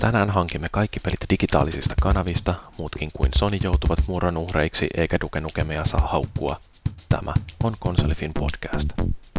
Tänään hankimme kaikki pelit digitaalisista kanavista, muutkin kuin Sony joutuvat murron uhreiksi eikä Duke Nukemia saa haukkua. Tämä on Konsolifin podcast.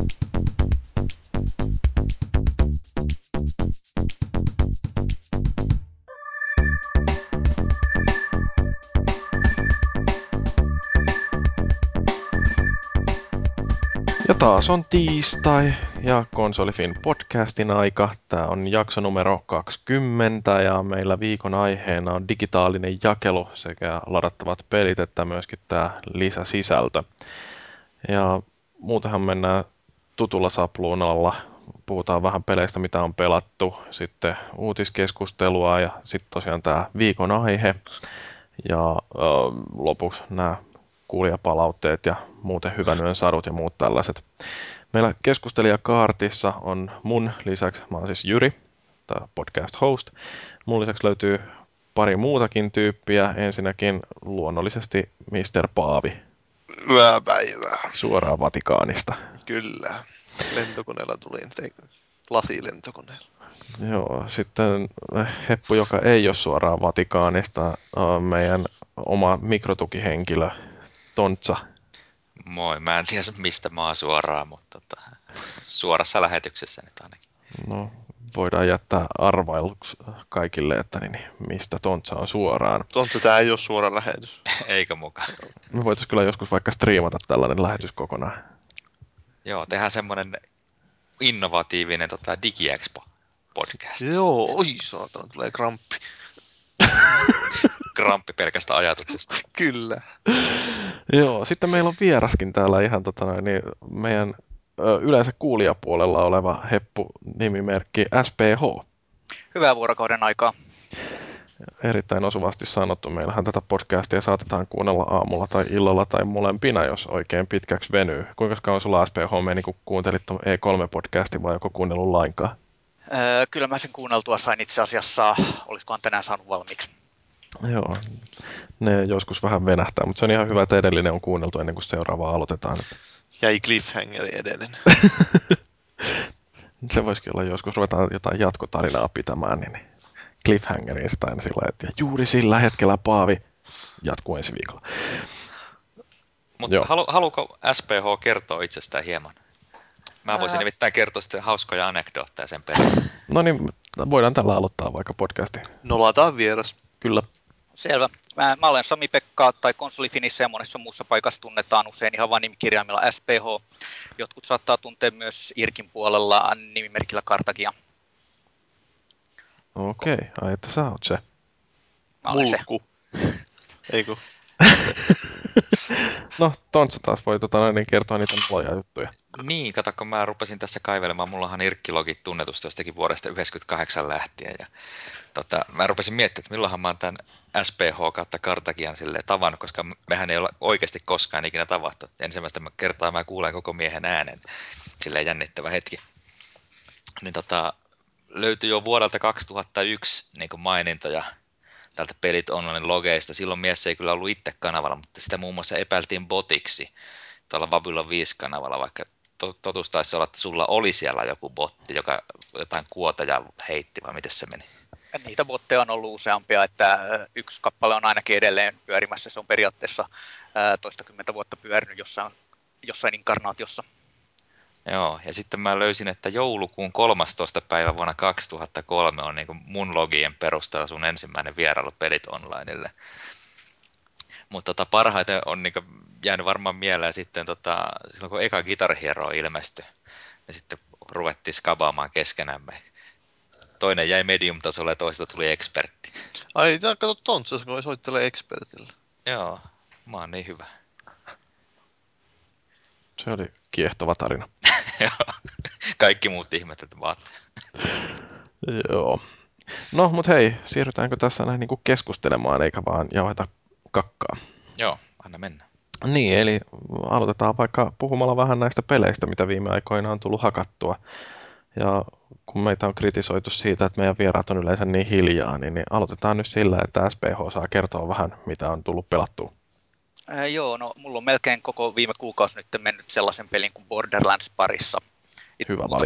Ja taas on tiistai ja Konsolifin podcastin aika. Tämä on jakso numero 20 ja meillä viikon aiheena on digitaalinen jakelu sekä ladattavat pelit että myöskin tämä lisäsisältö. Ja muutenhan mennään tutulla sapluunalla. Puhutaan vähän peleistä, mitä on pelattu, sitten uutiskeskustelua ja sitten tosiaan tämä viikon aihe. Ja lopuksi nämä kuulijapalautteet ja muuten hyvän yön sadut ja muut tällaiset. Meillä keskustelijakaartissa on mun lisäksi, mä oon siis Jyri, tämä podcast host. Mun lisäksi löytyy pari muutakin tyyppiä. Ensinnäkin luonnollisesti Mr. Paavi. Hyvää päivää. Suoraan Vatikaanista. Kyllä. Lentokoneella tulin. Lasilentokoneella. Joo, sitten Heppu, joka ei ole suoraan Vatikaanista, on meidän oma mikrotukihenkilö Tontsa. Moi, mä en tiedä mistä mä oon suoraan, mutta suorassa lähetyksessä nyt ainakin. No, voidaan jättää arvailuksi kaikille, että mistä Tontsa on suoraan. Tontsa, tää ei ole suora lähetys. Eikö mukaan? Me voitaisiin kyllä joskus vaikka striimata tällainen lähetys kokonaan. Joo, tehdään semmonen innovatiivinen DigiExpo-podcast. Joo, oi saatana, tulee kramppi. Kramppi pelkästä ajatuksesta. Kyllä. Joo, sitten meillä on vieraskin täällä ihan meidän yleensä kuulijapuolella oleva heppu-nimimerkki SPH. Hyvää vuorokauden aikaa. Erittäin osuvasti sanottu. Meillähän tätä podcastia saatetaan kuunnella aamulla tai illalla tai molempina, jos oikein pitkäksi venyy. Kuinka kauan sulla SPH meni, kun kuuntelit tuon E3-podcastin vai joko kuunnellut lainkaan? Kyllä mä sen kuunneltua sain itse asiassa, olisikohan tänään saanut valmiiksi. Joo, ne joskus vähän venähtää, mutta se on ihan hyvä, että edellinen on kuunneltu ennen kuin seuraavaa aloitetaan. Jäi cliffhangeri edellinen. Se voisikin olla joskus, ruvetaan jotain jatkotarinaa pitämään, niin cliffhangeriin sitä aina sillä, että juuri sillä hetkellä Paavi jatkuu ensi viikolla. Mutta haluuko SPH kertoa itsestään hieman? Mä voisin nimittäin kertoa sitten hauskoja anekdootteja sen perään. No niin, voidaan tällä aloittaa vaikka podcasti. Nolataan vieras. Kyllä. Selvä. Mä olen Sami-Pekka tai Konsolifinissä ja monessa muussa paikassa tunnetaan usein ihan vain nimikirjaimilla SPH. Jotkut saattaa tuntea myös Irkin puolella nimimerkillä Kartagia. Okei, ai että sä oot se. Mulkku. Eiku. No, Tontsa taas voi kertoa niitä noloja juttuja. Niin, kato, kun mä rupesin tässä kaivelemaan, mullahan Irkki-logit tunnetusti jostakin vuodesta 1998 lähtien. Ja, mä rupesin miettimään, että milloinhan mä oon tämän SPH kautta Kartagian tavannut, koska mehän ei olla oikeasti koskaan ikinä tavattu. Ensimmäistä kertaa mä kuulen koko miehen äänen, silleen jännittävä hetki. Niin löytyi jo vuodelta 2001 niin kuin mainintoja tältä Pelit Online-logeista. Silloin mies ei kyllä ollut itse kanavalla, mutta sitä muun muassa epäiltiin botiksi tuolla Babylon 5-kanavalla, vaikka totuus taisi olla, että sulla oli siellä joku botti, joka jotain kuotaja heitti, vai miten se meni? Niitä botteja on ollut useampia, että yksi kappale on ainakin edelleen pyörimässä. Se on periaatteessa toistakymmentä vuotta pyörinyt jossain inkarnaatiossa. Joo, ja sitten mä löysin, että joulukuun 13. päivä vuonna 2003 on niin kuin mun logien perusteella sun ensimmäinen vierailu Pelit Onlinelle. Mutta parhaiten on niin kuin jäänyt varmaan mieleen sitten silloin, kun eka Guitar Hero ilmestyi, ja sitten ruvettiin skabaamaan keskenämme. Toinen jäi medium-tasolle ja toisesta tuli expertti. Ai, kato Tontsa, kun soittelee expertille. Joo, mä oon niin hyvä. Se oli kiehtova tarina. Kaikki muut ihmettelevät vaan. Joo. No, mut hei, siirrytäänkö tässä näin niin kuin keskustelemaan, eikä vaan jauheta kakkaa? Joo, anna mennä. Niin, eli aloitetaan vaikka puhumalla vähän näistä peleistä, mitä viime aikoina on tullut hakattua. Ja kun meitä on kritisoitu siitä, että meidän vieraat on yleensä niin hiljaa, niin aloitetaan nyt sillä, että SPH saa kertoa vähän, mitä on tullut pelattua. Joo, no mulla on melkein koko viime kuukausi nyt mennyt sellaisen pelin kuin Borderlands parissa. Hyvä valinta.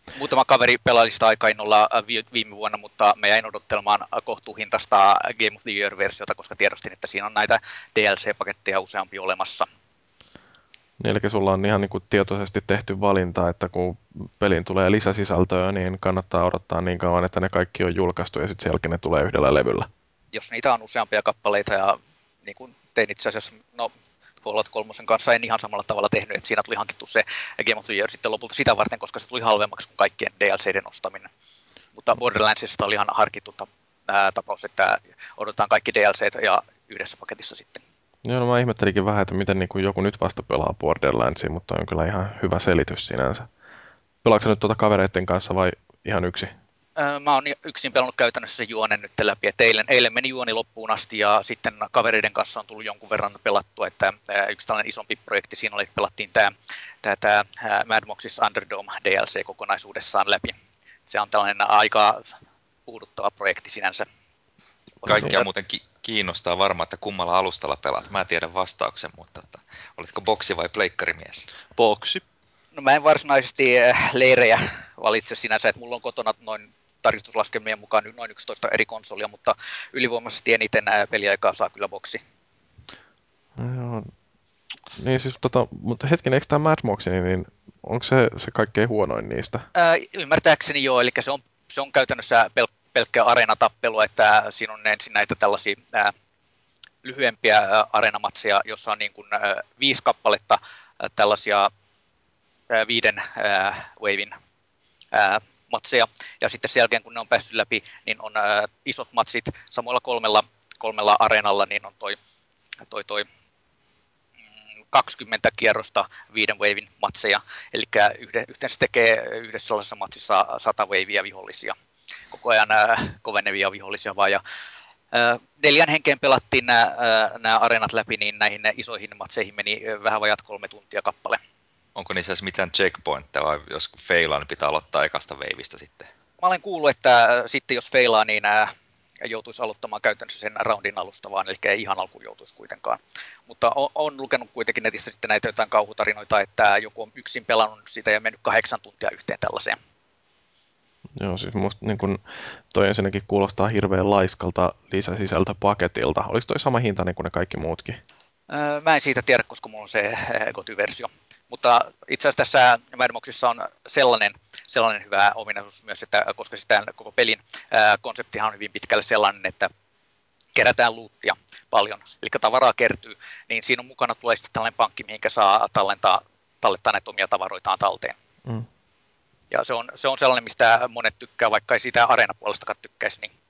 Muutama kaveri pelaili sitä aika innolla viime vuonna, mutta mä jäin odottelemaan kohtuuhintaista Game of the Year-versiota, koska tiedostin, että siinä on näitä DLC-paketteja useampi olemassa. Eli sulla on ihan niin kuin tietoisesti tehty valinta, että kun peliin tulee lisäsisältöä, niin kannattaa odottaa niin kauan, että ne kaikki on julkaistu ja sitten sen jälkeen ne tulee yhdellä levyllä. Jos niitä on useampia kappaleita ja niin kuin tein itse asiassa, Fallout 3 kanssa en ihan samalla tavalla tehnyt, että siinä tuli hankittu se Game of the Year sitten lopulta sitä varten, koska se tuli halvemmaksi kuin kaikkien DLCiden ostaminen. Mutta Borderlandsista oli ihan harkittu tapaus, että odotetaan kaikki DLCt ja yhdessä paketissa sitten. Joo, no mä ihmettelinkin vähän, että miten niin kuin joku nyt vasta pelaa Borderlandsia, mutta on kyllä ihan hyvä selitys sinänsä. Pelaatko nyt kavereiden kanssa vai ihan yksi? Mä oon yksin pelannut käytännössä se juonen nyt läpi, että eilen meni juoni loppuun asti ja sitten kavereiden kanssa on tullut jonkun verran pelattua, että yksi tällainen isompi projekti siinä oli, että pelattiin tämä Mad Max's Underdome DLC kokonaisuudessaan läpi. Se on tällainen aika puuduttava projekti sinänsä. Kaikkia muuten kiinnostaa varmaan, että kummalla alustalla pelaat. Mä tiedän vastauksen, mutta olitko boksi vai pleikkarimies? Boksi. No mä en varsinaisesti leirejä valitse sinänsä, että mulla on kotona noin tarkistuslaskelmien mukaan noin 11 eri konsolia, mutta ylivoimaisesti eniten peliaikaa saa kyllä boksi. Joo. Niin siis, mutta hetken, eikö tämä Mad Max, niin onko se kaikkein huonoin niistä? Ymmärtääkseni joo, eli se on käytännössä pelkkä areenatappelu, että siinä on ensin näitä tällaisia lyhyempiä areenamatseja, jossa on niin kuin 5 kappaletta tällaisia 5 wavein matseja, ja sitten sen jälkeen kun ne on päässyt läpi, niin on isot matsit samoilla kolmella areenalla, niin on toi 20 kierrosta 5 wavein matseja, eli yhteensä tekee yhdessä sellaisessa matsissa 100 wavea vihollisia, koko ajan kovenevia vihollisia vaan, ja 4 henkeen pelattiin nämä areenat läpi, niin näihin isoihin matseihin meni vähän vajat 3 tuntia kappale. Onko niissä edes mitään checkpointteja, vai jos feilaa, niin pitää aloittaa ekasta waveista sitten? Mä olen kuullut, että sitten jos feilaa, niin joutuisi aloittamaan käytännössä sen roundin alusta vaan, eli ei ihan alkuun joutuisi kuitenkaan. Mutta on lukenut kuitenkin netissä sitten näitä jotain kauhutarinoita, että joku on yksin pelannut sitä ja mennyt 8 tuntia yhteen tällaiseen. Joo, siis musta niin kun toi ensinnäkin kuulostaa hirveän laiskalta lisäsisältöpaketilta. Oliko toi sama hinta niin kuin ne kaikki muutkin? Mä en siitä tiedä, koska mulla on se GOTY-versio. Mutta itse asiassa tässä Mad Maxissa on sellainen hyvä ominaisuus myös, että koska sitä koko pelin konseptihan on hyvin pitkälle sellainen, että kerätään loottia paljon, eli tavaraa kertyy, niin siinä on mukana tulee sitten tällainen pankki, mihinkä saa tallettaa näitä omia tavaroitaan talteen. Mm. Ja se on sellainen, mistä monet tykkää, vaikka ei siitä areenapuolestakaan tykkäisi. Niin.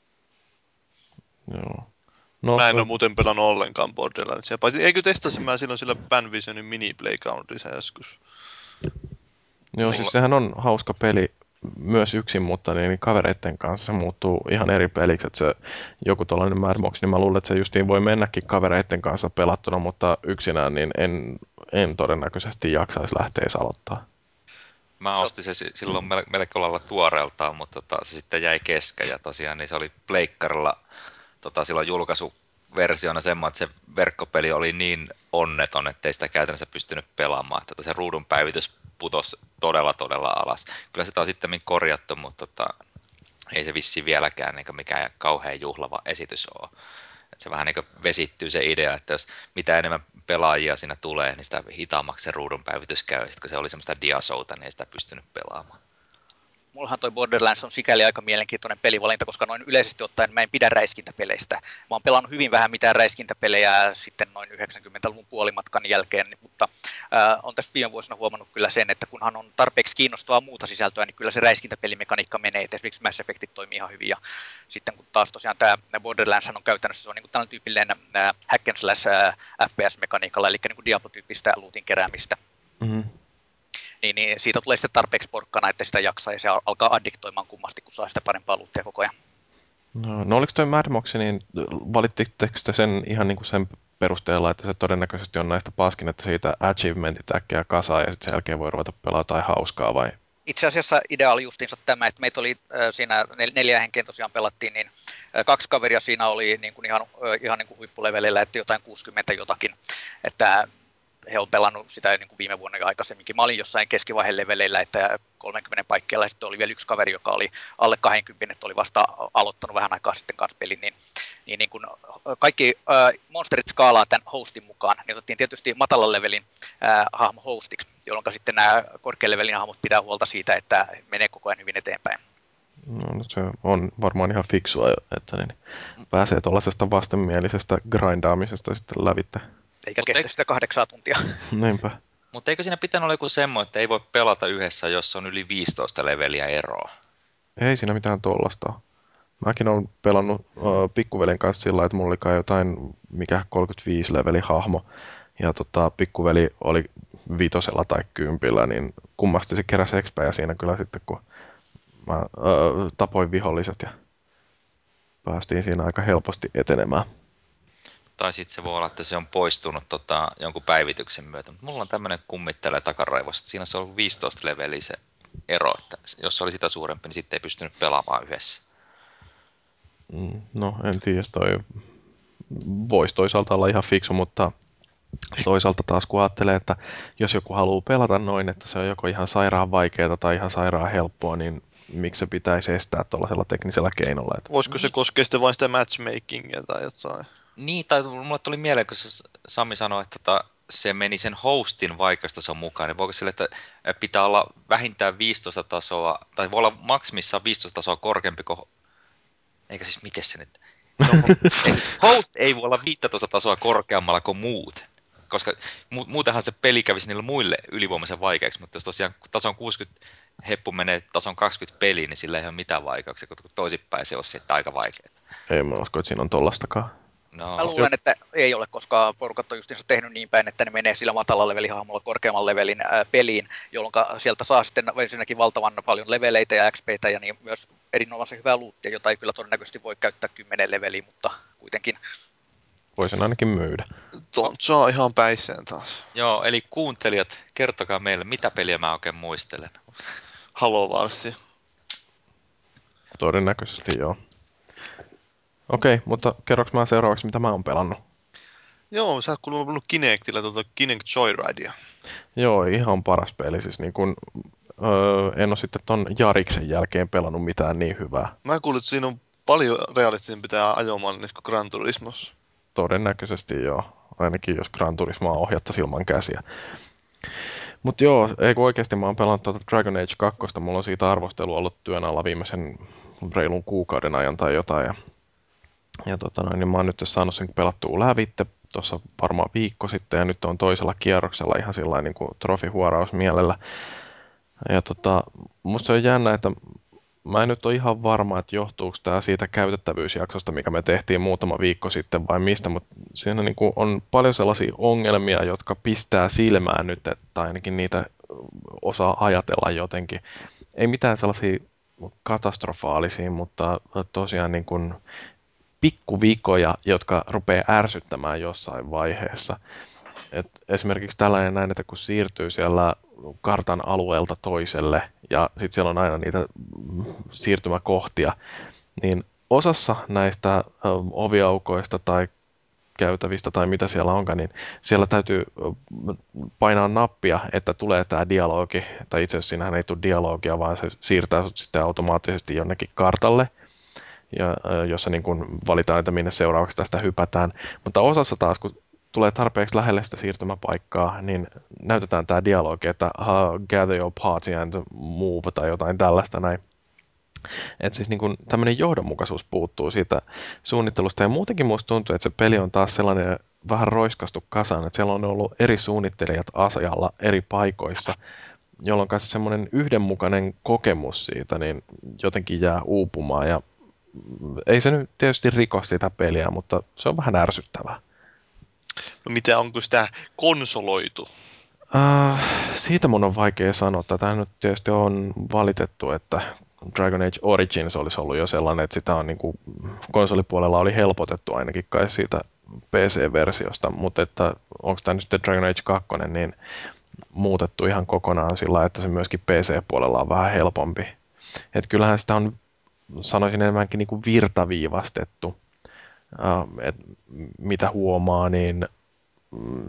Joo. No, Mä en ole muuten pelannut ollenkaan Borderlandsia. Paitsi eikö testasin mä silloin sillä Panvisionin mini-playgroundissa joskus. Joo, siis sehän on hauska peli myös yksin, mutta niin kavereiden kanssa se muuttuu ihan eri peliksi. Että se, joku tuollainen Mad Max, niin mä luulen, että se justiin voi mennäkin kavereiden kanssa pelattuna, mutta yksinään niin en todennäköisesti jaksaisi lähteä aloittaa. Mä ostin se silloin melko lailla tuoreeltaan, mutta se sitten jäi kesken ja tosiaan niin se oli pleikkarilla silloin julkaisuversiona semmoinen, että se verkkopeli oli niin onneton, ettei sitä käytännössä pystynyt pelaamaan. Se ruudun päivitys putosi todella alas. Kyllä sitä on sitten korjattu, mutta ei se vissiin vieläkään niin mikään kauhean juhlava esitys ole. Että se vähän niin vesittyy se idea, että jos mitä enemmän pelaajia siinä tulee, niin sitä hitaammaksi se ruudun päivitys käy. Sitten kun se oli semmoista diasouta, niin ei sitä pystynyt pelaamaan. Mullahan toi Borderlands on sikäli aika mielenkiintoinen pelivalinta, koska noin yleisesti ottaen mä en pidä räiskintäpeleistä. Mä oon pelannut hyvin vähän mitään räiskintäpelejä sitten noin 90-luvun puolimatkan jälkeen, mutta on tässä viime vuosina huomannut kyllä sen, että kunhan on tarpeeksi kiinnostavaa muuta sisältöä, niin kyllä se räiskintäpelimekaniikka menee, että esimerkiksi Mass Effectit toimii ihan hyvin, ja sitten kun taas tosiaan tämä Borderlands on käytännössä se on niin kuin tällainen tyypillinen hack and slash FPS-mekaniikalla, eli niin kuin Diablo-tyyppistä lootin keräämistä. Mm-hmm. Niin siitä tulee sitten tarpeeksi porkkana, että sitä jaksaa ja se alkaa addiktoimaan kummasti, kun saa sitä parempaa luuttia koko ajan. No oliko toi Mad Max, niin valittitteko te sen ihan niin kuin sen perusteella, että se todennäköisesti on näistä paskin, että siitä achievementit äkkiä kasaan ja sitten sen jälkeen voi ruveta pelaa jotain hauskaa vai? Itse asiassa idea oli justiinsa tämä, että meitä oli siinä 4 henkeen tosiaan pelattiin, niin 2 kaveria siinä oli niin kuin ihan niin kuin huippulevelillä, että jotain 60 jotakin. Että he on pelannut sitä niin kuin viime vuonna jo aikaisemminkin. Mä olin jossain keskivaiheen leveleillä, että 30 paikkeilla, ja sitten oli vielä yksi kaveri, joka oli alle 20, että oli vasta aloittanut vähän aikaa sitten kanssa pelin, niin kun kaikki monsterit skaalaa tämän hostin mukaan, niin otettiin tietysti matalan levelin hahmo hostiksi, jolloin sitten nämä korkean levelin hahmot pitää huolta siitä, että menee koko ajan hyvin eteenpäin. No, se on varmaan ihan fiksua, että niin pääsee tuollaisesta vastenmielisestä grindaamisesta sitten lävitse. Eikä kestä sitä 8 tuntia. Niinpä. Mutta eikö siinä pitänyt olla joku semmoinen, että ei voi pelata yhdessä, jos on yli 15 leveliä eroa? Ei siinä mitään tollasta. Mäkin olen pelannut pikkuvelin kanssa sillä, että mulla oli kai jotain, mikä 35 leveli hahmo. Ja pikkuveli oli 5 tai 10, niin kummasti se keräsi expejä siinä kyllä sitten, kun mä tapoin viholliset ja päästiin siinä aika helposti etenemään. Tai sitten se voi olla, että se on poistunut jonkun päivityksen myötä. Mutta mulla on tämmöinen kummittelee takaraivossa, että siinä on ollut 15 leveliä se ero. Että jos oli sitä suurempi, niin sitten ei pystynyt pelaamaan yhdessä. No, en tiedä. Toi voisi toisaalta olla ihan fiksu, mutta toisaalta taas kun ajattelee, että jos joku haluaa pelata noin, että se on joko ihan sairaan vaikeaa tai ihan sairaan helppoa, niin miksi se pitäisi estää tuollaisella teknisellä keinolla? Että... Voisiko se koskea sitten vain sitä matchmakingia tai jotain? Niin, tai mulle tuli mieleen, kun Sami sanoi, että se meni sen hostin vaikeustason mukaan, niin voiko sille, että pitää olla vähintään 15 tasoa, tai voi olla maksimissaan 15 tasoa korkeampi kuin... Eikä siis, miten se nyt... Host ei voi olla 15 tasoa korkeammalla kuin muut, koska muutenhan se peli kävisi niille muille ylivoimaisen vaikeaksi, mutta jos tosiaan tason 60 heppu menee tason 20 peliin, niin sillä ei ole mitään vaikeuksia, kun toisinpäin se olisi sitten aika vaikeaa. Ei mä usko, että siinä on tollastakaan. No. Mä luulen, että ei ole, koska porukat on justiinsa tehnyt niin päin, että ne menee sillä matalalla levelin hahmolla korkeamman levelin peliin, jolloin sieltä saa sitten ensinnäkin valtavan paljon leveleitä ja XPtä ja niin myös erinomaisen hyvää loottia, jota ei kyllä todennäköisesti voi käyttää 10 leveliin, mutta kuitenkin. Voisin ainakin myydä. Saa ihan päissään taas. Joo, eli kuuntelijat, kertokaa meille, mitä peliä mä oikein muistelen. Halo Warsi. Todennäköisesti joo. Okei, mutta kerroks mä seuraavaksi, mitä mä oon pelannut? Joo, sä oot kuullut Kinectillä Kinect Joyridea. Joo, ihan paras peli. Siis niin kun, en ole sitten ton Jariksen jälkeen pelannut mitään niin hyvää. Mä kuulin, että siinä on paljon realistisempi tää ajomallinen kuin Gran Turismossa. Todennäköisesti joo. Ainakin jos Gran Turismoa ohjattaisiin ilman käsiä. Mutta joo, ei kun oikeasti mä oon pelannut Dragon Age 2. Mulla on siitä arvostelu ollut työn alla viimeisen reilun kuukauden ajan tai jotain. Niin mä oon nyt saanut sen pelattua lävitte tuossa varmaan viikko sitten ja nyt on toisella kierroksella ihan sillain niin kuin trofihuoraus mielellä. Ja musta se on jännä, että mä en nyt ole ihan varma, että johtuuko tämä siitä käytettävyysjaksosta, mikä me tehtiin muutama viikko sitten vai mistä, mutta siinä niin kuin on paljon sellaisia ongelmia, jotka pistää silmään nyt, että ainakin niitä osaa ajatella jotenkin. Ei mitään sellaisia katastrofaalisia, mutta tosiaan niin kuin pikkuvikoja, jotka rupeaa ärsyttämään jossain vaiheessa. Esimerkiksi tällainen näin, että kun siirtyy siellä kartan alueelta toiselle ja sitten siellä on aina niitä siirtymäkohtia, niin osassa näistä oviaukoista tai käytävistä tai mitä siellä onkaan, niin siellä täytyy painaa nappia, että tulee tämä dialogi, tai itse asiassa siinähän ei tule dialogia, vaan se siirtää sut sitten automaattisesti jonnekin kartalle, jossa niin kun valitaan, että minne seuraavaksi tästä hypätään. Mutta osassa taas, kun tulee tarpeeksi lähelle sitä siirtymäpaikkaa, niin näytetään tämä dialogi, että gather your party and move tai jotain tällaista näin. Että siis niin kun tämmöinen johdonmukaisuus puuttuu siitä suunnittelusta ja muutenkin musta tuntuu, että se peli on taas sellainen vähän roiskastu kasaan, että siellä on ollut eri suunnittelijat asialla eri paikoissa, jolloin kanssa semmoinen yhdenmukainen kokemus siitä niin jotenkin jää uupumaan ja ei se nyt tietysti riko sitä peliä, mutta se on vähän ärsyttävää. No mitä, onko sitä konsoloitu? Siitä mun on vaikea sanoa. Tätä nyt tietysti on valitettu, että Dragon Age Origins olisi ollut jo sellainen, että sitä on niin kuin konsolipuolella oli helpotettu ainakin kai siitä PC-versiosta, mutta että onko tämä nyt sitten Dragon Age 2, niin muutettu ihan kokonaan sillä, että se myöskin PC-puolella on vähän helpompi. Että kyllähän sitä on, sanoisin enemmänkin niin kuin virtaviivastettu. Mitä huomaa, niin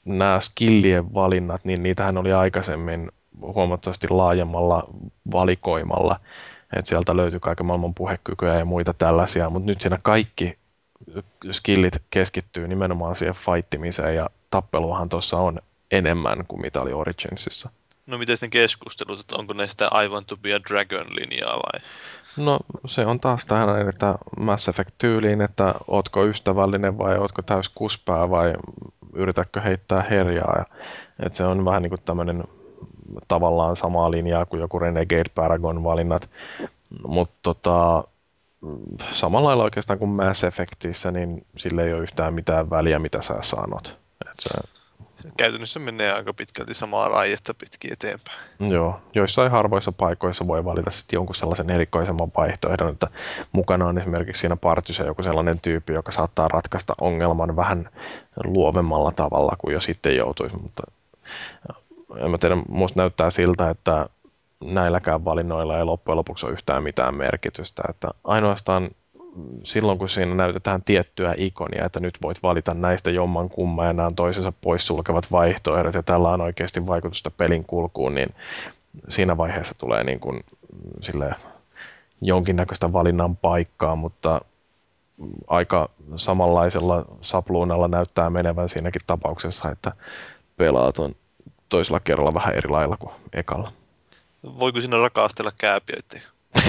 nämä skillien valinnat, niin niitähän oli aikaisemmin huomattavasti laajemmalla valikoimalla. Että sieltä löytyi kaiken maailman puhekykyjä ja muita tällaisia, mutta nyt siinä kaikki skillit keskittyy nimenomaan siihen fightimiseen ja tappeluahan tuossa on enemmän kuin mitä oli Originsissa. No miten ne keskustelut, että onko ne sitä I want to be a dragon-linjaa vai? No se on taas tähän, että Mass Effect-tyyliin, että ootko ystävällinen vai ootko täys kuspää vai yritätkö heittää herjaa. Ja, että se on vähän niin kuin tämmöinen tavallaan samaa linjaa kuin joku Renegade Paragon valinnat. Mutta samalla lailla oikeastaan kuin Mass Effectissä, niin sille ei ole yhtään mitään väliä, mitä sä sanot. Käytännössä menee aika pitkälti samaa raijetta pitkin eteenpäin. Joo, joissain harvoissa paikoissa voi valita sitten jonkun sellaisen erikoisemman vaihtoehdon, että mukana on esimerkiksi siinä partyssa joku sellainen tyyppi, joka saattaa ratkaista ongelman vähän luovemmalla tavalla kuin jos sitten joutuisi, mutta en mä tiedä, musta näyttää siltä, että näilläkään valinnoilla ei loppujen lopuksi ole yhtään mitään merkitystä, että ainoastaan silloin, kun siinä näytetään tiettyä ikonia, että nyt voit valita näistä jomman kumman ja nämä on toisensa poissulkevat vaihtoehdot ja tällä on oikeasti vaikutusta pelin kulkuun, niin siinä vaiheessa tulee niin kuin silleen jonkinnäköistä valinnan paikkaa, mutta aika samanlaisella sapluunalla näyttää menevän siinäkin tapauksessa, että pelaat on toisella kerralla vähän eri lailla kuin ekalla. Voiko siinä rakastella kääpiöitä?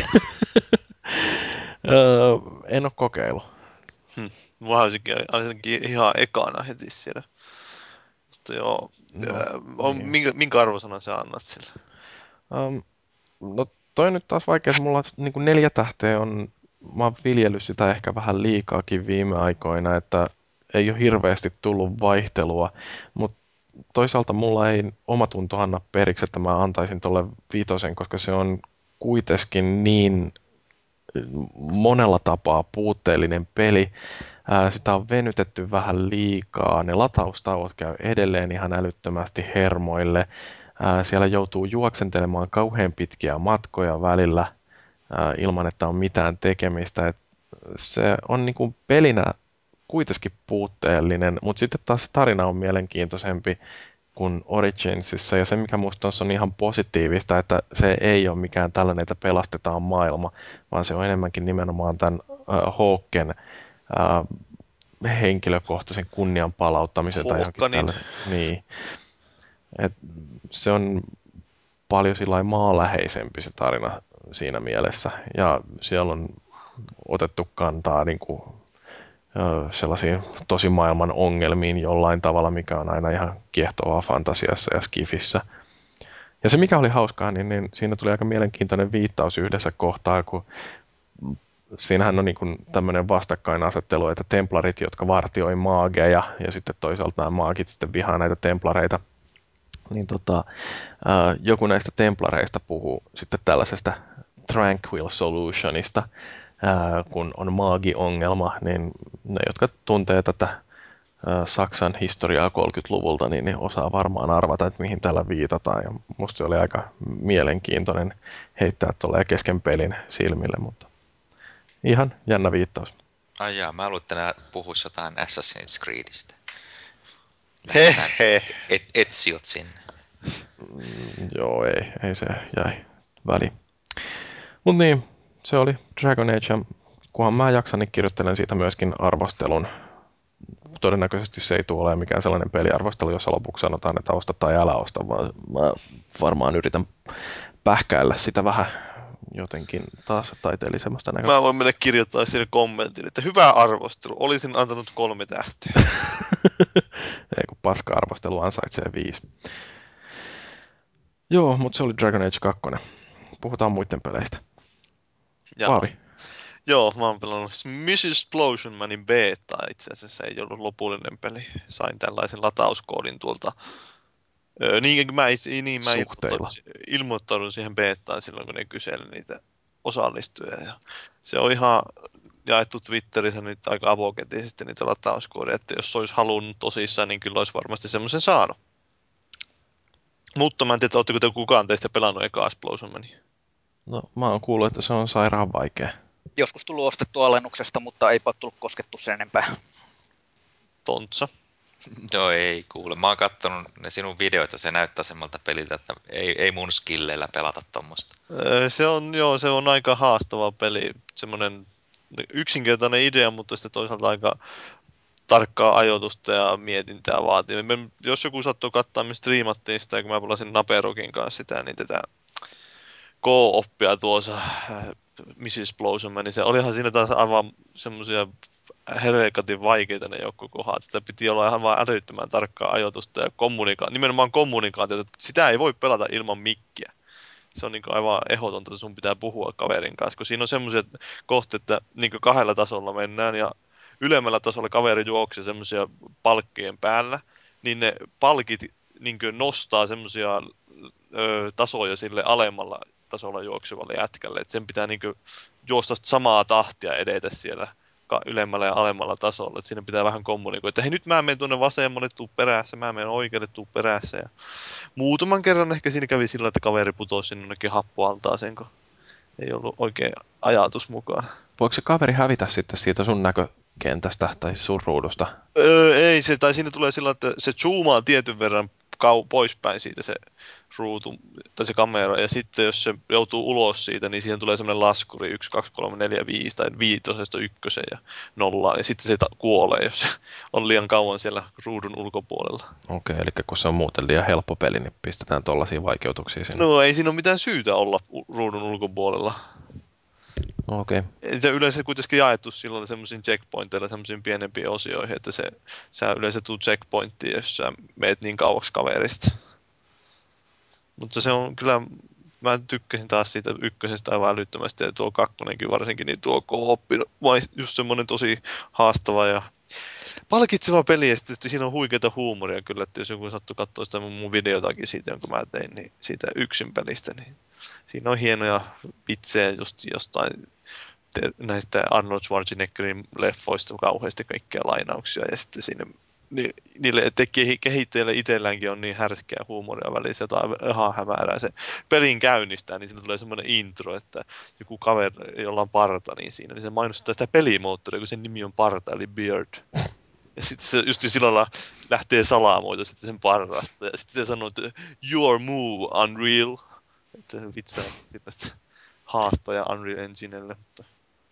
En ole kokeillut. Mä olisinkin ihan ekana heti siellä. Mutta joo, niin. minkä arvosanan sä annat sille? No toi nyt taas vaikea, että mulla niin kuin 4 tähteä on, mä oon viljellyt sitä ehkä vähän liikaakin viime aikoina, että ei ole hirveästi tullut vaihtelua, mutta toisaalta mulla ei omatunto anna periksi, että mä antaisin tuolle 5, koska se on kuitenkin niin monella tapaa puutteellinen peli. Sitä on venytetty vähän liikaa. Ne lataustauot käy edelleen ihan älyttömästi hermoille. Siellä joutuu juoksentelemaan kauhean pitkiä matkoja välillä ilman, että on mitään tekemistä. Se on niin kuin pelinä kuitenkin puutteellinen, mutta sitten taas tarina on mielenkiintoisempi kuin Originsissa. Ja se, mikä musta tuossa on ihan positiivista, että se ei ole mikään tällainen, että pelastetaan maailma, vaan se on enemmänkin nimenomaan tämän Hawken henkilökohtaisen kunnian palauttamisen tai johonkin tällaisen. Niin. Se on paljon sillain maaläheisempi se tarina siinä mielessä. Ja siellä on otettu kantaa niin kuin sellaisiin tosimaailman ongelmiin jollain tavalla, mikä on aina ihan kiehtovaa fantasiassa ja skifissä. Ja se, mikä oli hauskaa, niin siinä tuli aika mielenkiintoinen viittaus yhdessä kohtaa, kun siinähän on niin kuin tämmöinen vastakkainasettelu, että templarit, jotka vartioi maageja, ja sitten toisaalta nämä maagit sitten vihaa näitä templareita. Niin joku näistä templareista puhuu sitten tällaisesta tranquil solutionista, kun on maagi-ongelma, niin ne, jotka tuntee tätä Saksan historiaa 30-luvulta, niin ne osaa varmaan arvata, että mihin tällä viitataan. Ja musta se oli aika mielenkiintoinen heittää tuolla kesken pelin silmille, mutta ihan jännä viittaus. Ai jaa, mä luulen, että nää puhuis jotain Assassin's Creedistä. Hehe. Etsiot sinne. Joo, ei se jäi väliin. Mut niin, se oli Dragon Age, ja kunhan mä jaksan, niin kirjoittelen siitä myöskin arvostelun. Todennäköisesti se ei tule olemaan mikään sellainen peliarvostelu, jossa lopuksi sanotaan, että osta tai älä osta, vaan mä varmaan yritän pähkäillä sitä vähän jotenkin taas taiteellisemmasta näkökulmasta. Mä voin mennä kirjoittaa sinne kommentin, että hyvä arvostelu, olisin antanut 3 tähteä. Ei kun paska-arvostelu ansaitsee 5. Joo, mutta se oli Dragon Age 2. Puhutaan muiden peleistä. Paavi. Joo, mä oon pelannut Mrs. Explosion Manin beta. Itse asiassa ei ollut lopullinen peli. Sain tällaisen latauskoodin tuolta. Mä ilmoittaudun siihen betaan silloin, kun ne kyseli niitä osallistujia. Ja se on ihan jaettu Twitterissä nyt aika avoketisesti niitä latauskoodeja, että jos olisi halunnut tosissaan, niin kyllä olisi varmasti semmoisen saanut. Mutta mä en tiedä, oletteko te kukaan teistä pelannut eka Explosion Mania? No, mä oon kuullut, että se on sairaan vaikea. Joskus tullut ostettua alennuksesta, mutta eipä ole tullut koskettu sen enempää. Tontsa. No ei kuule. Mä oon kattonut ne sinun videoita, se näyttää semmoilta peliltä, että ei mun skilleillä pelata tommosta. Se on aika haastava peli. Semmoinen yksinkertainen idea, mutta sitten toisaalta aika tarkkaa ajoitusta ja mietintää vaatii. Jos joku sattuu katsoa, me striimattiin sitä, kun mä pelasin Naperokin kanssa sitä, niin tätä co-oppia tuossa Mrs. Blossom, niin se olihan siinä taas aivan semmoisia helkatin vaikeita ne joku kohdat. Että piti olla ihan vaan älyttömän tarkkaa ajoitusta ja nimenomaan kommunikaatiota. Sitä ei voi pelata ilman mikkiä. Se on niin aivan ehdotonta, että sun pitää puhua kaverin kanssa, kun siinä on semmoisia kohteita, että niin kahdella tasolla mennään ja ylemmällä tasolla kaveri juoksee semmoisia palkkien päällä, niin ne palkit niin nostaa semmoisia tasoja sille alemmalla tasolla juoksevalle jätkälle, että sen pitää niin juosta samaa tahtia edetä siellä ylemmällä ja alemmalla tasolla, että siinä pitää vähän kommunikoida, että hei nyt mä menen tuonne vasemmalle, tuu perässä, mä menen oikealle, tuu perässä ja muutaman kerran ehkä siinä kävi sillä, että kaveri putosi sinne jonnekin happoaltaaseen, kun ei ollut oikein ajatus mukaan. Voiko se kaveri hävitä sitten siitä sun näkökentästä tai sun ruudusta? Ei se, tai siinä tulee sillä, että se zoomaa tietyn verran poispäin siitä se ruutu tai se kamera, ja sitten jos se joutuu ulos siitä, niin siihen tulee semmoinen laskuri 1, 2, 3, 4, 5 tai 5 ykkösen ja nollaan, ja sitten se kuolee, jos se on liian kauan siellä ruudun ulkopuolella. Okei, eli kun se on muuten liian helppo peli, niin pistetään tollaisia vaikeutuksia sinne. No ei siinä ole mitään syytä olla ruudun ulkopuolella. Okei. Se yleensä kuitenkin jaettu silloin semmoisiin checkpointeilla, semmoisiin pienempiin osioihin, että sä yleensä tuu checkpointtiin, jos sä meet niin kauaksi kaverista. Mutta se on kyllä, mä tykkäsin taas siitä ykkösestä aivan älyttömästi, ja tuo kakkonenkin varsinkin, niin tuo co-oppi, just semmoinen tosi haastava ja palkitseva peli, ja sitten siinä on huikeita huumoria kyllä, että jos joku sattuu katsoa sitä mun videotakin siitä, jonka mä tein, niin siitä yksin pelistä, niin siinä on hienoja vitsejä just jostain näistä Arnold Schwarzeneggerin leffoista kauheasti kaikkia lainauksia, ja sitten siinä niille kehittäjille itselläänkin on niin härskää huumoria välissä, jotain ihan hämärää se pelin käynnistää, niin siinä tulee semmoinen intro, että joku kaveri, jolla on parta, niin siinä, niin se mainostaa sitä pelimoottoria, kun sen nimi on parta, eli Beard. Ja sitten se just silloin lähtee salaamoita sitten sen parrasta, ja sitten se sanoo, että your move, Unreal. Että se vitsaa sitten haastaja Unreal Enginelle, mutta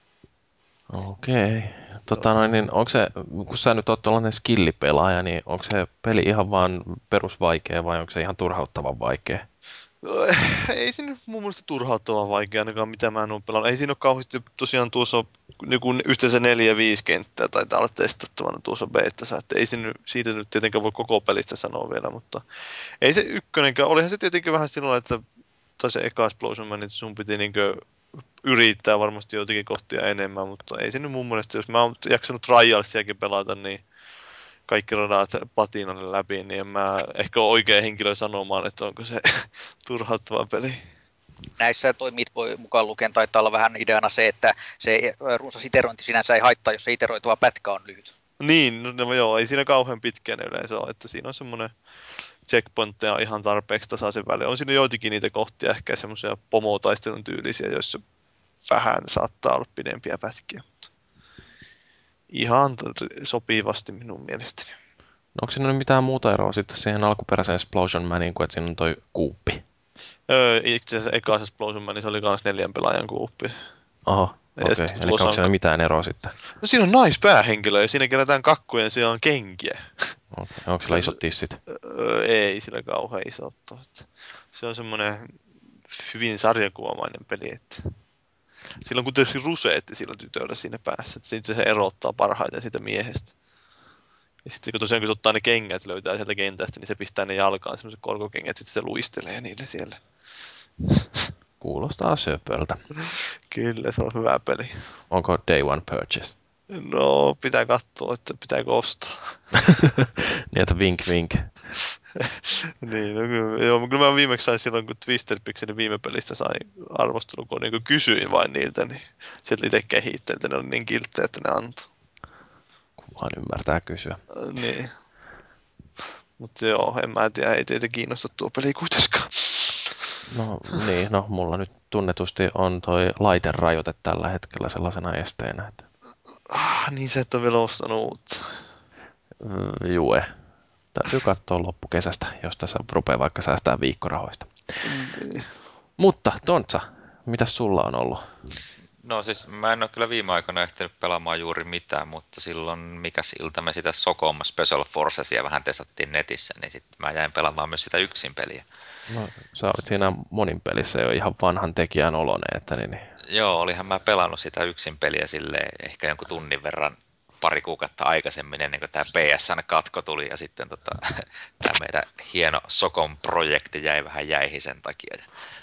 Okei. Niin onko se, kun sä nyt oot tuollainen skillipelaaja, niin onko se peli ihan vaan perusvaikea vai onko se ihan turhauttavan vaikea? no, ei siinä mun mielestä turhauttavan vaikea ainakaan, mitä mä en ole pelannut. Ei siinä ole kauheasti, tosiaan tuossa on yhteensä 4-5 kenttää taitaa olla testattavana tuossa beetassa, että ei siitä nyt tietenkään voi koko pelistä sanoa vielä, mutta ei se ykkönenkään, olihan se tietenkin vähän sillä että tai se eka Explosion, niin sun piti niinkö yrittää varmasti joitakin kohtia enemmän, mutta ei se nyt mun mielestä, jos mä oon jaksanut Trialsiakin pelata, niin kaikki radat platinalle läpi, niin en mä ehkä ole oikea henkilö sanomaan, että onko se turhauttava peli. Näissä toimit voi mukaan lukien taitaa olla vähän ideana se, että se runsas iterointi sinänsä ei haittaa, jos se iteroituva pätkä on lyhyt. Niin, no joo, ei siinä kauhean pitkään yleensä ole, että siinä on semmoinen checkpointteja ihan tarpeeksi tasaisen väliin. On siinä joitakin niitä kohtia, ehkä semmoisia pomotaistelun tyylisiä, joissa vähän saattaa olla pidempiä pätkiä, mutta ihan sopivasti minun mielestäni. No, onko siinä nyt mitään muuta eroa sitten siihen alkuperäiseen Explosion Maniin kuin että siinä on toi kuuppi? Itse asiassa ekassa Explosion Man, niin se oli myös 4 pelaajan kuuppi. Oho, okei. Eli onko siinä mitään eroa sitten? No siinä on naispäähenkilö ja siinä kerätään kakkuja ja siellä on kenkiä. Okei. Onko sillä isot tissit? Ei sillä kauhean isot. Se on semmoinen hyvin sarjakuvamainen peli. Että sillä on kuitenkin ruseetti sillä tytöllä siinä päässä. Että siitä se erottaa parhaiten siitä miehestä. Ja sitten kun tosiaan kun se ottaa ne kengät, löytää sieltä kentästä, niin se pistää ne jalkaan semmoiset korkokengät, sitten se luistelee niille siellä. Kuulostaa söpöltä. Kyllä, se on hyvä peli. Onko Day One Purchase? No, pitää katsoa, että pitääkö ostaa. Niin, että vink vink. Niin, no kyllä, joo, kyllä mä viimeksi sain silloin, kun Twister Pixelin viime pelistä sain arvostelun, kun niin kysyin vain niiltä, niin sieltä itse kehittää, että ne on niin kilttejä, että ne antoi. Kukaan ymmärtää kysyä. Niin. Mutta joo, en mä tiedä, ei teitä kiinnosta tuo peli kuitenkaan. No niin, no mulla nyt tunnetusti on toi laiterajoite tällä hetkellä sellaisena esteenä, että Niin sä et ole vielä ostanut uutta. Jue. Täytyy katsoa loppukesästä, jos tässä rupeaa vaikka säästää viikkorahoista. Niin. Mutta Tontsa, mitäs sulla on ollut? No siis mä en ole kyllä viime aikoina ehtinyt pelaamaan juuri mitään, mutta silloin mikäs ilta me sitä Socom Special Forcesia vähän testattiin netissä, niin sitten mä jäin pelaamaan myös sitä yksin peliä. No, sä olit siinä monin pelissä jo ihan vanhan tekijän oloinen, että niin. Joo, olihan mä pelannut sitä yksin peliä silleen ehkä jonkun tunnin verran pari kuukautta aikaisemmin ennen kuin tämä PSN-katko tuli ja sitten tämä meidän hieno Socom-projekti jäi vähän jäihin sen takia.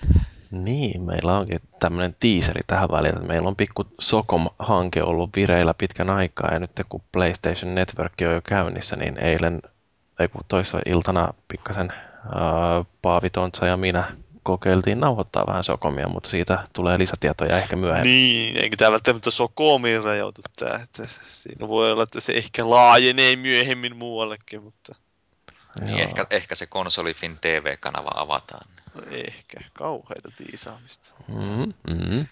Niin, meillä onkin tämmöinen tiiseri tähän väliin, että meillä on pikku Socom-hanke ollut vireillä pitkän aikaa ja nyt kun PlayStation Network on jo käynnissä, niin kun toissa iltana pikkasen Paavi, Tontsa ja minä kokeiltiin nauhoittaa vähän Socomia, mutta siitä tulee lisätietoja ehkä myöhemmin. Niin, eikä tämä välttämättä Socomiin rajoitu tämä, että siinä voi olla, että se ehkä laajenee myöhemmin muuallekin, mutta Niin Joo. ehkä se konsolifin TV-kanava avataan. ehkä kauheita tiisaamista. Mm.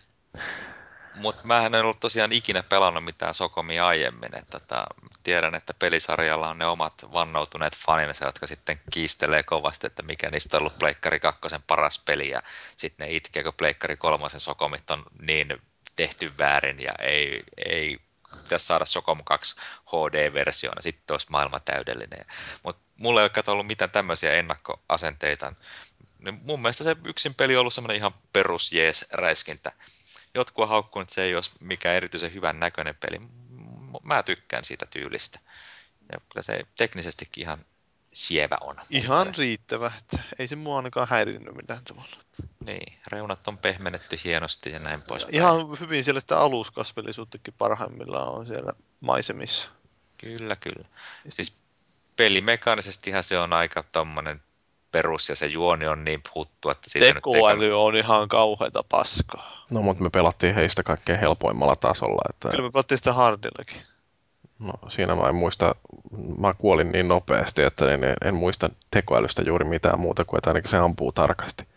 Mutta mä en ollut tosiaan ikinä pelannut mitään Socomia aiemmin. Tiedän, että pelisarjalla on ne omat vannoutuneet faninsa, jotka sitten kiistelee kovasti, että mikä niistä on ollut Pleikkari 2 paras peli. Ja sitten ne itkee, kun Pleikkari 3 Socomit on niin tehty väärin ja ei pitäisi saada Socom 2 HD-versiona, sitten olisi maailma täydellinen. Mutta mulla ei ole ollut mitään tämmöisiä ennakkoasenteita. Mun mielestä se yksin peli on ollut semmoinen ihan perus jees räiskintä. Jotkut on haukkunut, että se ei olisi mikään erityisen hyvän näköinen peli. Mä tykkään siitä tyylistä. Ja kyllä se teknisestikin ihan sievä on. Ihan riittävä, että ei se mua ainakaan häirinnyt millään tavalla. Niin, reunat on pehmennetty hienosti ja näin poispäin. Ihan hyvin siellä sitä aluskasvillisuuttakin parhaimmillaan on siellä maisemissa. Kyllä, kyllä. Siis pelimekaanisestihan se on aika tommonen perus ja se juoni on niin huttu, että siitä nyt Tekoäly on ihan kauheita paskaa. No, mutta me pelattiin heistä kaikkein helpoimmalla tasolla. Että, Kyllä me pelattiin sitä hardillakin. no, siinä mä en muista, mä kuolin niin nopeasti, että en muista tekoälystä juuri mitään muuta kuin, että ainakin se ampuu tarkasti.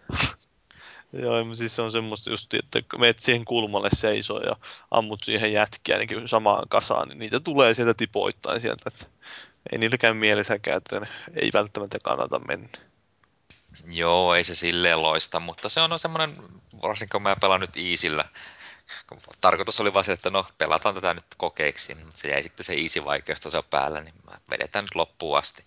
Joo, siis se on semmoista just, että kun menet siihen kulmalle seisoo ja ammut siihen jätkiä ainakin samaan kasaan, niin niitä tulee sieltä tipoittain sieltä. Että ei niillä käy mielessäkään, että ei välttämättä kannata mennä. Joo, ei se silleen loista, mutta se on semmoinen, varsinkin kun mä pelaan nyt Easyllä, tarkoitus oli vaan se, että no pelataan tätä nyt kokeeksi, mutta se jäi sitten se Easy-vaikeustaso päällä, niin vedetään nyt loppuun asti.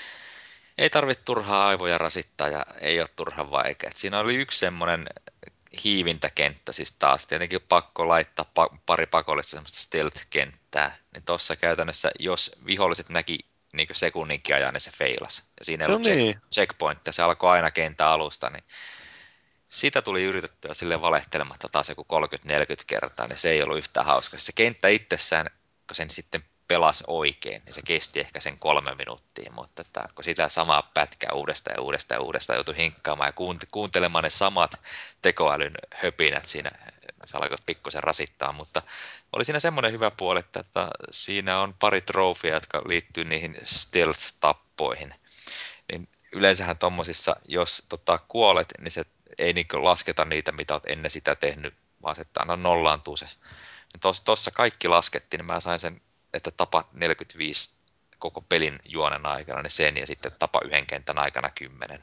Ei tarvitse turhaa aivoja rasittaa ja ei ole turhan vaikea. Siinä oli yksi semmoinen hiivintäkenttä siis taas. Tietenkin pakko laittaa pari pakollista semmoista stealth-kenttää. Niin tuossa käytännössä, jos viholliset näki niin sekunninkin ajan, niin se feilasi. Ja siinä ei No ollut niin. checkpointtia, se alkoi aina kentän alusta. Niin sitä tuli yritettyä sille valehtelematta taas joku 30-40 kertaa, niin se ei ollut yhtään hauska. Se kenttä itsessään, kun sen sitten pelasi oikein, niin se kesti ehkä sen 3 minuuttia, mutta kun sitä samaa pätkää uudestaan ja uudestaan ja uudestaan joutui hinkkaamaan ja kuuntelemaan ne samat tekoälyn höpinät siinä, se alkoi pikkusen rasittaa, mutta oli siinä semmoinen hyvä puoli, että siinä on pari trofia, jotka liittyy niihin stealth-tappoihin, niin yleensähän tommosissa, jos kuolet, niin se ei niin lasketa niitä, mitä olet ennen sitä tehnyt, vaan se aina nollaantuu se. Tuossa kaikki laskettiin, niin mä sain sen, että tapa 45 koko pelin juonen aikana, niin sen ja sitten tapa yhden kentän aikana 10.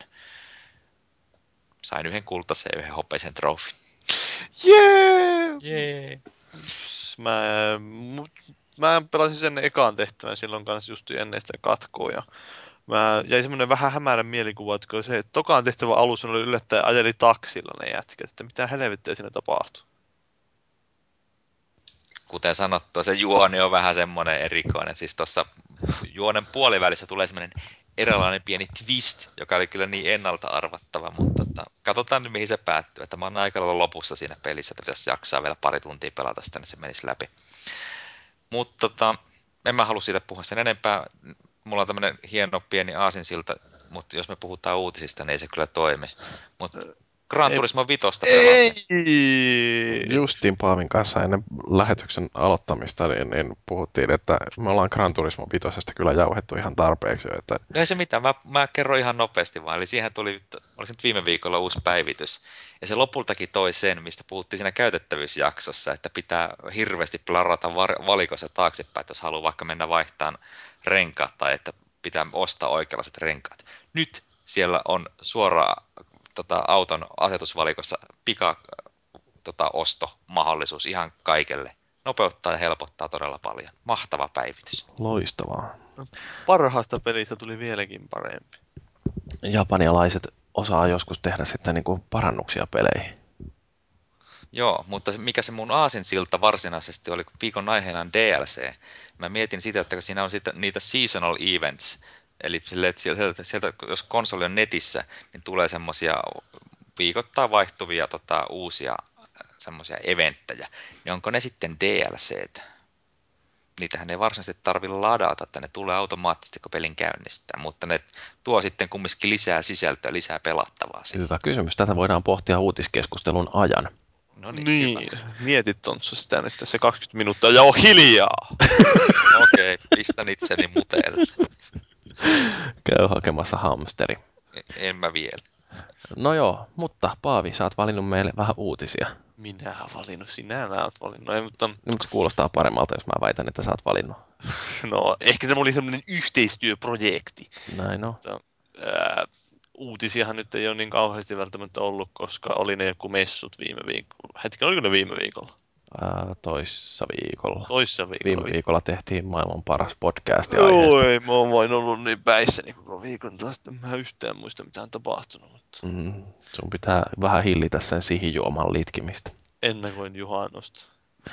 Sain yhden kultaisen ja yhden hopeisen trofin. Jee! Jee! Mä, mä pelasin sen ekaan tehtävän silloin kanssa just ennen sitä katkoa ja jäi semmoinen vähän hämärä mielikuva, että kun se tokaan tehtävän alussa oli yllättäen ajeli taksilla ne jätkät, että mitä helvettiä siinä tapahtui. Kuten sanottua, se juoni on vähän semmoinen erikoinen. Siis tuossa juonen puolivälissä tulee semmoinen eräänlainen pieni twist, joka oli kyllä niin ennalta arvattava, mutta katsotaan nyt mihin se päättyy. Että mä oon aika lailla lopussa siinä pelissä, että pitäisi jaksaa vielä pari tuntia pelata sitä, niin se menisi läpi. Mutta en mä halua siitä puhua sen enempää. Mulla on tämmöinen hieno pieni aasinsilta, mutta jos me puhutaan uutisista, niin ei se kyllä toimi. Mutta Gran Turismo 5 pelasin. Ei! Justiin Paavin kanssa ennen lähetyksen aloittamista niin puhuttiin, että me ollaan Gran Turismo 5 kyllä jauhettu ihan tarpeeksi jo. Että No ei se mitään, mä kerron ihan nopeasti vaan. Eli siihen tuli, oli nyt viime viikolla uusi päivitys. Ja se lopultakin toi sen, mistä puhuttiin siinä käytettävyysjaksossa, että pitää hirveästi plarata valikossa taaksepäin, jos haluaa vaikka mennä vaihtamaan renkaat tai että pitää ostaa oikeanlaiset renkaat. Nyt siellä on suoraan auton asetusvalikossa ostomahdollisuus ihan kaikelle. Nopeuttaa ja helpottaa todella paljon. Mahtava päivitys. Loistavaa. Parhaasta pelistä tuli vieläkin parempi. Japanialaiset osaa joskus tehdä sitten niin kuin parannuksia peleihin. Joo, mutta mikä se mun aasinsilta varsinaisesti oli, kun viikon aiheena on DLC. Mä mietin sitä, että kun siinä on sitten niitä seasonal events, eli sille, että sieltä, jos konsoli on netissä, niin tulee semmoisia viikoittain vaihtuvia uusia semmoisia eventtejä. Niin onko ne sitten DLCtä? Niitähän ei varsinaisesti tarvitse ladata, että ne tulee automaattisesti, kun pelin käynnistää, mutta ne tuo sitten kumminkin lisää sisältöä, lisää pelattavaa. Siihen. Hyvä kysymys. Tätä voidaan pohtia uutiskeskustelun ajan. No Niin, mietit Tontsa sitä nyt tässä 20 minuuttia ja on hiljaa. Okei, pistän itseni muteelle. Käy hakemassa hamsteri. En mä vielä. No joo, mutta Paavi, sä oot valinnut meille vähän uutisia. Minä olen valinnut, sinä olet valinnut. Ei, mutta Nyt se kuulostaa paremmalta, jos mä väitän, että sä oot valinnut. no, ehkä tämä oli semmoinen yhteistyöprojekti. Näin on. Mutta, uutisiahan nyt ei ole niin kauheasti välttämättä ollut, koska oli ne joku messut viime viikolla. Hetken, oliko ne viime viikolla? Toissa viikolla. Toissa viikolla. Viime viikolla tehtiin maailman paras podcasti aiheesta. Oi, mä oon vain ollut niin päissäni koko viikon taas, että mä yhtään muista mitä on tapahtunut. Mutta Sun pitää vähän hillitä sen sihijuoman litkimistä. ennakoin juhannosta.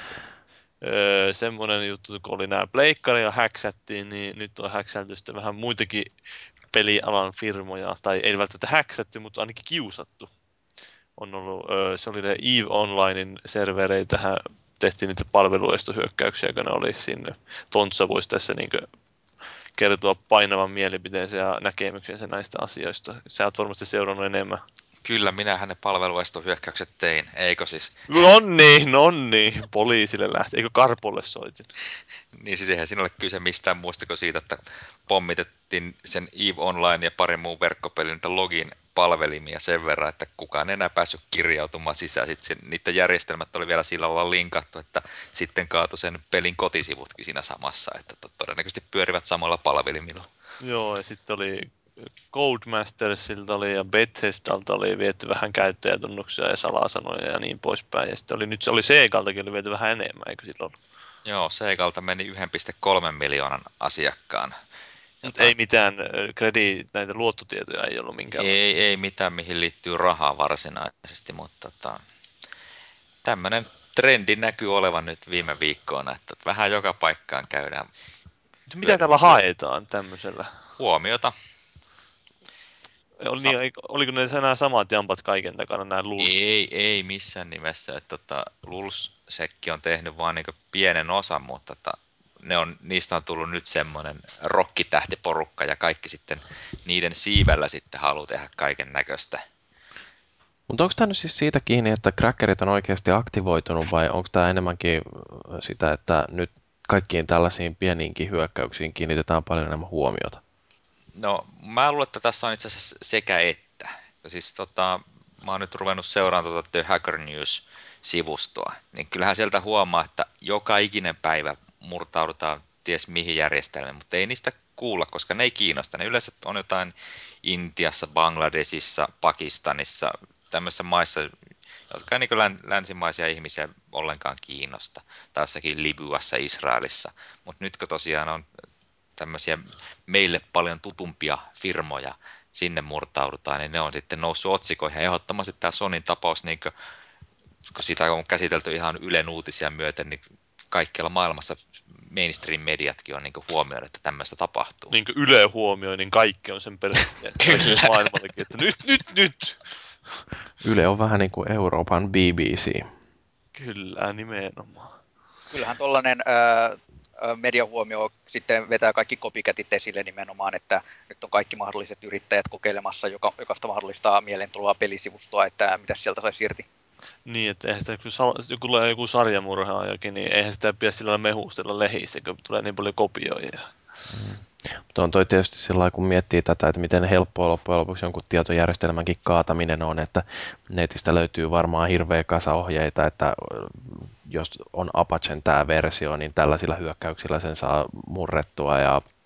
Semmoinen juttu, kun oli nämä pleikkaria häksättiin, niin nyt on häksätty sitten vähän muitakin pelialan firmoja, tai ei välttämättä häksätty, mutta ainakin kiusattu. On ollut, se oli ne EVE Onlinein servereitähän tehtiin niitä palveluestohyökkäyksiä, kun ne oli sinne. Tontsa voisi tässä niin kertoa painavan mielipiteensä ja näkemyksensä näistä asioista. Sä oot varmasti seurannut enemmän. Kyllä, minähän ne palveluestohyökkäykset tein, eikö siis? Nonni, poliisille lähti, eikö Karpolle soitin? Niin siis eihän siinä ole kyse mistään muusta kuin siitä, että pommitettiin sen EVE Online ja pari muun verkkopelin login palvelimia sen verran, että kukaan ei enää päässyt kirjautumaan sisään. Sitten niiden järjestelmät oli vielä sillä lailla linkattu, että sitten kaatui sen pelin kotisivutkin siinä samassa, että todennäköisesti pyörivät samalla palvelimilla. Joo, ja sitten oli Codemastersilta oli ja Bethesdalta oli viety vähän käyttäjätunnuksia ja salasanoja ja niin poispäin. Ja sitten nyt se oli Segaltakin oli viety vähän enemmän, eikö silloin? Joo, Segalta meni 1,3 miljoonan asiakkaan. Mutta ei mitään näitä luottotietoja ei ollut minkäänlaista. Ei mitään, mihin liittyy rahaa varsinaisesti, mutta tämmöinen trendi näkyy olevan nyt viime viikkoina, että vähän joka paikkaan käydään. Mitä täällä haetaan tämmöisellä? Huomiota. Oliko ne nämä samat jampat kaiken takana, nämä luut? Ei missään nimessä. Että Lulsekki on tehnyt vain niin pienen osan, mutta niistä on tullut nyt semmoinen rokkitähtiporukka ja kaikki sitten niiden siivellä sitten haluaa tehdä kaiken näköistä. Mutta onko tämä nyt siis siitä kiinni, että crackerit on oikeasti aktivoitunut vai onko tämä enemmänkin sitä, että nyt kaikkiin tällaisiin pieniinkin hyökkäyksiin kiinnitetään paljon enemmän huomiota? No, mä luulen, että tässä on itse asiassa sekä että. Siis mä oon nyt ruvennut seuraamaan The Hacker News-sivustoa, niin kyllähän sieltä huomaa, että joka ikinen päivä murtaudutaan ties mihin järjestelmiin, mutta ei niistä kuulla, koska ne ei kiinnosta. Ne yleensä on jotain Intiassa, Bangladesissa, Pakistanissa, tämmöisissä maissa, jotka ei niin länsimaisia ihmisiä ollenkaan kiinnosta, tai jossakin Libyassa, Israelissa. Mutta nyt kun tosiaan on tämmöisiä meille paljon tutumpia firmoja, sinne murtaudutaan, niin ne on sitten noussut otsikoihin. Ja ehdottomasti tämä Sonin tapaus, niin kun sitä on käsitelty ihan Ylen uutisia myöten, niin kaikkialla maailmassa mainstream-mediatkin on niin huomioinut, että tämmöistä tapahtuu. Niin kuin Yle huomioi, niin kaikki on sen periaatteessa. Kyllä. Maailmallakin, että nyt! Yle on vähän niin kuin Euroopan BBC. Kyllä, nimenomaan. Kyllähän tuollainen mediahuomio sitten vetää kaikki copycatit esille nimenomaan, että nyt on kaikki mahdolliset yrittäjät kokeilemassa jokaista mahdollistaa mielentuloa pelisivustoa, että mitä sieltä saisi irti. Niin, että eihän sitä, kun tulee joku sarjamurhaajakin, niin eihän sitä pidä sillä mehustella lehissä, kun tulee niin paljon kopioja. Mutta on toi tietysti sillä lailla, kun miettii tätä, että miten helppoa loppujen lopuksi jonkun tietojärjestelmänkin kaataminen on, että netistä löytyy varmaan hirveä kasa ohjeita, että jos on Apachen tämä versio, niin tällaisilla hyökkäyksillä sen saa murrettua ja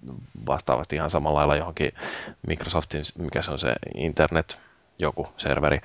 vastaavasti ihan samalla lailla johonkin Microsoftin, mikä se on se internet, joku serveri.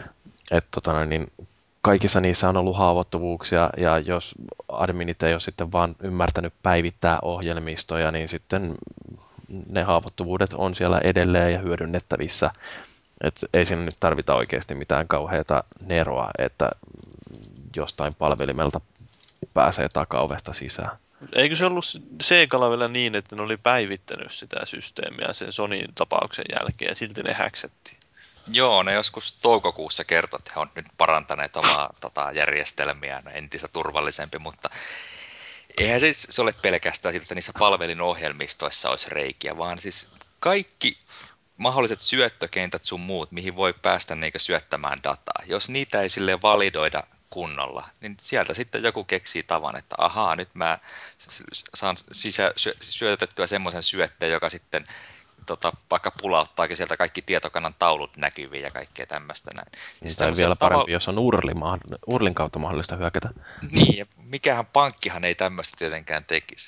Niin kaikissa niissä on ollut haavoittuvuuksia, ja jos adminit ei ole sitten vaan ymmärtänyt päivittää ohjelmistoja, niin sitten ne haavoittuvuudet on siellä edelleen ja hyödynnettävissä. Ei siinä nyt tarvita oikeasti mitään kauheata neroa, että jostain palvelimelta pääsee takaovesta sisään. Eikö se ollut Segalla vielä niin, että ne oli päivittänyt sitä systeemiä sen Sonyin tapauksen jälkeen ja silti ne häksättiin? Joo, ne joskus toukokuussa kertoi, että he on nyt parantaneet omaa järjestelmiään entistä turvallisempi, mutta eihän siis se ole pelkästään siltä, että niissä palvelinohjelmistoissa olisi reikiä, vaan siis kaikki mahdolliset syöttökentät sun muut, mihin voi päästä syöttämään dataa. Jos niitä ei sille validoida kunnolla, niin sieltä sitten joku keksii tavan, että ahaa, nyt mä saan syötettyä semmoisen syötteen, joka sitten vaikka pulauttaakin sieltä kaikki tietokannan taulut näkyviin ja kaikkea tämmöistä näin. Siis Tai vielä parempi, jos on URLin kautta mahdollista hyökätä. Niin, ja mikähän pankkihan ei tämmöistä tietenkään tekisi.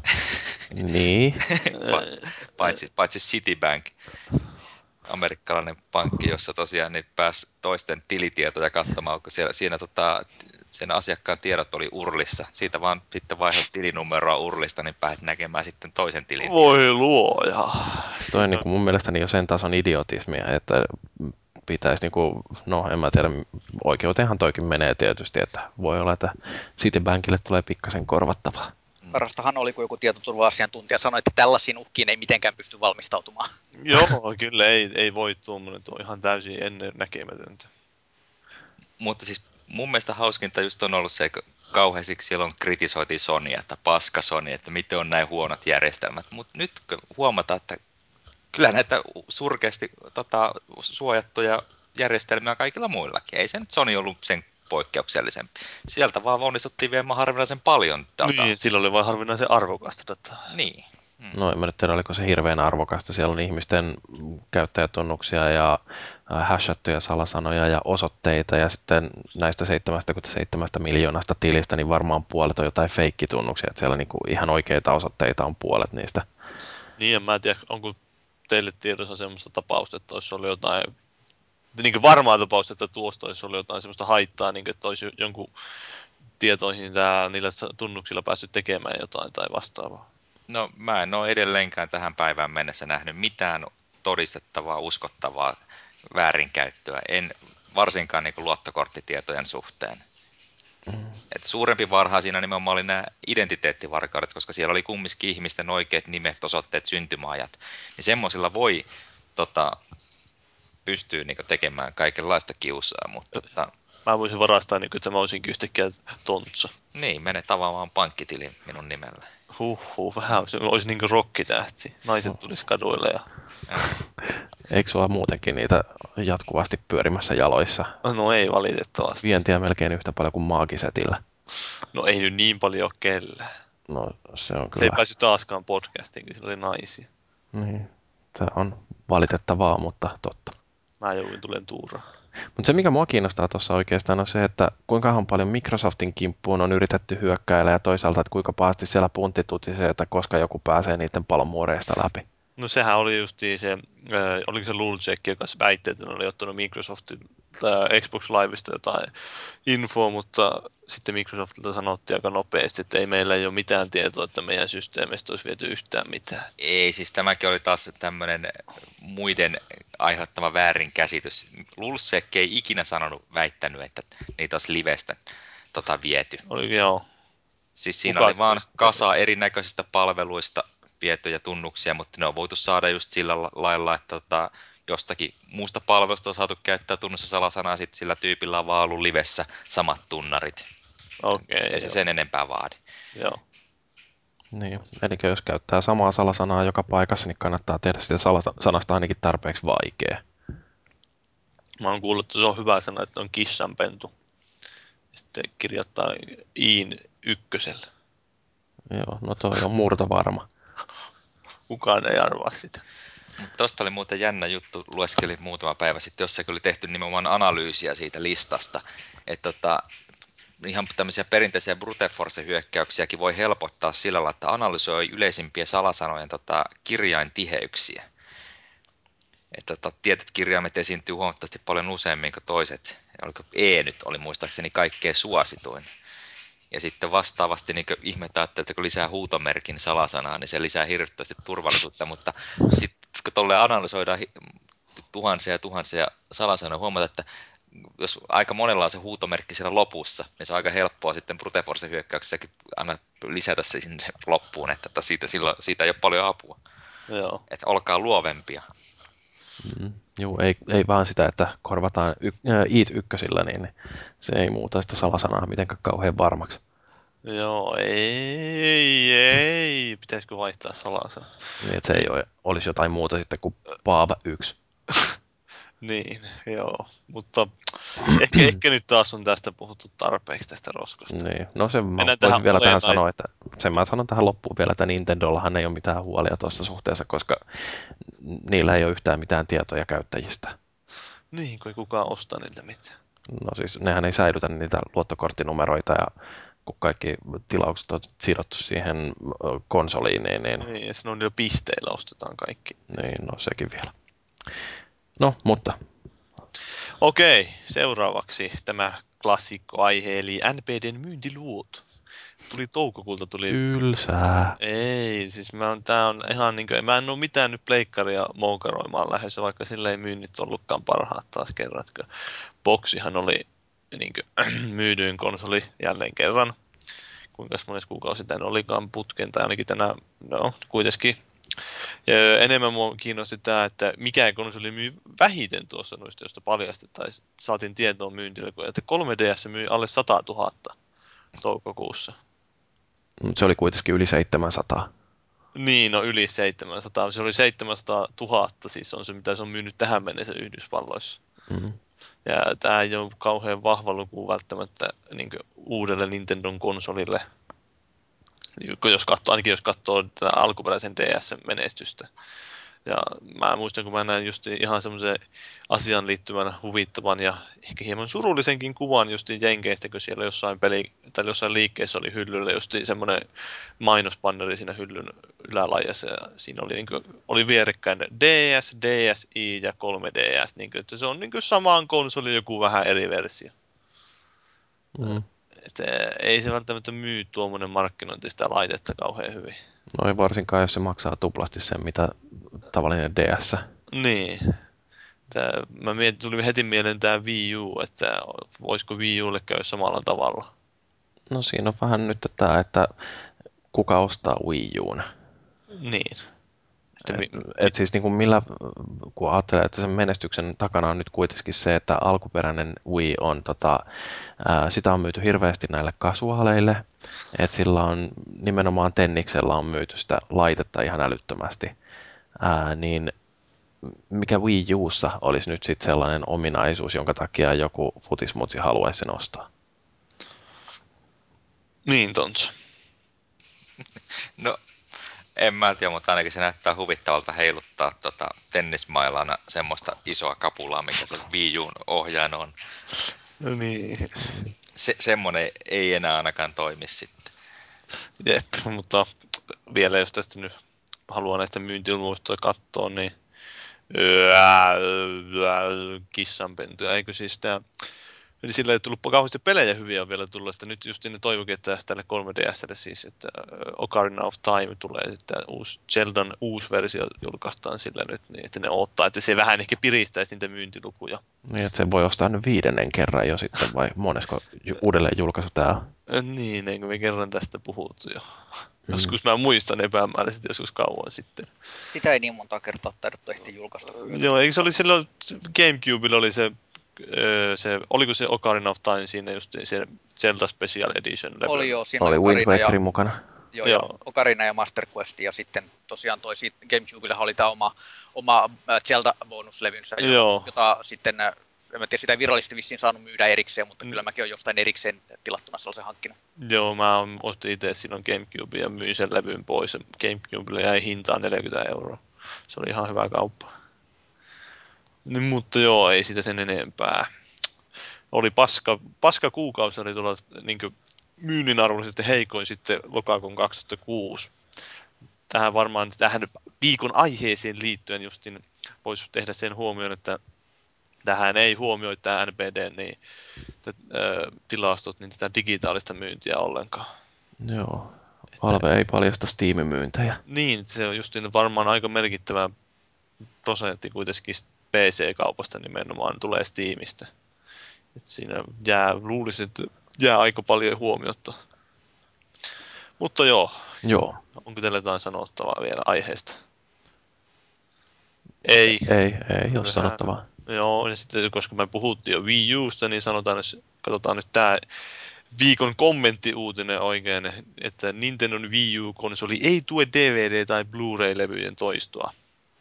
Niin. paitsi Citibank, amerikkalainen pankki, jossa tosiaan niin pääsi toisten tilitietoja katsomaan, kun siinä sen asiakkaan tiedot oli URLissa. Siitä vaan sitten vaihdat tilinumeroa URLista, niin pääset näkemään sitten toisen tilin. Voi luoja. Toi on niin kuin mun mielestäni jo sen tason idiotismia, että pitäisi, no en mä tiedä, oikeuteenhan toikin menee tietysti, että voi olla, että Citibankille tulee pikkasen korvattavaa. Parastahan oli, kun joku tietoturva-asiantuntija sanoi, että tällaisiin uhkiin ei mitenkään pysty valmistautumaan. Joo, kyllä ei voi tuommoinen, tuo ihan täysin ennen näkemätöntä. Mutta siis mun mielestä hauskinta just on ollut se, kun kauheasti silloin kritisoitiin Sonya, että paska Sony, että miten on näin huonot järjestelmät. Mutta nyt huomataan, että kyllä näitä surkeasti suojattuja järjestelmiä kaikilla muillakin. Ei se nyt Sony ollut sen poikkeuksellisempi. Sieltä vaan onnistuttiin viemään harvinaisen paljon dataa. Niin, sillä oli vain harvinaisen arvokasta dataa. Niin. No en mä nyt tiedä, oliko se hirveän arvokasta. Siellä on ihmisten käyttäjätunnuksia ja hashattuja salasanoja ja osoitteita, ja sitten näistä 77 miljoonasta tilistä, niin varmaan puolet on jotain feikkitunnuksia, että siellä niinku ihan oikeita osoitteita on puolet niistä. Niin, en mä tiedä, onko teille tiedossa semmoista tapausta, että olisi ollut jotain, niin kuin varmaa tapausta, että tuosta olisi ollut jotain semmoista haittaa, niin kuin, että olisi jonkun tietoihin niillä tunnuksilla päässyt tekemään jotain tai vastaavaa. No mä en ole edelleenkään tähän päivään mennessä nähnyt mitään todistettavaa, uskottavaa väärinkäyttöä. En varsinkaan niin kuin luottokorttitietojen suhteen. Et suurempi varhaa siinä nimenomaan oli nämä identiteettivarkaudet, koska siellä oli kumminkin ihmisten oikeat nimet, osoitteet, syntymäajat. Niin semmoisilla voi pystyy niin kuin tekemään kaikenlaista kiusaa, mutta Mä voisin varastaa, niin kuin, että mä olisinkin yhtäkkiä tontsa. niin, mene tavaamaan pankkitili minun nimellä. Vähän se olisi niin kuin rokkitähti. Naiset tulisi kaduille ja... Eikö sulla muutenkin niitä jatkuvasti pyörimässä jaloissa? No ei valitettavasti. Vientiä melkein yhtä paljon kuin maagisetillä. No ei nyt niin paljon ole kellään. No se on Se kyllä. ei päässyt taaskaan podcastiin, kun sillä oli naisia. Niin, tämä on valitettavaa, mutta totta. Mä jouduin tulen tuuraan. Mutta se, mikä mua kiinnostaa tuossa oikeastaan, on se, että kuinka paljon Microsoftin kimppuun on yritetty hyökkäillä, ja toisaalta, että kuinka pahasti siellä punttitutisee, että koska joku pääsee niiden palomuoreista läpi. No sehän oli justiin se, oliko se Lulzek, joka väitti, että ne oli ottanut Microsoftin Xbox Liveista jotain infoa, mutta sitten Microsoftilta sanottiin aika nopeasti, että meillä ei ole mitään tietoa, että meidän systeemistä olisi viety yhtään mitään. Ei, siis tämäkin oli taas tämmöinen muiden aiheuttama väärinkäsitys. Lulzek ei ikinä väittänyt, että niitä olisi livestä viety. Joo. Siis siinä oli vaan kasa erinäköisistä palveluista vietyjä tunnuksia, mutta ne on voitu saada just sillä lailla, että jostakin muusta palvelusta on saatu käyttää tunnus- ja salasanaa, sitten sillä tyypillä on vaan ollut livessä samat tunnarit. Okei, ei se sen enempää vaadi. Joo. Niin, eli jos käyttää samaa salasanaa joka paikassa, niin kannattaa tehdä sitä salasanasta ainakin tarpeeksi vaikea. Mä oon kuullut, että se on hyvä sana, että on kissanpentu. Sitten kirjoittaa iin ykkösellä. Joo, no toi on murtovarma. Kukaan ei arvaa sitä. Tuosta oli muuten jännä juttu, lueskelin muutama päivä sitten, jossa oli tehty nimenomaan analyysiä siitä listasta, että ihan tämmöisiä perinteisiä brute force-hyökkäyksiäkin voi helpottaa sillä lailla, että analysoi yleisimpiä salasanojen kirjaintiheyksiä. Että tietyt kirjaimet esiintyy huomattavasti paljon useammin kuin toiset. Oliko E nyt oli muistaakseni kaikkein suosituin. Ja sitten vastaavasti niin ihmetään, että kun lisää huutomerkin salasanaa, niin se lisää hirvittävästi turvallisuutta, mutta sitten kun tolleen analysoidaan tuhansia ja tuhansia salasanoja, huomata, että jos aika monella on se huutomerkki siellä lopussa, niin se on aika helppoa sitten brute force hyökkäyksessäkin aina lisätä se sinne loppuun, että siitä ei ole paljon apua. Joo. Että olkaa luovempia. Joo, ei vaan sitä, että korvataan it ykkösillä, niin se ei muuta sitä salasanaa mitenkään kauhean varmaksi. Joo, ei. Pitäisikö vaihtaa salasanat? Niin, että se ei olisi jotain muuta sitten kuin Pav 1. Niin, joo. Mutta ehkä nyt taas on tästä puhuttu tarpeeksi tästä roskasta. Niin. No sen mä Mennään voisin vielä tähän sanoa, olennaiseen. että sen mä sanon tähän loppuun vielä, että Nintendollahan ei ole mitään huolia tuossa suhteessa, koska niillä ei ole yhtään mitään tietoja käyttäjistä. Niin, kun ei kukaan osta niiltä mitään. No siis nehän ei säilytä niitä luottokorttinumeroita ja kun kaikki tilaukset on sidottu siihen konsoliin, niin Niin, ja on jo pisteillä ostetaan kaikki. niin, no sekin vielä. No, mutta Okei, seuraavaksi tämä klassikkoaihe, eli NPDn myyntiluvut. Toukokuulta tuli. tylsää. Ei, siis tää on ihan niinkö, mä en oo mitään nyt pleikkaria moukaroimaan lähdössä, vaikka sillä ei myynnit ollutkaan parhaat taas kerran. Boxihan oli niinkö myydyin konsoli jälleen kerran. Kuinka monessa kuukausi tänne olikaan putken, tai ainakin tänään, no kuitenkin. Ja enemmän mua kiinnosti tämä, että mikä konsoli myy vähiten tuossa noista, josta paljastettaisiin. Saatiin tietoon myyntillä, että 3DS myi alle 100 000 toukokuussa. Mutta se oli kuitenkin yli 700. Niin, no yli 700. Se oli 700 000, siis on se, mitä se on myynyt tähän mennessä Yhdysvalloissa. Mm. Ja tämä ei ole kauhean vahva luku välttämättä niin uudelle Nintendon konsolille. Ainakin jos katsoo tätä alkuperäisen DS-menestystä. Ja mä muistan, kun mä näin just ihan semmoisen asian liittyvän huvittavan ja ehkä hieman surullisenkin kuvan just Jenkeistä, kun siellä jossain liikkeessä oli hyllyllä just semmoinen mainospanneri siinä hyllyn ylälajassa. Ja siinä oli, oli vierekkäin DS, DSi ja 3DS. Että se on samaan konsoli joku vähän eri versio. Mm. Että ei se välttämättä myy tuommoinen markkinointi sitä laitetta kauhean hyvin. No ei varsinkaan, jos se maksaa tuplasti sen, mitä tavallinen DS. Niin. Tuli heti mieleen tämä Wii U, että voisiko Wii Ulle käydä samalla tavalla. No siinä on vähän nyt tämä, että kuka ostaa Wii Uun. Niin. Et siis niin kuin kun ajattelee, että sen menestyksen takana on nyt kuitenkin se, että alkuperäinen Wii on, sitä on myyty hirveästi näille kasuaaleille, että sillä on nimenomaan Tenniksellä on myyty sitä laitetta ihan älyttömästi, niin mikä Wii Ussa olisi nyt sitten sellainen ominaisuus, jonka takia joku futismutsi haluaisi sen ostaa? Niin, Tontsa. No, en mä tiedä, mutta ainakin se näyttää huvittavalta heiluttaa tennismailana semmoista isoa kapulaa, mikä se Wii U:n ohjain on. No niin. Semmoinen ei enää ainakaan toimi sitten. Jep, mutta vielä jos tästä nyt haluaa näistä myyntiluvuista katsoa, niin kissanpentyä, eikö siis tämä. Eli sillä ei tullut kauheasti pelejä hyviä on vielä tullut, että nyt just ne toivokin, että tälle 3DSlle siis, että Ocarina of Time tulee, että Zeldan uusi versio julkaistaan sillä nyt, niin että ne odottaa, että se vähän ehkä piristäisi niitä myyntilukuja. Niin, että se voi ostaa nyt 5. kerran jo sitten, vai monesko uudelleen julkaisu tämä on? Niin, eikö me kerran tästä puhuttu jo. Joskus mä muistan epämääräisesti joskus kauan sitten. Sitä ei niin monta kertaa taidettu ehtiä julkaista. Joo, eikö se oli silloin Gamecubella oli oliko se Ocarina of Time siinä just se Zelda Special Edition level? Oli jo, siinä Oli Wind Ocarina ja, Wakerin mukana. joo. Joo. Ja Ocarina ja Master Quest, ja sitten tosiaan toi Gamecubella oli tämä oma Zelda-bonuslevynsä, jota sitten, en mä tiedä, sitä ei virallisesti vissiin saanut myydä erikseen, mutta kyllä mäkin olen jostain erikseen tilattuna sellaisen hankkinut. Joo, mä ostin itse silloin Gamecube ja myin sen levyn pois. Gamecubelle jäi hintaan 40 €. Se oli ihan hyvä kauppa. Niin, mutta joo, ei sitä sen enempää. oli paska kuukausi, oli tuolla niin myynnin arvollisesti heikoin sitten lokakuun 2006. Tähän viikon aiheeseen liittyen justin voisi tehdä sen huomioon, että tähän ei huomioi tämä NPD niin, tilastot, niin tätä digitaalista myyntiä ollenkaan. Joo, Valve ei paljasta Steam-myyntejä. Niin, se on justin varmaan aika merkittävä prosentti kuitenkin PC-kaupasta nimenomaan tulee Steamista. Et siinä luulisin, että jää aika paljon huomiota. Mutta joo, onko teillä jotain sanottavaa vielä aiheesta? Ei ole sanottavaa. Joo, ja sitten koska me puhuttiin jo Wii Usta, niin katsotaan nyt tämä viikon kommenttiuutinen oikein, että Nintendon Wii U-konsoli ei tue DVD- tai Blu-ray-levyjen toistoa.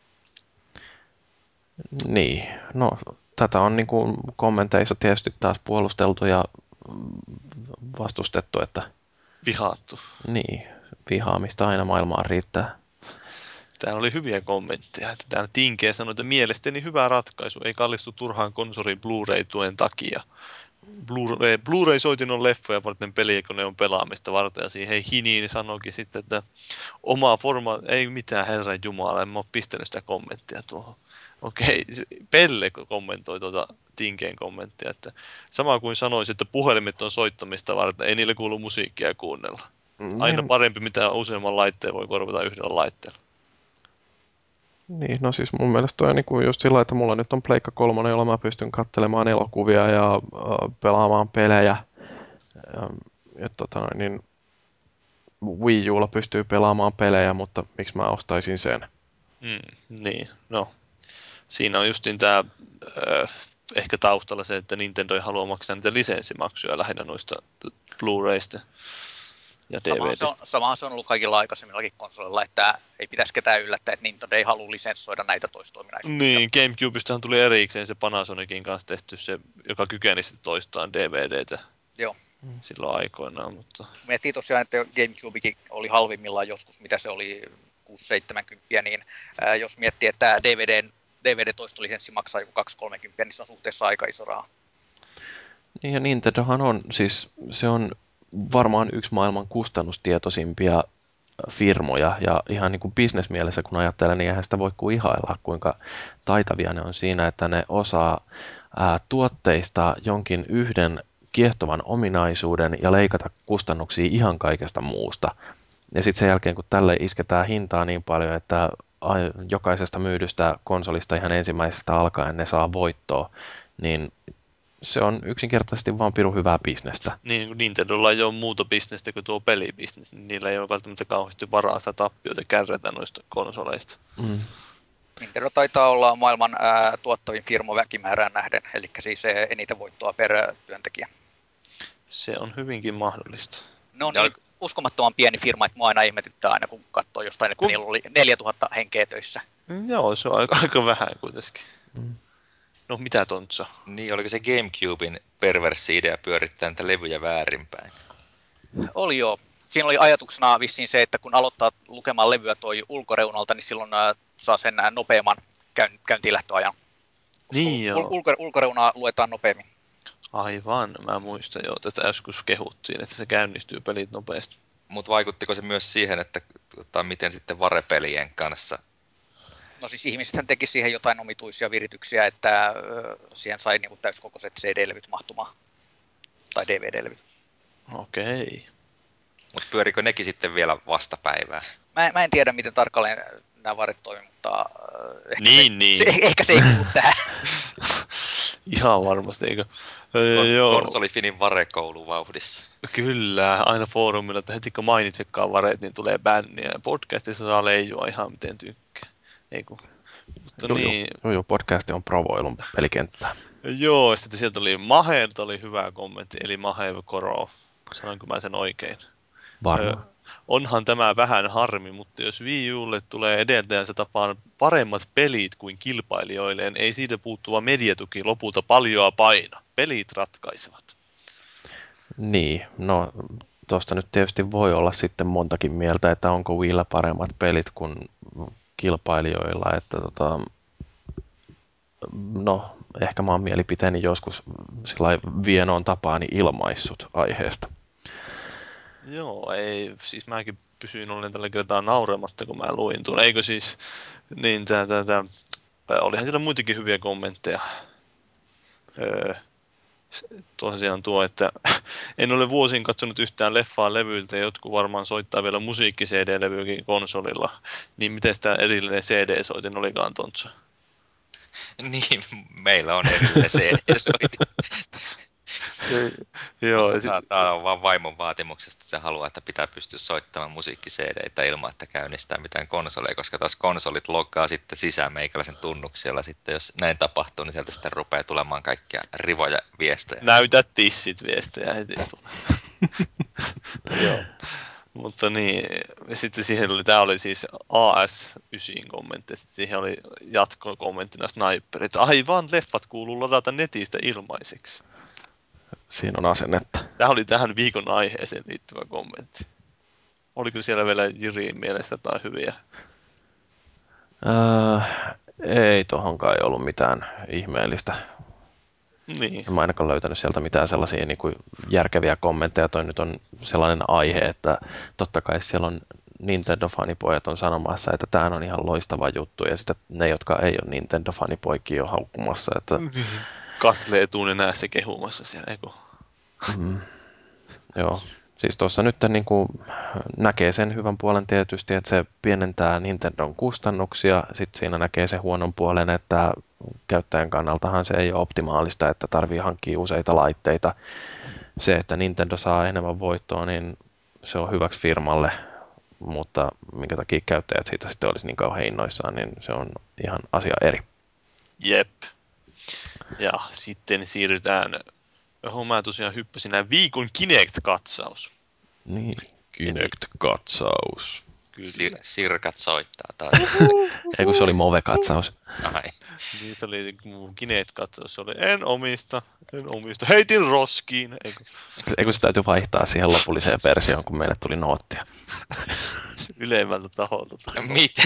Niin, no tätä on niin kuin kommenteissa tietysti taas puolusteltu ja vastustettu, että Vihaattu. niin, vihaamista aina maailmaan riittää. Täällä oli hyviä kommentteja. Täällä Tinkeä sanoi, että mielestäni hyvä ratkaisu, ei kallistu turhaan konsolin Blu-ray-tuen takia. Blu-ray-soitin on leffoja varten peliä, kun ne on pelaamista varten. Ja siihen Hiniin sanoikin sitten, että oma ei mitään, herran jumala, en mä ole pistänyt sitä kommenttia tuohon. Okei, Pelle kommentoi Tinkeen kommenttia, että sama kuin sanoisi, että puhelimet on soittamista varten, ei niille kuulu musiikkia kuunnella. Aina parempi, mitä useamman laitteen voi korvata yhdellä laitteella. Niin, no siis mun mielestä toi on niinku just sillä, että mulla nyt on Pleikka 3, jolla mä pystyn katselemaan elokuvia ja pelaamaan pelejä. Niin Wii Ulla pystyy pelaamaan pelejä, mutta miksi mä ostaisin sen? Niin, no. Siinä on justiin tämä ehkä taustalla se, että Nintendo ei halua maksaa niitä lisenssimaksuja lähinnä noista Blu-raysta ja DVDstä. Samahan se on ollut kaikilla aikaisemmillakin konsoleilla, että ei pitäisi ketään yllättää, että Nintendo ei halua lisenssoida näitä toistoiminaisuuksia. Niin, GameCubestahan tuli erikseen se Panasonicin kanssa tehty se, joka kykeni sitten toistamaan DVDtä. Joo. Silloin aikoinaan, mutta... Miettii tosiaan, että GameCubekin oli halvimmillaan joskus, mitä se oli 6-70, niin jos miettii, että DVD-toistolisenssi maksaa joku 2-30, niin se on suhteessa aika iso raha. Niin ja Nintendohan on, siis se on varmaan yksi maailman kustannustietoisimpia firmoja ja ihan niin kuin bisnesmielessä kun ajattelen, niin eihän sitä voi kuin ihailla, kuinka taitavia ne on siinä, että ne osaa tuotteista jonkin yhden kiehtovan ominaisuuden ja leikata kustannuksia ihan kaikesta muusta. Ja sitten sen jälkeen, kun tälle isketään hintaa niin paljon, että jokaisesta myydystä konsolista ihan ensimmäisestä alkaen ne saa voittoa, niin se on yksinkertaisesti vaan pirun hyvää bisnestä. Niin, kun Nintendolla ei ole muuta bisnestä kuin tuo pelibisnes, niin niillä ei ole välttämättä kauheasti varaa sitä tappioita kärrätä noista konsoleista. Nintendo taitaa olla maailman tuottavin firma väkimäärään nähden, eli siis eniten voittoa per työntekijä. Se on hyvinkin mahdollista. Ne on niin uskomattoman pieni firma, että mua aina ihmetyttää aina, kun katsoo jostain, että niillä oli 4000 henkeä töissä. Joo, se on aika vähän kuitenkin. No mitä Tontsa? Niin, oliko se GameCuben perverssi idea pyörittää niitä levyjä väärinpäin? Oli joo. Siinä oli ajatuksena vissiin se, että kun aloittaa lukemaan levyä toi ulkoreunalta, niin silloin saa sen nopeamman käyntilähtöajan. Niin joo. Ulkoreunaa luetaan nopeammin. Aivan, mä muistan jo, tätä joskus kehuttiin, että se käynnistyy pelit nopeasti. Mutta vaikuttiko se myös siihen, että miten sitten varepelien kanssa? No siis ihmisethän teki siihen jotain omituisia virityksiä, että siihen sai niinku täyskokoiset CD-levyt mahtumaan. Tai DVD-levyt. Okei. Mutta pyörikö nekin sitten vielä vastapäivää? Mä en tiedä, miten tarkalleen nämä varet toimii, mutta ehkä se ei kuulu tähän. Ihan varmasti, eikö? Konsolifinin varekoulu vauhdissa. Kyllä, aina foorumilla, että heti kun mainitsekaan vareet, niin tulee bänniä. Podcastissa saa leijua ihan miten tykkää. Eiku. Mutta niin. Joo, podcast on provoilun pelikenttää. Joo, sitten sieltä oli Maheelta oli hyvä kommentti, eli Mahev Koro. Sanoinko mä sen oikein? Varmaan. Onhan tämä vähän harmi, mutta jos Wii Ulle tulee edeltäjänsä tapaan paremmat pelit kuin kilpailijoilleen, ei siitä puuttuva mediatuki lopulta paljoa paina. Pelit ratkaisevat. Niin, no tuosta nyt tietysti voi olla sitten montakin mieltä, että onko Wiillä paremmat pelit kuin kilpailijoilla, että no ehkä mä oon mielipiteeni joskus sillai vienoon tapaani ilmaissut aiheesta. Joo, ei, siis mäkin pysyin ollen tällä kertaa nauramatta, kun mä luin tuon. Eikö siis, niin olihan siellä muitakin hyviä kommentteja. Tosiaan tuo, että en ole vuosiin katsonut yhtään leffaa levyiltä, ja jotkut varmaan soittaa vielä musiikki-CD-levyäkin konsolilla. Niin miten tämä erillinen CD-soitin olikaan, Tontsa? Niin, meillä on erillinen CD-soitin. Joo, Tämä on vaan vaimon vaatimuksesta, että se haluaa, että pitää pystyä soittamaan musiikki-CDitä ilman, että käynnistää mitään konsoleja, koska taas konsolit loggaa sitten sisään meikäläisen tunnuksella. Sitten jos näin tapahtuu, niin sieltä sitten rupeaa tulemaan kaikkia rivoja viestejä. näytä tissit viestejä heti tulee. Joo. Mutta niin, ja sitten siihen oli, tämä oli siis AS9 kommentti, sitten siihen oli jatkokommenttina Sniper, että aivan leffat kuuluu ladata netistä ilmaiseksi. Siinä on asennetta. Tämä oli tähän viikon aiheeseen liittyvä kommentti. Oliko siellä vielä Jiriin mielestä tai hyviä? Ei tohonkaan ei ollut mitään ihmeellistä. Niin. En mä ainakaan löytänyt sieltä mitään sellaisia niin kuin järkeviä kommentteja. Toi nyt on sellainen aihe, että totta kai siellä on Nintendo-fanipojat on sanomassa, että tämä on ihan loistava juttu. Ja sitten ne, jotka ei ole Nintendo-fanipoikia, on haukkumassa. Että... Kasle etunenässä kehumassa siellä, eikö? Joo. Siis tuossa nyt niin kuin näkee sen hyvän puolen tietysti, että se pienentää Nintendon kustannuksia. Sitten siinä näkee se huonon puolen, että käyttäjän kannaltahan se ei ole optimaalista, että tarvii hankkia useita laitteita. Se, että Nintendo saa enemmän voittoa, niin se on hyväksi firmalle, mutta minkä takia käyttäjät siitä sitten olisi niin kauhean innoissaan, niin se on ihan asia eri. Jep. Ja sitten siirrytään, johon mä tosiaan hyppäsin, viikon Kinect-katsaus. Niin, Kinect-katsaus. Kyllä. Sirkat soittaa taas. Ei kun se oli Move-katsaus. Ai. Niin se oli mun Kinect-katsaus, se oli en omista, heitin roskiin. Ei kun se täytyy vaihtaa siihen lopulliseen versioon, kun meille tuli noottia. Ylemmältä taholta. Mitä?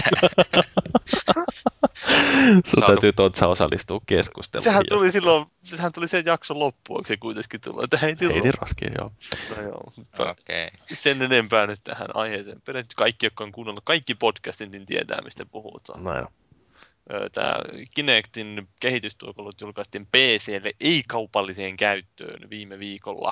Sun täytyy Tontsa osallistua keskusteluun. Sehän tuli sen jakson loppuun, se kuitenkin tullut, että heitin roskiin, joo. No joo, mutta Okei. sen enempää nyt tähän aiheeseen. Periaatteessa kaikki, jotka on kuunnellut kaikki podcastit, niin tietää, mistä puhutaan. No joo. Tämä Kinectin kehitystyökalut julkaistiin PC:lle ei-kaupalliseen käyttöön viime viikolla.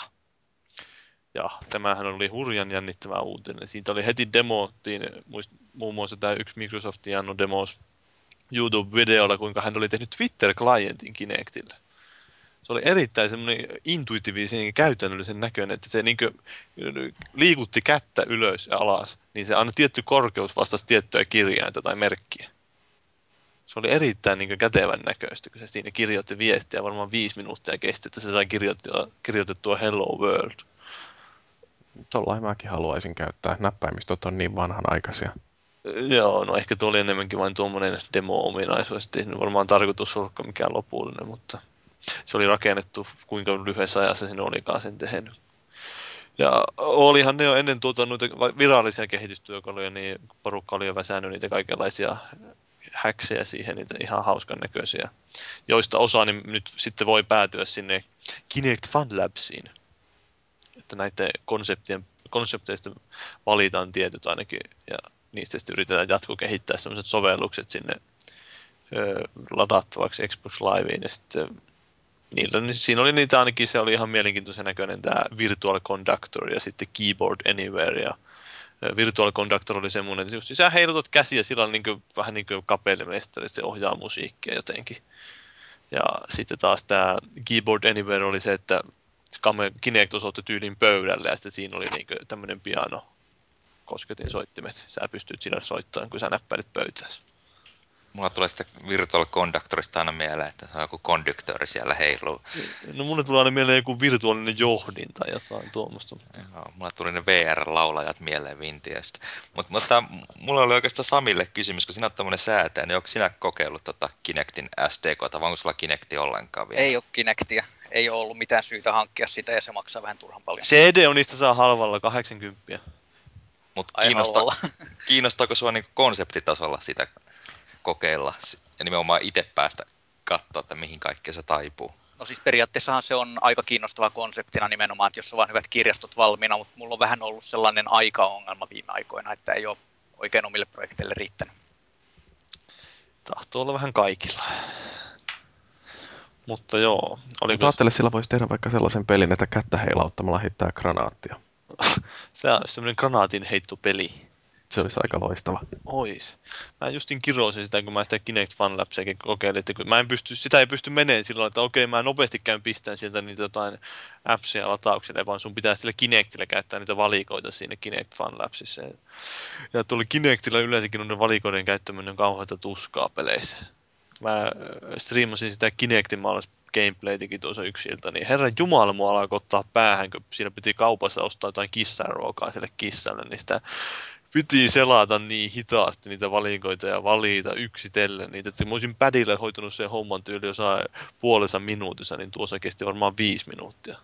Ja tämähän oli hurjan jännittävä uutinen. Siitä oli heti demottiin, muun muassa tämä yksi Microsoftin anno demos YouTube-videolla, kuinka hän oli tehnyt Twitter-klientin Kinectille. Se oli erittäin semmoinen intuitiivisen ja käytännöllisen näköinen, että se niin liikutti kättä ylös ja alas, niin se aina tietty korkeus vastasi tiettyä kirjainta tai merkkiä. Se oli erittäin niin kätevän näköistä, kun se siinä kirjoitti viestiä varmaan 5 minuuttia kesti, että se sai kirjoitettua Hello World. Tollain mäkin haluaisin käyttää. Näppäimistöt on niin vanhanaikaisia. Joo, no ehkä tuo oli enemmänkin vain tuommoinen demo-ominaisuus. Ei varmaan tarkoitus ollut mikään lopullinen, mutta se oli rakennettu kuinka lyhyessä ajassa sinne olikaan sen tehnyt. Ja olihan ne jo ennen noita virallisia kehitystyökaluja, niin porukka oli jo väsännyt niitä kaikenlaisia häksejä siihen, niitä ihan hauskan näköisiä, joista osa niin nyt sitten voi päätyä sinne Kinect Fun Labsiin. Että näiden konsepteista valitaan tietyt ainakin, ja niistä sitten yritetään jatkokehittää sellaiset sovellukset sinne ladattavaksi Xbox Liveen, ja sitten niin siinä oli niitä ainakin, se oli ihan mielenkiintoisen näköinen tämä Virtual Conductor ja sitten Keyboard Anywhere. Ja Virtual Conductor oli semmoinen, että just sä heilutat käsiä sillä vähän niin kuin kapellimestari, se ohjaa musiikkia jotenkin. Ja sitten taas tämä Keyboard Anywhere oli se, että Kinect osoitti tyylin pöydälle ja sitten siinä oli niin tämmöinen piano kosketinsoittimet. Sä pystyt sillä soittamaan, kun sä näppäilit pöytääsi. Mulla tulee sitä Virtual Conductorista aina mieleen, että se on joku konduktööri siellä heiluu. No mulle tulee aina mieleen joku virtuaalinen johdin tai jotain tuommoista. Joo, mulla tuli ne VR-laulajat mieleen Vintiöstä. Mutta mulla oli oikeastaan Samille kysymys, kun sinä olet tämmöinen säätäjä, niin onko sinä kokeillut Kinectin SDK:ta, vai onko sulla Kinecti ollenkaan vielä? Ei ole Kinectia. Ei ole ollut mitään syytä hankkia sitä ja se maksaa vähän turhan paljon. CD on niistä saa halvalla 80. Mutta halvalla. kiinnostaako sinua niin konseptitasolla sitä kokeilla ja nimenomaan itse päästä katsoa, että mihin kaikkeen se taipuu. No siis periaatteessahan se on aika kiinnostava konseptina nimenomaan, että jos on vain hyvät kirjastot valmiina, mutta mulla on vähän ollut sellainen aikaongelma viime aikoina, että ei ole oikein omille projekteille riittänyt. Tahtoo olla vähän kaikilla. Mutta joo. Mutta ajattele, sillä voisi tehdä vaikka sellaisen pelin, että kättä heilauttamalla heittää granaattia. Se on semmoinen granaatin heittopeli. Se olisi aika loistava. Ois. Mä justin kirosin sitä, kun mä sitä Kinect Fun Labsiakin kokeilin, että sitä ei pysty meneen sillä lailla, että okei, mä nopeasti käyn pistämään sieltä niitä jotain appsia lataukselle, vaan sun pitää sillä Kinectillä käyttää niitä valikoita siinä Kinect Fun Labsissa. Ja tuolla Kinectillä yleensäkin noiden valikoiden käyttäminen on kauheata tuskaa peleissä. Mä striimasin sitä Kinectin maalas gameplaytikin tuossa yksi ilta, niin herran jumala mua alkoi ottaa päähän, kun siinä piti kaupassa ostaa jotain kissanruokaa sille kissalle, niin sitä piti selata niin hitaasti niitä valikoita ja valita yksitellen niitä, että mä olisin padilla hoitunut sen homman tyyli jossain puolessa minuutissa, niin tuossa kesti varmaan 5 minuuttia.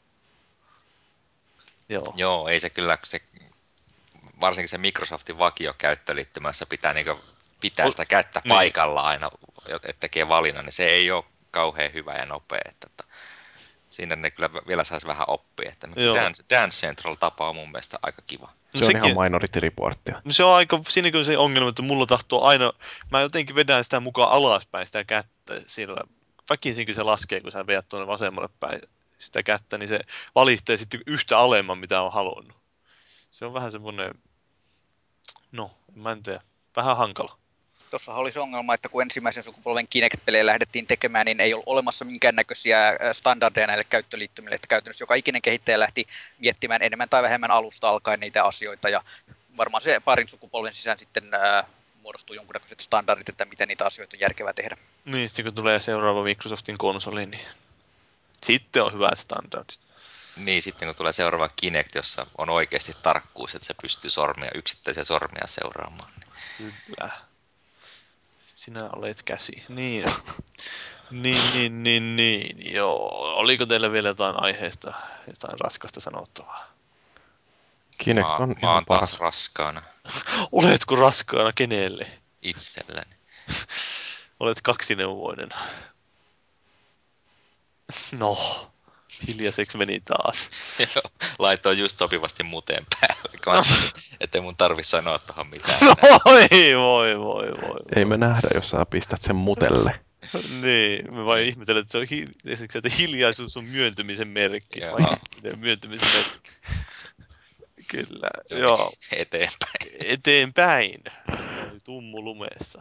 Joo. Joo, ei se kyllä, varsinkin se Microsoftin vakiokäyttöliittymässä pitää sitä kättä Niin. paikalla aina, että tekee valinnan, niin se ei ole kauhean hyvä ja nopea. Siinä ne kyllä vielä saisi vähän oppia. Että Dance Central-tapa on mun mielestä aika kiva. Se on ihan Minority Reportia. No se on aika, siinäkin on se ongelma, että mulla tahtoo aina, mä jotenkin vedän sitä mukaan alaspäin sitä kättä sillä, väkisinkin se laskee, kun sä vedät tuonne vasemmalle päin sitä kättä, niin se valitsee sitten yhtä alemman, mitä on halunnut. Se on vähän semmoinen, no, mä en tiedä, vähän hankala. Tuossahan oli se ongelma, että kun ensimmäisen sukupolven Kinect-pelejä lähdettiin tekemään, niin ei ollut olemassa minkäännäköisiä standardeja näille käyttöliittymille, että käytännössä joka ikinen kehittäjä lähti miettimään enemmän tai vähemmän alusta alkaen niitä asioita, ja varmaan se parin sukupolven sisään sitten muodostuu jonkunnäköiset standardit, että miten niitä asioita on järkevää tehdä. Niin, sitten kun tulee seuraava Microsoftin konsoli, niin sitten on hyvät standardit. Niin, sitten kun tulee seuraava Kinect, jossa on oikeasti tarkkuus, että se pystyy yksittäisiä sormia seuraamaan. Kyllä. Sinä olet käsi. Niin. Niin. Joo. Oliko teillä vielä jotain aiheesta, jotain raskasta sanottavaa? Kinect on Mä ihan oon taas paras. raskaana Oletko raskaana kenelle? itselleni. Olet kaksineuvoinen. No, hiljaiseksi meni taas. Joo, laitoin just sopivasti muteen päälle, ettei mun tarvi sanoa tuohon mitään. Voi. No. Ei me nähdä, jos sä pistät sen mutelle. Niin, me vain ihmetellään, että se on että hiljaisuus on myöntymisen merkki. Joo. Myöntymisen merkki. Kyllä, Joo. joo. Eteenpäin. Eteenpäin. Se oli tummu lumeessa.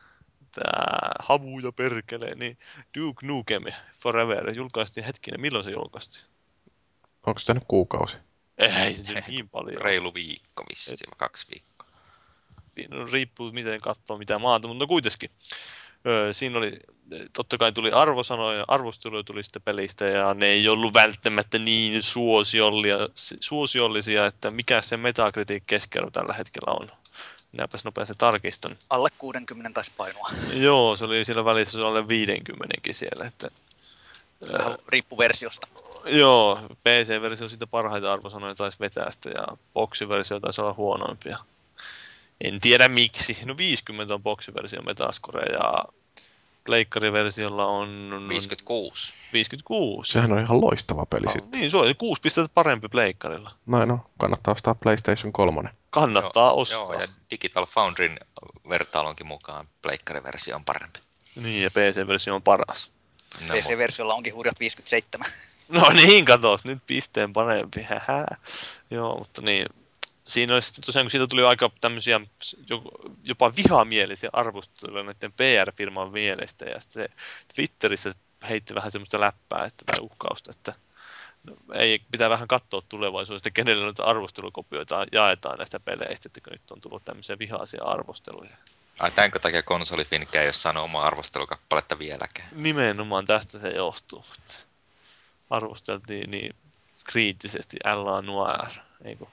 Tää havuja perkele, niin Duke Nukem Forever julkaistiin hetkinen. Milloin se julkaistiin? Onko se nyt kuukausi? Ei se nyt niin paljon. Reilu viikko vissiin, 2 viikkoa. No, riippuu miten katsoo mitä maata, mutta no kuitenkin. Siinä oli, totta kai tuli arvosanoja, arvosteluja tuli sitä pelistä ja ne ei ollut välttämättä niin suosiollisia, että mikä se Metacritic keskiarvo tällä hetkellä on. Minäpäs nopeasti tarkistan. Alle 60 taisi painoa. Joo, se oli siellä välissä, se oli alle 50 siellä. Että, vähän riippuu versiosta. Joo, PC-versio siitä parhaita arvosanoja taisi vetää sitä ja boksiversio taisi olla huonoimpia. En tiedä miksi. No 50 on boksiversio Metascore ja pleikkariversiolla on 56. 56. Sehän on ihan loistava peli sitten. Niin, se on 6 pistettä parempi pleikkarilla. No, kannattaa ostaa PlayStation 3. Kannattaa ostaa. Joo, ja Digital Foundryn vertailunkin mukaan pleikkariversio on parempi. Niin, ja PC-versio on paras. No, PC-versiolla onkin hurjat 57. No niin, katos, nyt pisteen parempi. Joo, mutta niin. Siinä oli sitten tosiaan, kun siitä tuli aika tämmöisiä jopa vihamielisiä arvosteluja näiden PR-firman mielestä, ja sitten se Twitterissä heitti vähän semmoista läppää tai uhkausta, että ei pitää vähän katsoa tulevaisuudesta, kenelle noita arvostelukopioita jaetaan näistä peleistä, että kun nyt on tullut tämmöisiä vihaisia arvosteluja. Ai tämänkö takia konsolifinikään ei ole saanut omaa arvostelukappaletta vieläkään? Nimenomaan tästä se johtuu. Arvosteltiin niin kriittisesti L.A. Noir, eikö?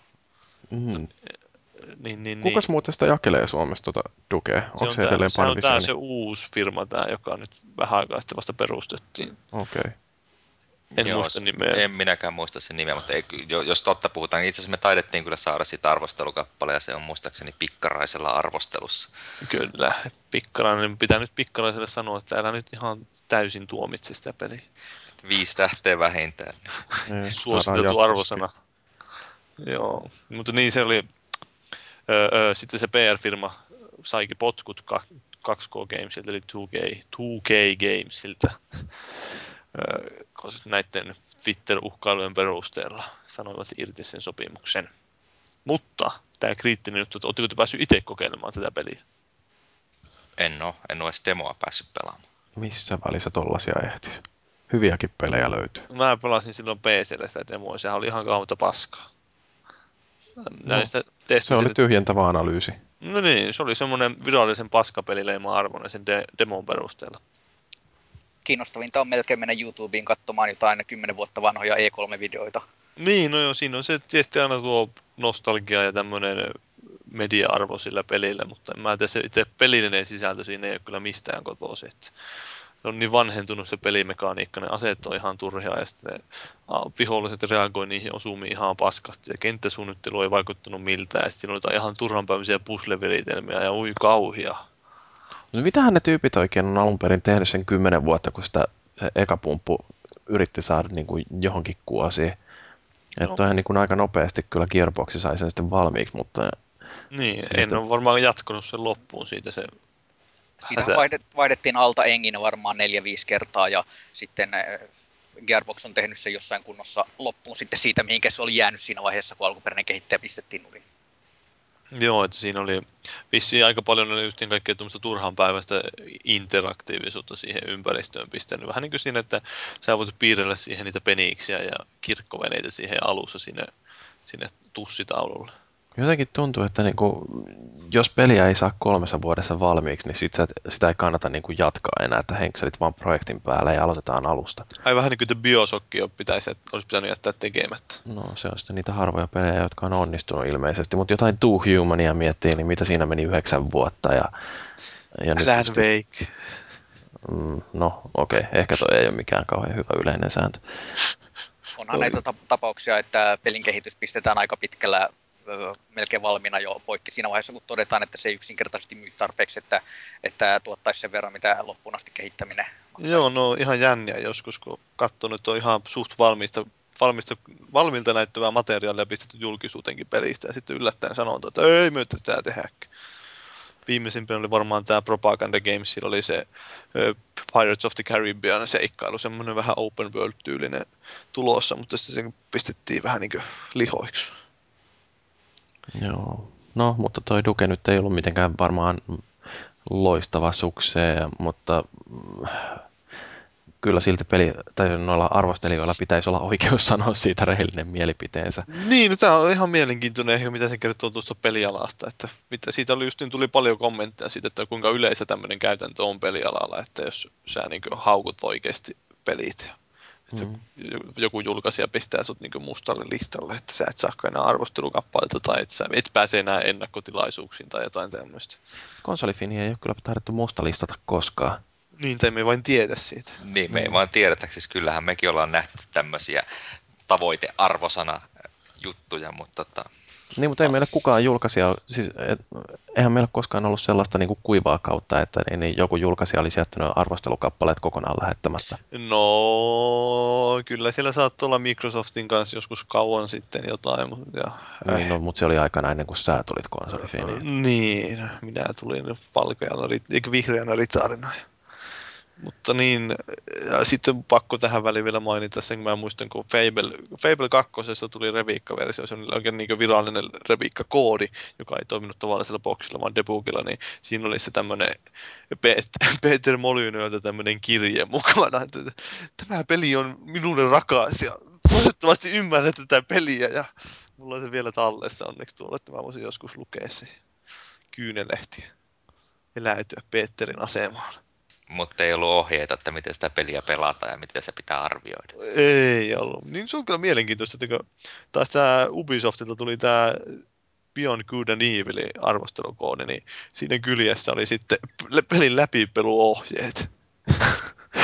Niin. Kukas muuten sitä jakelee Suomessa Dukea? Onko se edelleen Panavision? Se on se uusi firma, joka nyt vähän aikaa sitten vasta perustettiin. Okei. En Joo, muista nimeä. en minäkään muista sen nimeä, mutta jos totta puhutaan, niin itse asiassa me taidettiin kyllä saada siitä arvostelukappale, ja se on muistaakseni Pikkaraisella arvostelussa. Kyllä, Pikkarainen. Pitää nyt Pikkaraiselle sanoa, että älä nyt ihan täysin tuomitse sitä peliä. 5 tähteä vähintään. Niin, saadaan Suositeltu jatkossakin. arvosana. Joo, mutta niin se oli. Sitten se PR-firma saikin potkut 2K Gamesilta, eli 2K Gamesilta, koska näiden Twitter-uhkailujen perusteella sanoivat irti sen sopimuksen. Mutta tämä kriittinen juttu, että oletteko te päässyt itse kokeilemaan tätä peliä? En ole edes demoa päässyt pelaamaan. Missä välissä tollasia ehtis? Hyviäkin pelejä löytyy. Mä pelasin silloin PC:llä sitä demoa, sehän oli ihan kauheata paskaa. Näistä Se testasin, oli tyhjentävä analyysi. no niin, se oli semmoinen virallisen paskapelileiman arvoinen sen demon perusteella. Kiinnostavinta on melkein mennä YouTubeen katsomaan jotain 10 vuotta vanhoja E3-videoita. Niin, no joo, siinä on se tietysti aina tuo nostalgia ja tämmöinen media-arvo sillä pelillä, mutta en mä tiedä, se itse pelillinen sisältö siinä ei ole kyllä mistään kotoisin. Se on niin vanhentunut se pelimekaniikka, ne aseet on ihan turhia ja sitten ne viholliset reagoi niihin osumiin ihan paskasti ja kenttäsuunnittelu ei vaikuttanut miltään ja siinä oli jotain ihan turhanpäiväisiä puzzle-viritelmiä ja ui kauhia. No mitähän ne tyypit oikein on alun perin tehnyt sen 10 vuotta, kun sitä se eka pumppu yritti saada niin kuin johonkin kuosiin. Että toihan niin kuin aika nopeasti kyllä Gearbox sai sen sitten valmiiksi, mutta Niin, se en sitten, ole varmaan jatkunut sen loppuun siitä se Siitähän vaihdettiin alta enginä varmaan 4-5 kertaa ja sitten Gearbox on tehnyt sen jossain kunnossa loppuun sitten siitä, mihinkä se oli jäänyt siinä vaiheessa, kun alkuperäinen kehittäjä pistettiin nurin. Joo, että siinä oli vissiin aika paljon oli just kaikkea tuommoista turhanpäiväistä interaktiivisuutta siihen ympäristöön pistänyt. Vähän niin kuin siinä, että sä voit piirrellä siihen niitä peniiksiä ja kirkkoveneitä siihen alussa sinne tussitaululle. jotenkin tuntuu, että niin kuin, jos peliä ei saa 3 vuodessa valmiiksi, niin sitä ei kannata niin kuin jatkaa enää, että henkselit vaan projektin päälle ja aloitetaan alusta. Ai vähän niin kuin Bioshock olisi pitänyt jättää tekemättä. No se on sitten niitä harvoja pelejä, jotka on onnistunut ilmeisesti, mutta jotain Too Humania miettii, niin mitä siinä meni 9 vuotta ja nyt Alan just, Wake. no okei, ehkä toi ei ole mikään kauhean hyvä yleinen sääntö. Onhan näitä tapauksia, että pelin kehitys pistetään aika pitkällä melkein valmiina jo poikki siinä vaiheessa, kun todetaan, että se ei yksinkertaisesti myy tarpeeksi, että tuottaisi sen verran, mitä loppuun asti kehittäminen maksaisi. Joo, no ihan jänniä joskus, kun katsonut, että on ihan suht valmiilta näyttävää materiaalia pistetty julkisuutenkin pelistä ja sitten yllättäen sanoo, että ei me tätä tehdäkään. Viimeisimpänä oli varmaan tämä Propaganda Games, sillä oli se Pirates of the Caribbean seikkailu, semmoinen vähän open world-tyylinen tulossa, mutta sitten se pistettiin vähän niin kuin lihoiksi. Joo, no mutta toi Duke nyt ei ollut mitenkään varmaan loistava suksee, mutta kyllä silti tai noilla arvostelijoilla pitäisi olla oikeus sanoa siitä rehellinen mielipiteensä. Niin, tämä on ihan mielenkiintoinen ehkä, mitä se kertoo tuosta pelialasta, että siitä oli just, niin tuli paljon kommentteja siitä, että kuinka yleistä tämmöinen käytäntö on pelialalla, että jos sä niin kuin haukut oikeasti pelit, että joku julkaisija pistää sut niin kuin mustalle listalle, että sä et saakaan enää arvostelukappaleita tai että sä et pääse enää ennakkotilaisuuksiin tai jotain tämmöistä. Konsolifini ei ole kyllä tarvittu mustalistata koskaan. Niin, tai me ei vain tiedä siitä. Niin, me ei vaan tiedetä, siis kyllähän mekin ollaan nähty tämmöisiä tavoitearvosana juttuja, mutta Niin, mutta ei meillä kukaan julkaisija, siis eihän meillä koskaan ollut sellaista niin kuin kuivaa kautta, että niin joku julkaisija olisi jättänyt arvostelukappaleet kokonaan lähettämättä. No, kyllä siellä saattoi olla Microsoftin kanssa joskus kauan sitten jotain, mutta Niin, no, mutta se oli aikana ennen kuin sä tulit konsolifiniin. Niin, minä tulin vihreänä ritaarina. Mutta niin, ja sitten pakko tähän väliin vielä mainita sen, mä muistan, kun Fable 2 tuli reviikka-versio, se oli oikein niin virallinen reviikka-koodi, joka ei toiminut tavallisella boxilla, vaan debugilla, niin siinä oli se tämmöinen Peter Molyneuxilta tämmöinen kirje mukana, että tämä peli on minulle rakas ja toivottavasti ymmärrät tätä peliä ja mulla on se vielä tallessa onneksi tuolla, että mä voisin joskus lukea se kyynelehtiä eläytyä Peterin asemaan. mutta ei ollut ohjeita, että miten sitä peliä pelataan ja miten se pitää arvioida. Ei ollut. Niin se on kyllä mielenkiintoista, että taas tämä Ubisoftilta tuli tämä Beyond Good and Evil arvostelukoodi, niin siinä kyljessä oli sitten pelin läpipeluohjeet.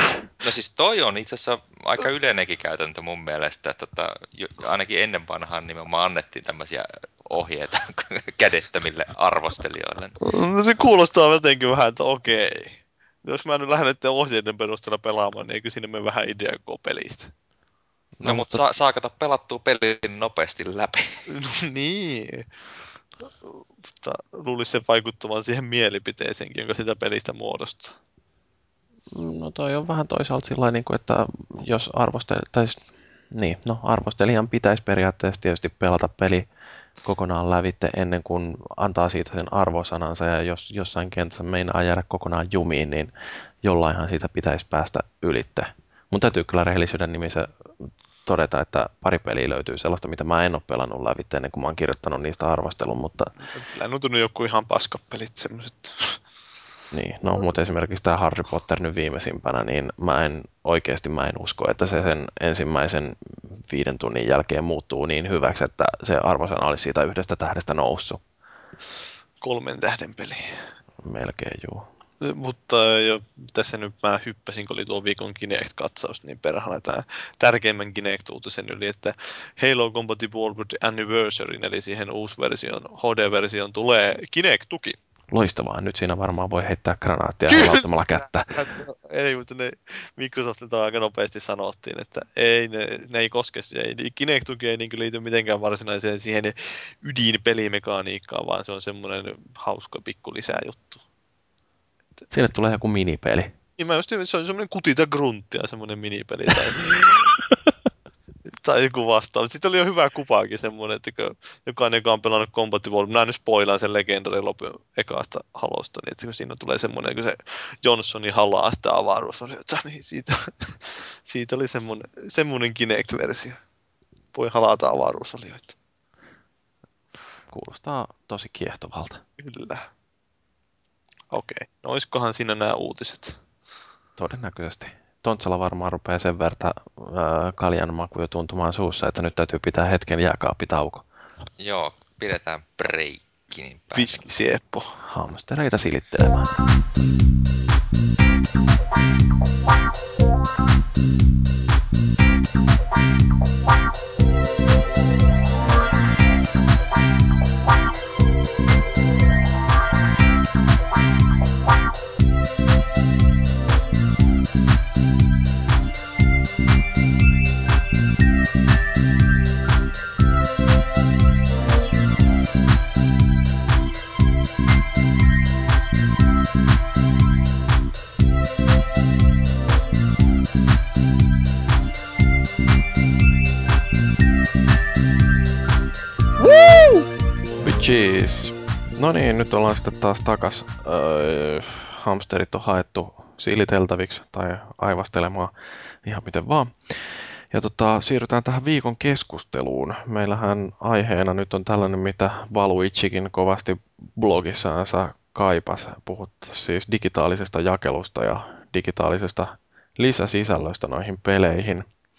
No siis toi on itse asiassa aika yleinenkin käytäntö mun mielestä, että ainakin ennen vanhaan nimenomaan annettiin tämmöisiä ohjeita kädettömille arvostelijoille. No se kuulostaa jotenkin vähän, että okei. Jos mä nyt lähden näiden ohjeiden perusteella pelaamaan, niin eikö sinne mene vähän idea koko pelistä? No mutta saa kato pelattua pelin nopeasti läpi. No niin. Mutta luulisi sen vaikuttavan siihen mielipiteeseenkin, jonka sitä pelistä muodostaa. No toi on vähän toisaalta sillä niin kuin, että jos arvostelijan pitäisi periaatteessa tietysti pelata peli kokonaan lävitte ennen kuin antaa siitä sen arvosanansa, ja jos jossain kentässä meinaa jäädä kokonaan jumiin, niin jollainhan siitä pitäisi päästä ylitte. Mun täytyy kyllä rehellisyyden nimissä todeta, että pari peliä löytyy sellaista, mitä mä en ole pelannut lävitse ennen kuin mä oon kirjoittanut niistä arvostelun, mutta... Kyllä on tullut joku ihan paskapelit semmoiset. Niin, no mutta esimerkiksi tämä Harry Potter nyt viimeisimpänä, niin mä en usko, että se sen ensimmäisen 5 tunnin jälkeen muuttuu niin hyväksi, että se arvosana olisi siitä 1 tähdestä noussut. 3 tähden peli. Melkein, juu. Mutta jo, tässä nyt mä hyppäsin, kun oli tuo viikon Kinect-katsaus, niin perhana tämä tärkeimmän Kinect-uutisen yli, että Halo Compatible World Anniversary, eli siihen uusi version, HD-version tulee Kinect-tuki. Loistavaa. Nyt siinä varmaan voi heittää granaattia heilauttamalla kättä. Ei, mutta Microsoftin aika nopeasti sanottiin, että ei, ne ei koske siihen. Kinect-tuki ei liity mitenkään varsinaiseen siihen ydinpelimekaniikkaan, vaan se on semmoinen hauska pikku lisää juttu. Sinne tulee joku minipeli. Niin mä just, se on semmoinen kutita grunttia, semmoinen minipeli tai joku vastaava. Sitten oli jo hyvä kupaakin semmoinen, että jokainen, joka on pelannut Compatible, mä nyt spoilaan sen Legendary lopun ekaasta halosta, niin että kun siinä tulee semmoinen, kun se Johnsoni halaa sitä avaruusosioita, niin siitä oli semmoinen Kinect-versio. Voi halata avaruusolioita. Kuulostaa tosi kiehtovalta. Kyllä. Okei. No olisikohan siinä nämä uutiset? Todennäköisesti. Tontsalla varmaan rupeaa sen verran kaljan maku jo tuntumaan suussa, että nyt täytyy pitää hetken jääkaappitauko. Joo, pidetään breikki. Niin Viskisieppo. Hamstereita silittelemään. Bitches. No niin, nyt ollaan sitten taas takas. Hamsterit on haettu siliteltäviksi tai aivastelemaan ihan miten vaan. Ja siirrytään tähän viikon keskusteluun. Meillähän aiheena nyt on tällainen, mitä Valuichikin kovasti blogissaansa kaipas. Puhuttaisiin siis digitaalisesta jakelusta ja digitaalisesta lisäsisällöstä noihin peleihin.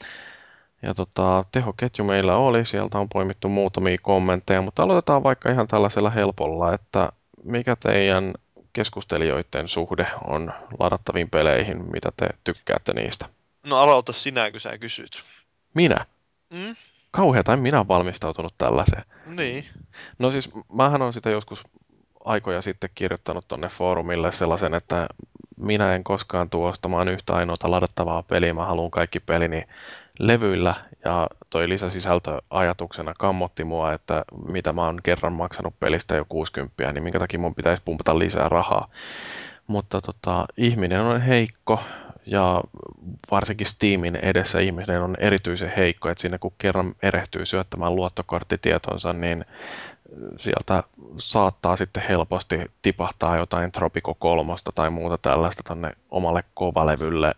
Ja tehoketju meillä oli, sieltä on poimittu muutamia kommentteja, mutta aloitetaan vaikka ihan tällaisella helpolla, että mikä teidän keskustelijoiden suhde on ladattaviin peleihin, mitä te tykkäätte niistä? No aloita sinä, kun sä kysyt. Minä? Mm? Kauheeta, en minä ole valmistautunut tällaiseen. Niin. No siis, mähän on sitä joskus aikoja sitten kirjoittanut tonne foorumille sellaisen, että minä en koskaan tule ostamaan yhtä ainoata ladattavaa peliä, mä haluan kaikki pelini levyillä, ja toi lisäsisältö ajatuksena kammotti mua, että mitä mä oon kerran maksanut pelistä jo 60, niin minkä takia mun pitäisi pumpata lisää rahaa. Mutta ihminen on heikko, ja varsinkin Steamin edessä ihminen on erityisen heikko, että siinä kun kerran erehtyy syöttämään luottokorttitietonsa, niin sieltä saattaa sitten helposti tipahtaa jotain Tropico 3 tai muuta tällaista tonne omalle kovalevylle.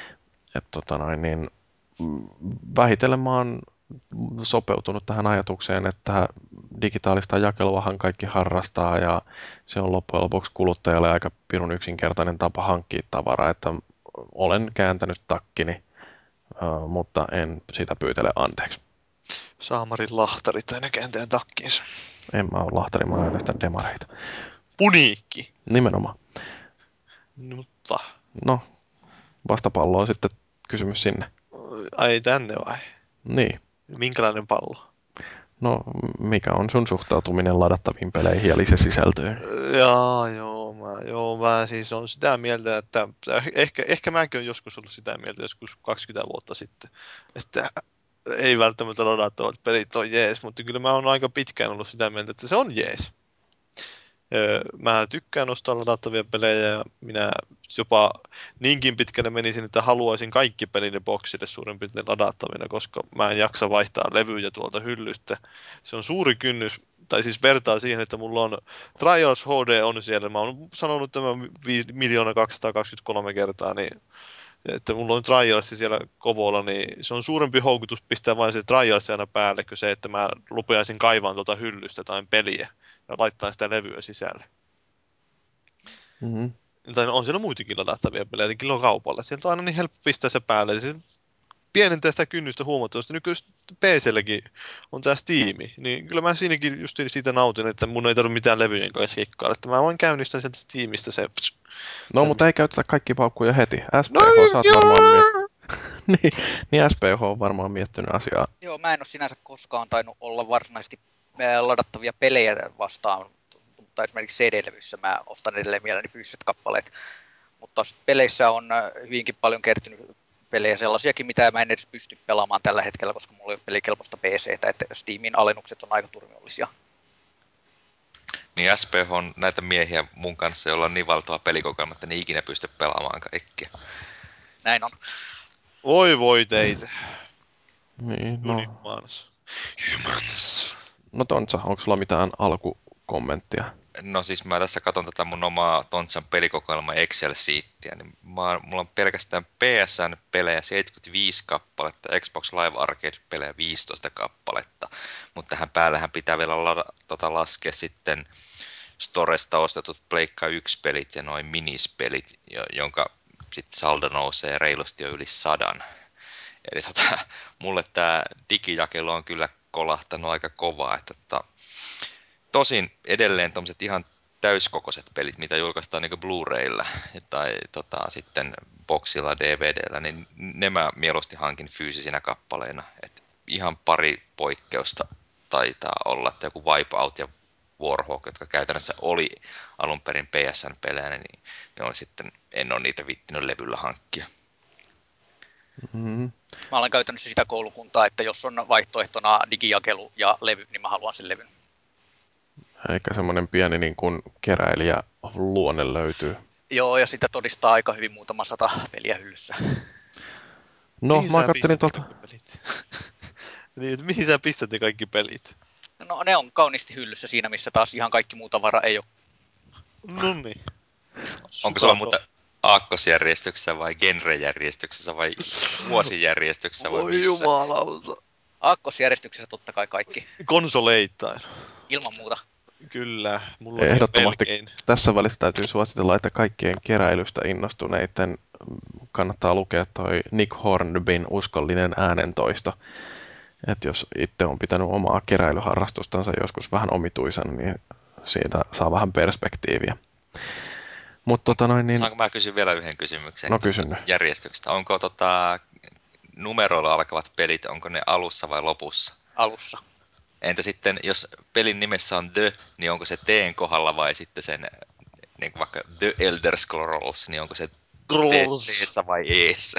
Niin vähitellen mä oon sopeutunut tähän ajatukseen, että digitaalista jakeluahan kaikki harrastaa ja se on loppujen lopuksi kuluttajalle aika pirun yksinkertainen tapa hankkia tavaraa, että olen kääntänyt takkini, mutta en sitä pyytele anteeksi. Saamarin lahtarit aina kääntää takkiinsa. En mä ole lahtari, mä äänestän demareita. Puniikki. Nimenomaan. Mutta No, vastapallo on sitten Kysymys sinne. Ai tänne vai? Niin. Minkälainen pallo? No, mikä on sun suhtautuminen ladattaviin peleihin ja lisäsisältöön? Mä siis on sitä mieltä, että ehkä mäkin olen joskus ollut sitä mieltä joskus 20 vuotta sitten, että ei välttämättä ladattavat pelit on jees, mutta kyllä mä oon aika pitkään ollut sitä mieltä, että se on jees. Mä tykkään ostaa ladattavia pelejä ja minä jopa niinkin pitkälle menisin, että haluaisin kaikki pelin boksille suurin piirtein ladattavina, koska mä en jaksa vaihtaa levyjä tuolta hyllystä. Se on suuri kynnys, tai siis vertaa siihen, että mulla on Trials HD on siellä. Mä oon sanonut tämän 1 223 kertaa, niin että mulla on Trials siellä kovolla, niin se on suurempi houkutus pistää vain se Trials aina päälle, kuin se, että mä rupeaisin kaivaan tuota hyllystä tai peliä ja laittaa sitä levyä sisälle. Mm-hmm. Tai on siellä muitakin ladattavia pelejä, kyllä on kaupalla. Sieltä on aina niin helppo pistää se päälle. Se pienentää sitä kynnystä huomattavasti. Nykyään PC:lläkin on tämä Steam, niin kyllä mä siinäkin just siitä nautin, että mun ei tarvitse mitään levyjen kanssa kikkailla. Että mä voin käynnistää sieltä Steamista se... No, mutta ei käytetä kaikki paukkuja heti. No, SPH, sä oot varmaan joo! niin SPH on varmaan miettinyt asiaa. Joo, mä en ole sinänsä koskaan tainnut olla varsinaisesti ladattavia pelejä vastaan, mutta esimerkiksi CD-levyssä mä ostan edelleen mielelläni fyysiset kappaleet. Mutta peleissä on hyvinkin paljon kertynyt pelejä sellaisiakin, mitä mä en edes pysty pelaamaan tällä hetkellä, koska mulla ei ole pelikelpoista PC:tä, että Steamin alennukset on aika turmiollisia. Niin SPH on näitä miehiä mun kanssa, joilla on niin valtava pelikokemus, että ne ei ikinä pysty pelaamaan kaikkia. Näin on. Voi teitä. Niin, Humans. no Tontsa, onko sulla mitään alkukommenttia? No siis mä tässä katson tätä mun omaa Tontsan pelikokoelma Excel-siittiä, niin mulla on pelkästään PSN-pelejä 75 kappaletta, Xbox Live Arcade-pelejä 15 kappaletta, mutta tähän päällähän pitää vielä laskea sitten Storesta ostetut Pleikka 1-pelit ja noin minispelit, jonka sitten saldo nousee reilusti jo yli 100. Eli mulle tämä digijakelu on kyllä kolahtanut aika kovaa, että tosin edelleen tommoset ihan täyskokoiset pelit, mitä julkaistaan niin Blu-raylla tai sitten boxilla, DVDllä, niin ne mä mieluusti hankin fyysisinä kappaleina. Et ihan pari poikkeusta taitaa olla, että joku Wipeout ja Warhawk, jotka käytännössä oli alun perin PSN-pelejä, niin ne on sitten, en ole niitä vittinyt levyllä hankkia. Mm-hmm. Mä olen käytännössä sitä koulukuntaa, että jos on vaihtoehtona digijakelu ja levy, niin mä haluan sen levyn. Eikä semmoinen pieni niin kuin keräilijä luonne löytyy. Joo, ja sitä todistaa aika hyvin muutama 100 peliä hyllyssä. No, Mihin mä sä kattelin pistät tuolta... kaikki pelit? Niin, että mihin sä pistät ne kaikki pelit? No ne on kauniisti hyllyssä siinä, missä taas ihan kaikki muu tavara ei ole. Noniin. Onko sulla muuta aakkosjärjestyksessä vai genrejärjestyksessä vai vuosijärjestyksessä vai Voi missä? jumalauta. Aakkosjärjestyksessä totta kai kaikki. Konsoleittain. Ilman muuta. Kyllä, mullakin Ehdottomasti melkein. tässä välissä täytyy suositella, että kaikkien keräilystä innostuneiden kannattaa lukea toi Nick Hornbyn uskollinen äänentoisto. Että jos itse on pitänyt omaa keräilyharrastustansa joskus vähän omituisena, niin siitä saa vähän perspektiiviä. Saanko mä kysyä vielä yhden kysymyksen No, tästä kysyn. järjestyksestä? Onko numeroilla alkavat pelit, onko ne alussa vai lopussa? Alussa. Entä sitten, jos pelin nimessä on The, niin onko se T:n kohdalla vai sitten sen, niin kuin vaikka The Elder Scrolls, niin onko se T:ssä vai E:ssä?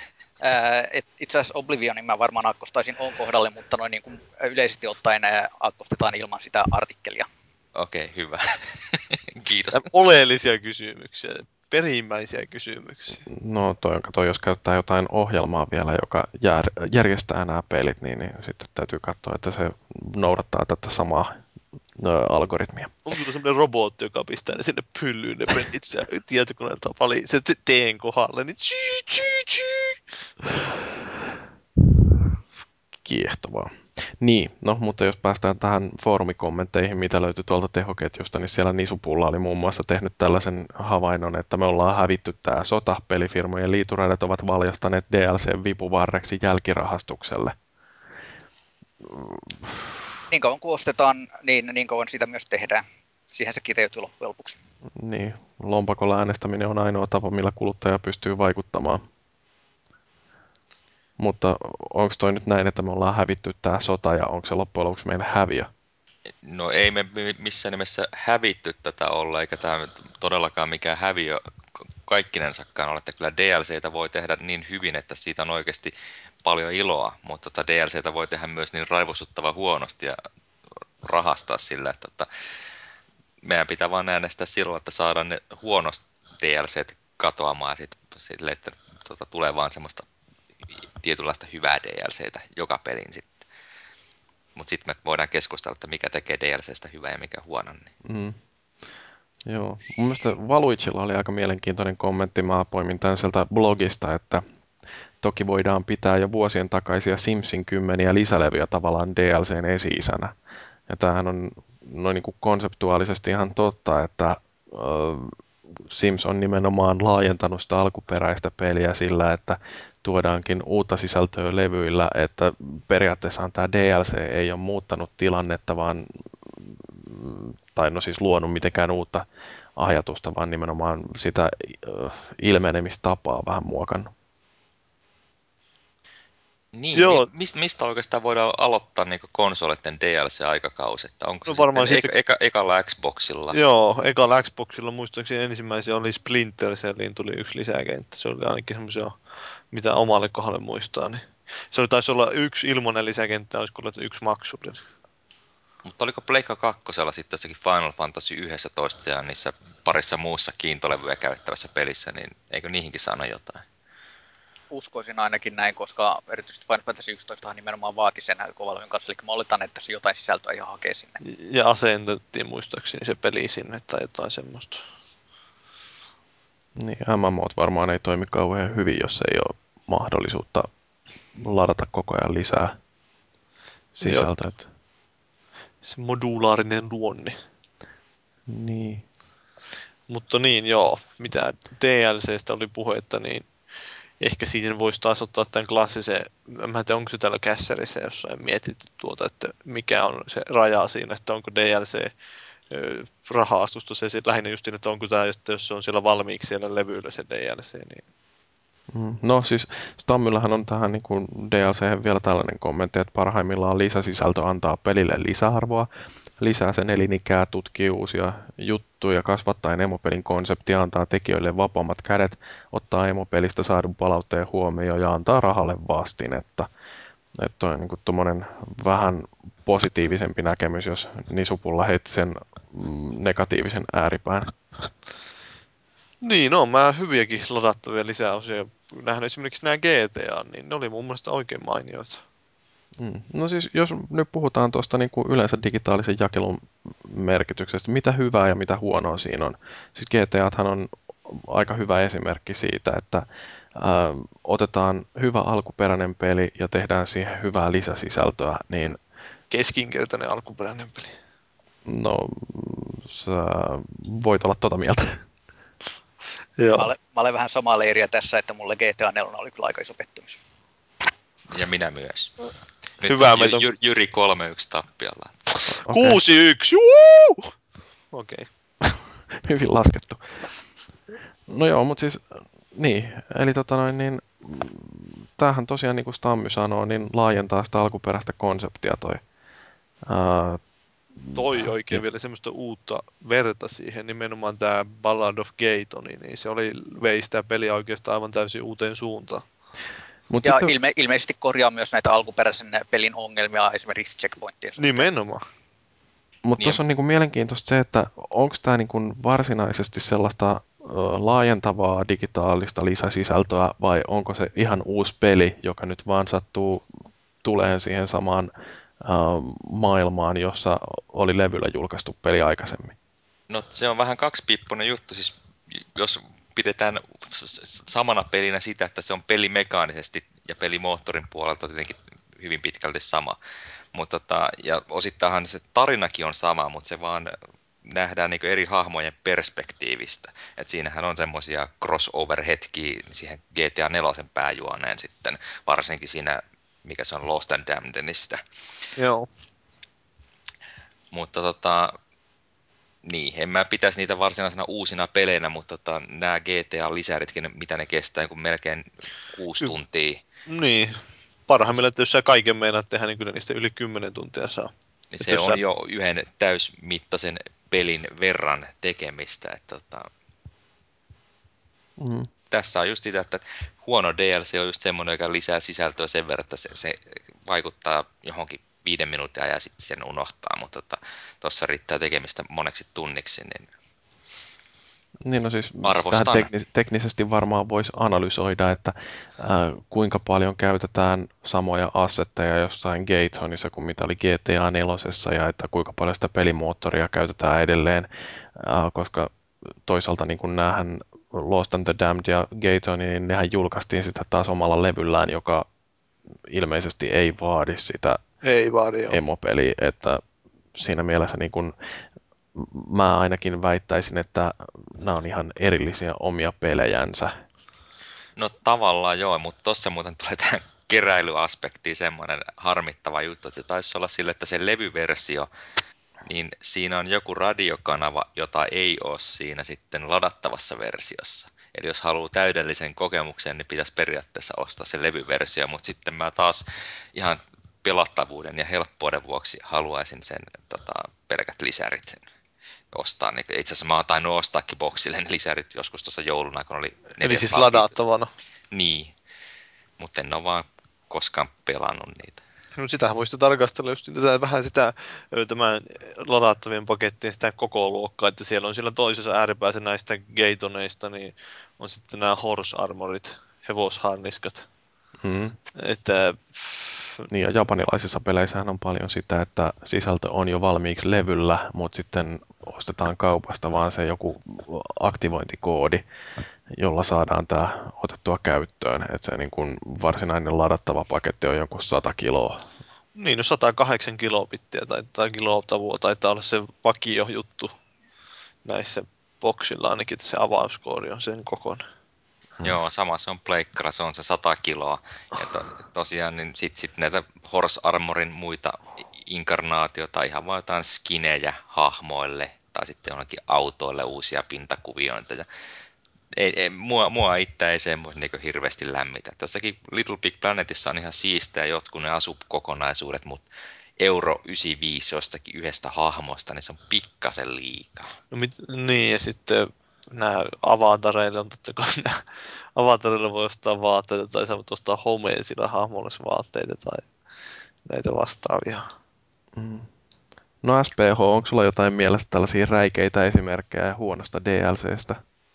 Itse asiassa Oblivionin mä varmaan aakkostaisin on kohdalle, mutta noin niin kuin yleisesti ottaen aakkostetaan ilman sitä artikkelia. Okei, hyvä. Kiitos. Oleellisia kysymyksiä, perimmäisiä kysymyksiä. No toi jos käyttää jotain ohjelmaa vielä, joka järjestää nämä pelit, niin sitten täytyy katsoa, että se noudattaa tätä samaa algoritmia. Onko sulla semmoinen robotti, joka pistää ne sinne pyllyyn ne pelit tietokoneelta se teen kohdalle, niin Kiehtovaa. Niin, no, mutta jos päästään tähän foorumikommentteihin, mitä löytyi tuolta tehoketjusta, niin siellä Nisupulla oli muun muassa tehnyt tällaisen havainnon, että me ollaan hävitty tämä sota, pelifirmojen liituraidat ovat valjastaneet DLC-vipuvarreksi jälkirahastukselle. Niin kauan kun ostetaan, niin kauan sitä myös tehdään. Siihen se kiteytyy loppujen lopuksi. Niin, lompakolla äänestäminen on ainoa tapa, millä kuluttaja pystyy vaikuttamaan. Mutta onko toi nyt näin, että me ollaan hävitty tää sota ja onko se loppujen lopuksi meille häviö? No ei me missään nimessä hävitty tätä olla, eikä tämä nyt todellakaan mikään häviö kaikkinensakkaan ole, että kyllä DLCtä voi tehdä niin hyvin, että siitä on oikeasti paljon iloa, mutta DLCtä voi tehdä myös niin raivostuttava huonosti ja rahastaa sillä, että meidän pitää vaan äänestää silloin, että saadaan ne huonot DLCt katoamaan ja sitten sille, että tulee vaan semmoista tietynlaista hyvää DLCtä joka pelin sitten. Mutta sitten me voidaan keskustella, että mikä tekee DLCstä hyvää ja mikä huonon. Niin. Mm. Joo. Mun mielestä Valuicilla oli aika mielenkiintoinen kommentti. Mä poimin tämän sieltä blogista, että toki voidaan pitää jo vuosien takaisia Simsin 10 lisälevyjä tavallaan DLCn esi-isänä. Ja tämähän on noin niin kuin konseptuaalisesti ihan totta, että Sims on nimenomaan laajentanut sitä alkuperäistä peliä sillä, että tuodaankin uutta sisältöä levyillä, että periaatteessahan tämä DLC ei ole muuttanut tilannetta, vaan, tai no siis luonut mitenkään uutta ajatusta, vaan nimenomaan sitä ilmenemistapaa vähän muokannut. Niin, Joo, mistä oikeastaan voidaan aloittaa niin konsoleiden DLC-aikakausi? Että onko se no varmaan sitten sitten, ekalla Xboxilla? joo, ekalla Xboxilla muistaakseni ensimmäisiä oli Splinter Celliin tuli yksi lisäkenttä. Se oli ainakin semmoisia, mitä omalle kohdalle muistaa. Niin. Se oli, taisi olla yksi ilmoinen lisäkenttä, olisiko ollut yksi maksullinen. Mutta oliko Pleikka 2 sitten jossakin Final Fantasy 11 ja niissä parissa muussa kiintolevyä käyttävässä pelissä, niin eikö niihinkin saanut jotain? Uskoisin ainakin näin, koska erityisesti Final Fantasy 11 nimenomaan vaati sen kovalevyn kanssa, eli mä oletan, että se jotain sisältöä ihan hakee sinne. Ja asentettiin muistaakseni se peli sinne tai jotain semmoista. Niin, MMOt varmaan ei toimi kauhean hyvin, jos ei ole mahdollisuutta ladata koko ajan lisää sisältöä. Se modulaarinen luonne. Niin. Mutta niin, joo, mitä DLCstä oli puhetta, niin ehkä siinä voisi taas ottaa tämän klassisen, mä en tiedä, onko se täällä kässärissä jossain mietitty tuota, että mikä on se raja siinä, että onko DLC rahastusta se lähinnä just, että onko tämä, jos se on siellä valmiiksi siellä levyllä se DLC, niin No siis Stammyllahan on tähän niin kuin DLC vielä tällainen kommentti, että parhaimmillaan lisäsisältö antaa pelille lisäarvoa, lisää sen elinikää, tutkii uusia juttuja, kasvattaen emopelin konseptia, antaa tekijöille vapaammat kädet, ottaa emopelistä saadun palautteen huomioon ja antaa rahalle vastinetta. Että on niin kuin vähän positiivisempi näkemys, jos Nisupulla heitti sen negatiivisen ääripään. niin on, mä hyviäkin ladattavia lisäosia nähnyt esimerkiksi nämä GTA, niin ne oli mun mielestä oikein mainioita. No siis jos nyt puhutaan tuosta niin kuin yleensä digitaalisen jakelun merkityksestä, mitä hyvää ja mitä huonoa siinä on. Siis GTAthan on aika hyvä esimerkki siitä, että otetaan hyvä alkuperäinen peli ja tehdään siihen hyvää lisäsisältöä, niin Keskinkertainen alkuperäinen peli. no sä voit olla tota mieltä. Joo. Mä olen vähän samaa leiriä tässä, että mulle GTA 4 oli kyllä aika iso pettymys. Ja minä myös. Nyt Hyvä, on meitä on Jyri 3-1 tappiolla. Okei. 6-1, juu! Okei. Hyvin laskettu. No joo, mutta siis niin, eli tämähän tosiaan niin kuin Stammy sanoo, niin laajentaa sitä alkuperäistä konseptia toi. Toi oikein Ja, vielä semmoista uutta verta siihen, nimenomaan tämä Ballad of Gaytoni, niin se vei sitä peliä oikeastaan aivan täysin uuteen suuntaan. mut Ja sitten, ilmeisesti korjaa myös näitä alkuperäisen pelin ongelmia, esimerkiksi checkpointtien suhteen. Nimenomaan. mutta Niin, tuossa on niin kuin mielenkiintoista se, että onko tämä niin kuin varsinaisesti sellaista laajentavaa digitaalista lisäsisältöä vai onko se ihan uusi peli, joka nyt vaan sattuu tulee siihen samaan maailmaan, jossa oli levyllä julkaistu peli aikaisemmin. no se on vähän kaksipiippunen juttu, siis jos pidetään samana pelinä sitä, että se on pelimekaanisesti ja pelimoottorin puolelta tietenkin hyvin pitkälti sama. Mutta ja osittainhan se tarinakin on sama, mutta se vaan nähdään niin eri hahmojen perspektiivistä. Et siinähän on semmoisia crossover-hetkiä siihen GTA 4 pääjuoneen sitten, varsinkin siinä, mikä se on Lost and Damnedista. Joo. Mutta Niin, en mä pitäisi niitä varsinaisena uusina peleinä, mutta nämä GTA-lisäritkin, mitä ne kestää, kun melkein 6 tuntia. Niin, parhaimmillaan, että jos sä kaiken meinaat tehdä, niin kyllä niistä yli 10 tuntia saa. Niin Että se jos on sä... jo yhden täysmittaisen pelin verran tekemistä. Mm. Tässä on just sitä, että huono DLC on just semmoinen, joka lisää sisältöä sen verran, että se vaikuttaa johonkin 5 minuuttia ja sitten sen unohtaa, mutta tuossa riittää tekemistä moneksi tunniksi, niin Niin no siis sitähän arvostan. teknisesti varmaan voisi analysoida, että kuinka paljon käytetään samoja assetteja jossain Gatoneissa kuin mitä oli GTA 4, ja että kuinka paljon sitä pelimoottoria käytetään edelleen, koska toisaalta niin kuin näähän Lost and the Damned ja Gatone, niin nehän julkaistiin sitä taas omalla levyllään, joka ilmeisesti ei vaadi sitä Ei vaadi, joo. emopeliä, että siinä mielessä niin kuin mä ainakin väittäisin, että nämä on ihan erillisiä omia pelejänsä. No tavallaan joo, mutta tuossa muuten tulee tähän keräilyaspektiin semmoinen harmittava juttu, että se taisi olla sille, että se levyversio, niin siinä on joku radiokanava, jota ei ole siinä sitten ladattavassa versiossa. Eli jos haluaa täydellisen kokemuksen, niin pitäisi periaatteessa ostaa se levyversio, mutta sitten mä taas ihan pelattavuuden ja helppouden vuoksi haluaisin sen pelkät lisärit ostaa. Niin itse asiassa mä oon tainnut ostaakin boksille ne lisärit joskus tuossa jouluna, kun oli Eli siis 400 ladattavana. Niin, mutta en ole vaan koskaan pelannut niitä. No sitähän voisi tarkastella just vähän sitä tämän ladattavien pakettien sitä koko luokkaa, että siellä on siellä toisessa ääripäässä näistä Gatoneista, niin on sitten nämä Horse Armorit, hevosharniskat. Mm. Että Niin ja japanilaisissa peleissähän on paljon sitä, että sisältö on jo valmiiksi levyllä, mutta sitten ostetaan kaupasta vaan se joku aktivointikoodi, jolla saadaan tämä otettua käyttöön. Että se niin kuin varsinainen ladattava paketti on joku 100 kiloa. niin, no 108 kilobittiä tai kilotavua taitaa olla se vakio juttu näissä boksilla ainakin, että se avauskoodi on sen kokoinen. Joo, sama se on pleikkara, se on se 100 kiloa. Ja tosiaan niin sit näitä Horse Armorin muita inkarnaatioita, ihan vaan jotain skinejä hahmoille tai sitten jonnekin autoille uusia pintakuviointeja. Mua itse ei semmoinen niin hirveästi lämmitä. Tuossakin Little Big Planetissa on ihan siistejä jotkut ne asukokonaisuudet, mutta euro 95 jostakin yhdestä hahmosta, niin se on pikkasen liikaa. No niin, ja sitten nämä avatareille on totta kai nämä avatareille voi ostaa vaatteita tai sä voit ostaa homeen sillä hahmolle vaatteita tai näitä vastaavia. Mm. No SPH, onko sulla jotain mielestä tällaisia räikeitä esimerkkejä huonosta DLCstä?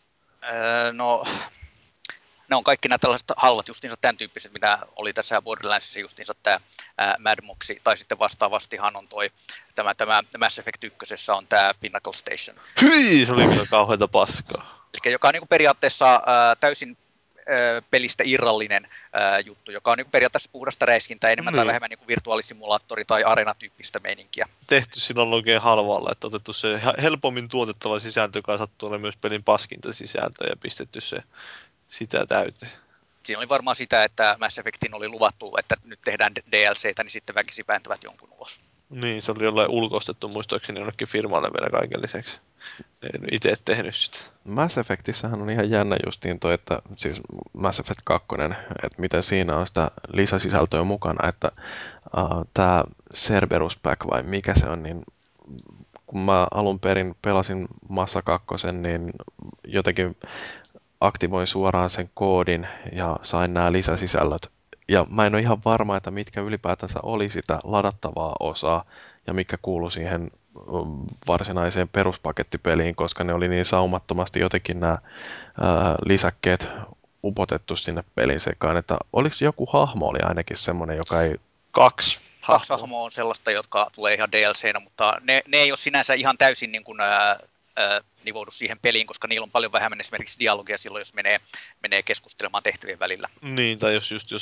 No, ne on kaikki nämä tällaiset halvat justiinsa tämän tyyppiset, mitä oli tässä Borderlandsissa justiinsa tämä Mad Moxi, tai sitten vastaavastihan on tämä Mass Effect 1 on tämä Pinnacle Station. Hyi, se oli kyllä kauheita paskaa. Eli joka on niin kuin periaatteessa täysin pelistä irrallinen juttu, joka on niin kuin periaatteessa puhdasta räiskintää, enemmän tai Niin. vähemmän niin kuin virtuaalisimulaattori tai arena-tyyppistä meininkiä. Tehty silloin oikein halvalla, että otettu se helpommin tuotettava sisältö, joka sattuu olemaan myös pelin paskinta sisältöä ja pistetty se sitä täyteen. Siinä oli varmaan sitä, että Mass Effectin oli luvattu, että nyt tehdään DLCtä, niin sitten väkisin vääntävät jonkun ulos. Niin, se oli jollain ulkoistettu muistaakseni jonnekin firmalle vielä kaiken lisäksi. En itse tehnyt sitä. Mass Effectissähän on ihan jännä justiin toi, että siis Mass Effect 2, että miten siinä on sitä lisäsisältöä mukana, että tämä Cerberus Pack vai mikä se on, niin kun mä alun perin pelasin Massa 2, niin jotenkin aktivoin suoraan sen koodin ja sain nämä lisäsisällöt. Ja mä en ole ihan varma, että mitkä ylipäätänsä oli sitä ladattavaa osaa ja mikä kuului siihen varsinaiseen peruspakettipeliin, koska ne oli niin saumattomasti jotenkin nämä lisäkkeet upotettu sinne pelin sekaan, että oliko joku hahmo oli ainakin semmoinen, joka ei... Kaksi Kaksi hahmoa on sellaista, jotka tulee ihan DLC:nä, mutta ne ei ole sinänsä ihan täysin niin kuin, nivoudu siihen peliin, koska niillä on paljon vähemmän esimerkiksi dialogia silloin, jos menee keskustelemaan tehtävien välillä. Niin, tai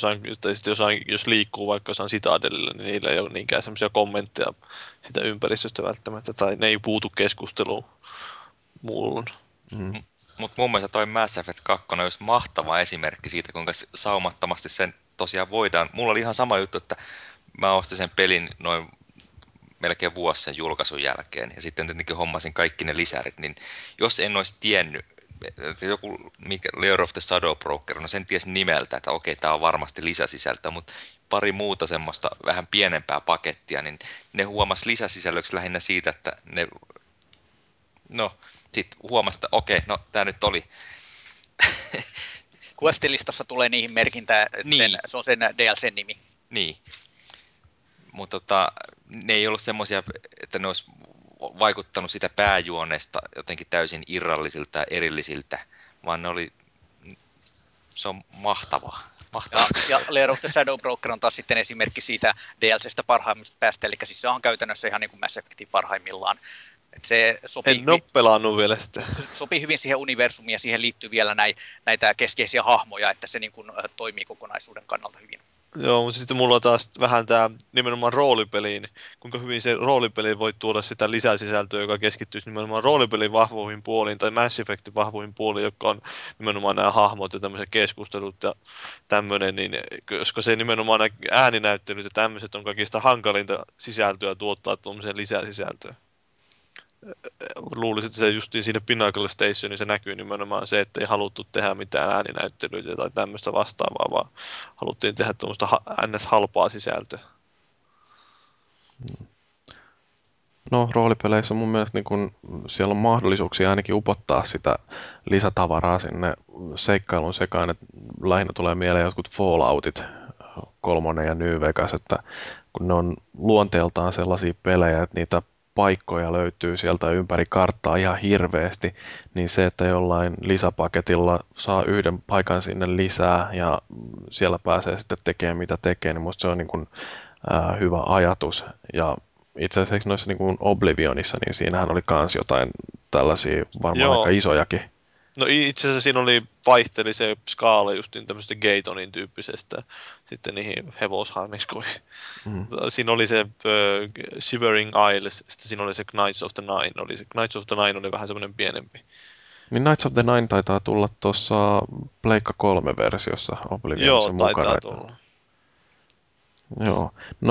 jos liikkuu vaikka jossain Citadelilla, niin niillä ei ole niinkään semmoisia kommentteja sitä ympäristöstä välttämättä, tai ne ei puutu keskusteluun muulloin. Mm. Mutta mun mielestä toi Mass Effect 2 on just mahtava esimerkki siitä, kuinka saumattomasti sen tosiaan voidaan. Mulla oli ihan sama juttu, että mä ostin sen pelin noin melkein vuosi sen julkaisun jälkeen, ja sitten tietenkin hommasin kaikki ne lisärit, niin jos en olisi tiennyt, joku Lair of the Shadow Broker, no sen ties nimeltä, että okei, tämä on varmasti lisäsisältöä, mutta pari muuta semmoista vähän pienempää pakettia, niin ne huomasi lisäsisällöksi lähinnä siitä, että ne, no, sitten huomasi, että okei, no tämä nyt oli. Questilistassa tulee niihin merkintä, että Niin. se on sen DLC-nimi. Niin. Mutta ne ei ollut semmoisia, että ne olisi vaikuttanut sitä pääjuonesta jotenkin täysin irrallisilta ja erillisiltä, vaan se on mahtavaa. Ja Lair of the Shadow Broker on taas sitten esimerkki siitä DLCstä parhaimmista päästä, eli siis se on käytännössä ihan niin kuin Mass Effectin parhaimmillaan. Et se En ole pelannut vielä sitä. Sopii hyvin siihen universumiin ja siihen liittyy vielä näitä keskeisiä hahmoja, että se niin kuin toimii kokonaisuuden kannalta hyvin. Joo, mutta sitten mulla on taas vähän tämä nimenomaan roolipeliin, kuinka hyvin se roolipeli voi tuoda sitä lisäsisältöä, joka keskittyisi nimenomaan roolipelin vahvoihin puoliin tai Mass Effectin vahvoihin puoliin, jotka on nimenomaan nämä hahmot ja tämmöiset keskustelut ja tämmöinen, niin koska se nimenomaan nämä ääninäyttelyt ja tämmöiset on kaikista hankalinta sisältöä tuottaa tuollaiseen lisäsisältöön. Luulisin, että se justiin siinä Pinnacle Stationissa näkyy nimenomaan se, että ei haluttu tehdä mitään ääninäyttelyitä tai tämmöistä vastaavaa, vaan haluttiin tehdä tuommoista NS-halpaa sisältöä. No, roolipeleissä mun mielestä niin kun siellä on mahdollisuuksia ainakin upottaa sitä lisätavaraa sinne seikkailun sekaan, että lähinnä tulee mieleen jotkut Falloutit, 3 ja New Vegas, että kun ne on luonteeltaan sellaisia pelejä, että niitä paikkoja löytyy sieltä ympäri karttaa ihan hirveästi, niin se, että jollain lisäpaketilla saa yhden paikan sinne lisää ja siellä pääsee sitten tekemään mitä tekee, niin musta se on niin kuin, hyvä ajatus. Ja itse asiassa noissa niin kuin Oblivionissa, niin siinähän oli kans jotain tällaisia varmaan Joo. aika isojakin. No itse asiassa siinä vaihteli se skaala justiin tämmöistä Gatonin tyyppisestä sitten niihin hevosharniskoihin. Siinä oli se Shivering Isles, sitten siinä oli se Knights of the Nine. Se Knights of the Nine oli vähän semmoinen pienempi. Niin Knights of the Nine taitaa tulla tuossa Pleikka 3-versiossa Oblivionissa Joo, mukana. taitaa tulla. Joo.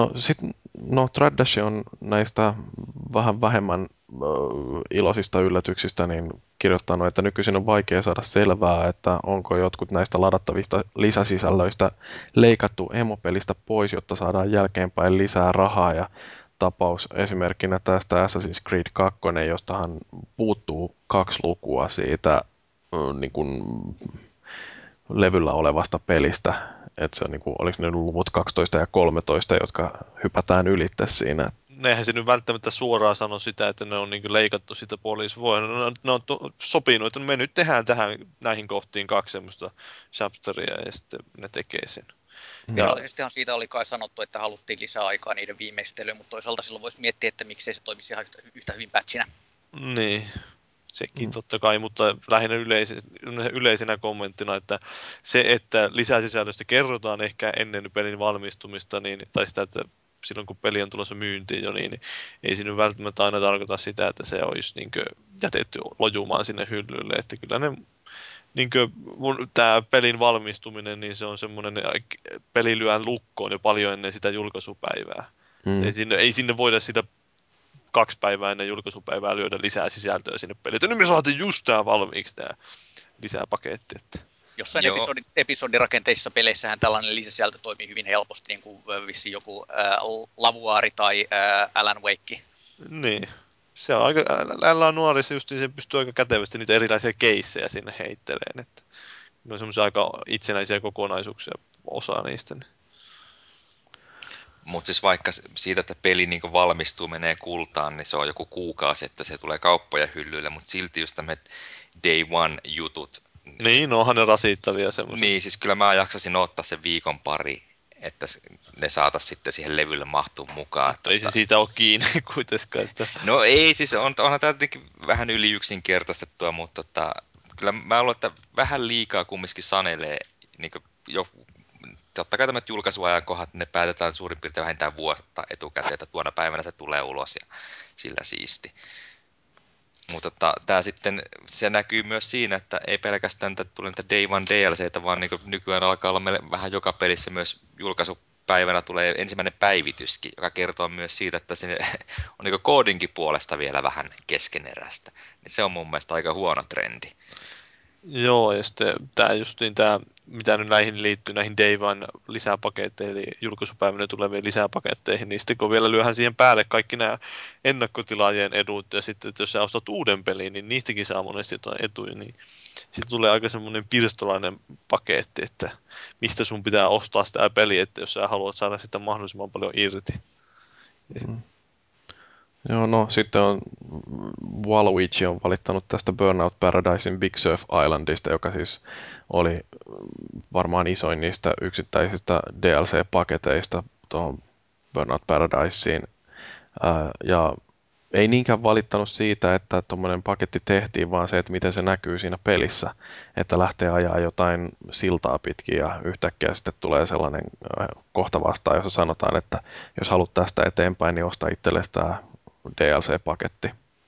No Tradash on näistä vähän vähemmän iloisista yllätyksistä niin kirjoittanut, että nykyisin on vaikea saada selvää, että onko jotkut näistä ladattavista lisäsisällöistä leikattu emopelistä pois, jotta saadaan jälkeenpäin lisää rahaa. Ja tapaus esimerkkinä tästä Assassin's Creed 2, jostahan puuttuu 2 lukua siitä niin kuin levyllä olevasta pelistä. Että se on niinku, oliko ne luvut 12 ja 13, jotka hypätään ylitte siinä. Eihän se nyt välttämättä suoraan sano sitä, että ne on niin leikattu sitä ne on sopinut, että me nyt tehdään näihin kohtiin 2 semmoista chapteria ja sitten ne tekee sen. Virallisestihan siitä oli kai sanottu, että haluttiin lisää aikaa niiden viimeistelyyn, mutta toisaalta silloin voisi miettiä, että miksei se toimisi ihan yhtä hyvin patchina. Niin, sekin totta kai, mutta lähinnä yleisenä kommenttina, että se, että lisäsisällöstä kerrotaan ehkä ennen pelin valmistumista, niin, tai sitä, että silloin kun peli on tulossa myyntiin jo, niin ei siinä välttämättä aina tarkoita sitä, että se olisi niin jätetty lojumaan sinne hyllylle, että kyllä ne tämä pelin valmistuminen, niin se on semmoinen, peli lyön lukkoon jo paljon ennen sitä julkaisupäivää. Ei sinne voida sitä 2 päivää ennen julkaisupäivää lyödä lisää sisältöä sinne peliin. Että nyt me saatiin just tää valmiiksi, tää lisäpaketti. Että. Jossain episodirakenteisissa peleissähän tällainen lisäsisältö toimii hyvin helposti, niin kuin vissiin joku Lavuaari tai Alan Wake. Niin. Se on aika, Alan nuorissa just niin se pystyy aika kätevästi niitä erilaisia keissejä sinne heitteleen. Että ne on semmoisia aika itsenäisiä kokonaisuuksia, osa niistä. Niin. Mutta siis vaikka siitä, että peli niin valmistuu, menee kultaan, niin se on joku kuukausi, että se tulee kauppojen hyllyille, mutta silti just tämmöiset day one jutut. Niin, onhan ne rasittavia semmoisia. Niin, siis kyllä mä jaksasin ottaa sen viikon pari, että ne saataisiin sitten siihen levylle mahtua mukaan. Mutta ei se siitä ole kiinni kuitenkaan. Että. No ei, siis onhan tämä tietenkin vähän yli yksinkertaistettua, mutta kyllä mä luulen, että vähän liikaa kumminkin sanelee niin totta kai tämmöiset julkaisuajankohdat, ne päätetään suurin piirtein vähintään vuotta etukäteen, että tuona päivänä se tulee ulos ja sillä siisti. Mutta tämä sitten, se näkyy myös siinä, että ei pelkästään tule niitä Day One DLCtä, vaan niin nykyään alkaa olla meille vähän joka pelissä myös päivänä tulee ensimmäinen päivityskin, joka kertoo myös siitä, että se on niin koodinkin puolesta vielä vähän keskeneräistä. Niin se on mun mielestä aika huono trendi. Joo, ja sitten tämä just niin tämä, mitä nyt näihin liittyy, näihin Day One lisäpaketteihin, eli julkaisupäivänä tuleviin lisäpaketteihin, niin sitten kun vielä lyöhän siihen päälle kaikki nämä ennakkotilaajien edut, ja sitten että jos sä ostat uuden pelin, niin niistäkin saa monesti jotain etuja, niin sitten tulee aika semmoinen pirstolainen paketti, että mistä sun pitää ostaa sitä peliä, että jos sä haluat saada sitä mahdollisimman paljon irti. Joo, no sitten on Waluigi on valittanut tästä Burnout Paradisein Big Surf Islandista, joka siis oli varmaan isoin niistä yksittäisistä DLC-paketeista tuohon Burnout Paradiseen. Ja ei niinkään valittanut siitä, että tuommoinen paketti tehtiin, vaan se, että miten se näkyy siinä pelissä. Että lähtee ajaa jotain siltaa pitkin ja yhtäkkiä sitten tulee sellainen kohta vastaan, jossa sanotaan, että jos haluat tästä eteenpäin, niin osta itsellesi tämä DLC-paketti.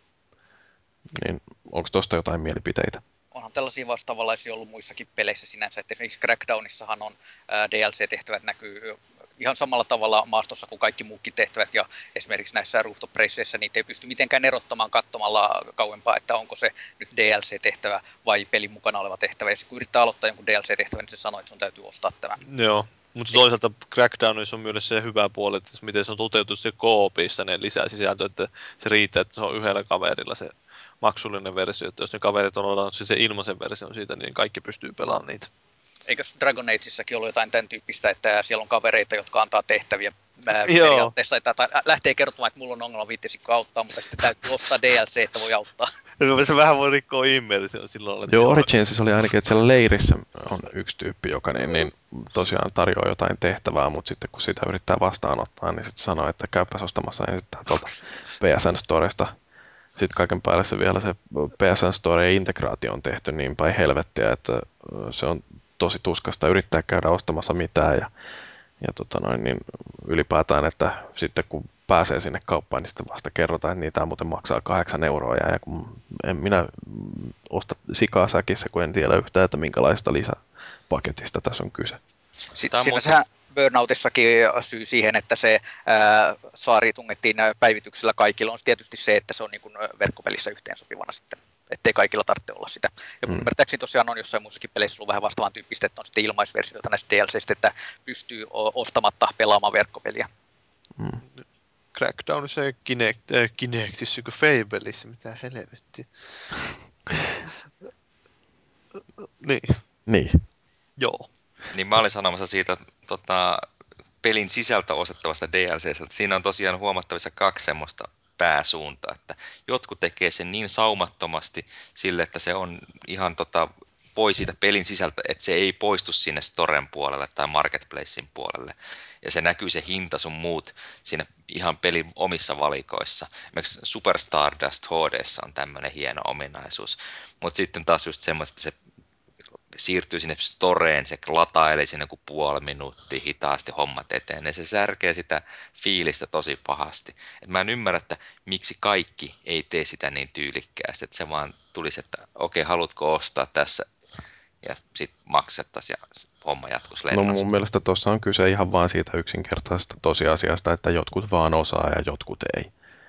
Niin onko tuosta jotain mielipiteitä? Onhan tällaisia vastaavanlaisia ollut muissakin peleissä sinänsä, että esimerkiksi Crackdownissahan on DLC-tehtävät näkyy ihan samalla tavalla maastossa kuin kaikki muukin tehtävät, ja esimerkiksi näissä Rooftop Raceissa niitä ei pysty mitenkään erottamaan katsomalla kauempaa, että onko se nyt DLC-tehtävä vai pelin mukana oleva tehtävä, ja kun yrittää aloittaa jonkun DLC-tehtävän, niin se sanoo, että sun täytyy ostaa tämä. Joo, mutta toisaalta Crackdownissa on myös se hyvä puoli, että miten se on toteutettu se koopissa ne lisäsisältö, että se riittää, että se on yhdellä kaverilla se maksullinen versio, että jos ne kaverit on odannut se ilmaisen version siitä, niin kaikki pystyy pelaamaan niitä. Eikö Dragon Ageissakin ollut jotain tämän tyyppistä, että siellä on kavereita, jotka antaa tehtäviä periaatteessa, että lähtee kertomaan, että mulla on ongelma, viittisikö auttaa, mutta sitten täytyy ostaa DLC, että voi auttaa. Se vähän voi rikkoa immersion silloin. Joo, Originsissa oli ainakin, että siellä leirissä on yksi tyyppi, joka niin tosiaan tarjoaa jotain tehtävää, mutta sitten kun sitä yrittää vastaanottaa, niin sitten sanoo, että käypäs ostamassa ja sitten tuolta PSN Storesta. Sitten kaiken päälle se vielä se PSN Store-integraatio on tehty niin päin helvettiä, että se on tosi tuskasta yrittää käydä ostamassa mitään ja niin ylipäätään, että sitten kun pääsee sinne kauppaan, niin sitten vasta kerrotaan, että niitä muuten maksaa 8 € ja kun en minä osta sikaa säkissä, kun en tiedä yhtään, että minkälaista lisäpaketista tässä on kyse. Sinänsähän Burnoutissakin syy siihen, että se saari tungettiin päivityksellä kaikilla, on tietysti se, että se on niin kuin verkkopelissä yhteensopivana sitten, ettei kaikilla tarvitse olla sitä. Ja ymmärtääkseni tosiaan on jossain muissakin peleissä ollut vähän vastaavan tyyppistä, että on sitten ilmaisversioita näistä DLCistä, että pystyy ostamatta pelaamaan verkkopeliä. Crackdownissa ja Kinectissä kuin Fableissa, mitä helvettiä. Niin. Joo. Niin mä olin sanomassa siitä pelin sisältä ostettavasta DLCstä, että siinä on tosiaan huomattavissa kaksi semmoista pääsuuntaa, että jotkut tekee sen niin saumattomasti sille, että se on ihan voi siitä pelin sisältä, että se ei poistu sinne Storen puolelle tai Marketplacein puolelle. Ja se näkyy se hinta sun muut siinä ihan pelin omissa valikoissa. Esimerkiksi Super Stardust HD:ssa on tämmöinen hieno ominaisuus. Mutta sitten taas just semmoista, että se siirtyy sinne storeen, se latailee sinne kuin puoli minuuttia hitaasti hommat eteen, ja se särkee sitä fiilistä tosi pahasti. Et mä en ymmärrä, että miksi kaikki ei tee sitä niin tyylikkäästi, että se vaan tulisi, että okei, haluatko ostaa tässä, ja sitten maksettaisiin ja homma jatkuisi lennosta. No mun mielestä tuossa on kyse ihan vaan siitä yksinkertaisesta tosiasiasta, että jotkut vaan osaa ja jotkut ei.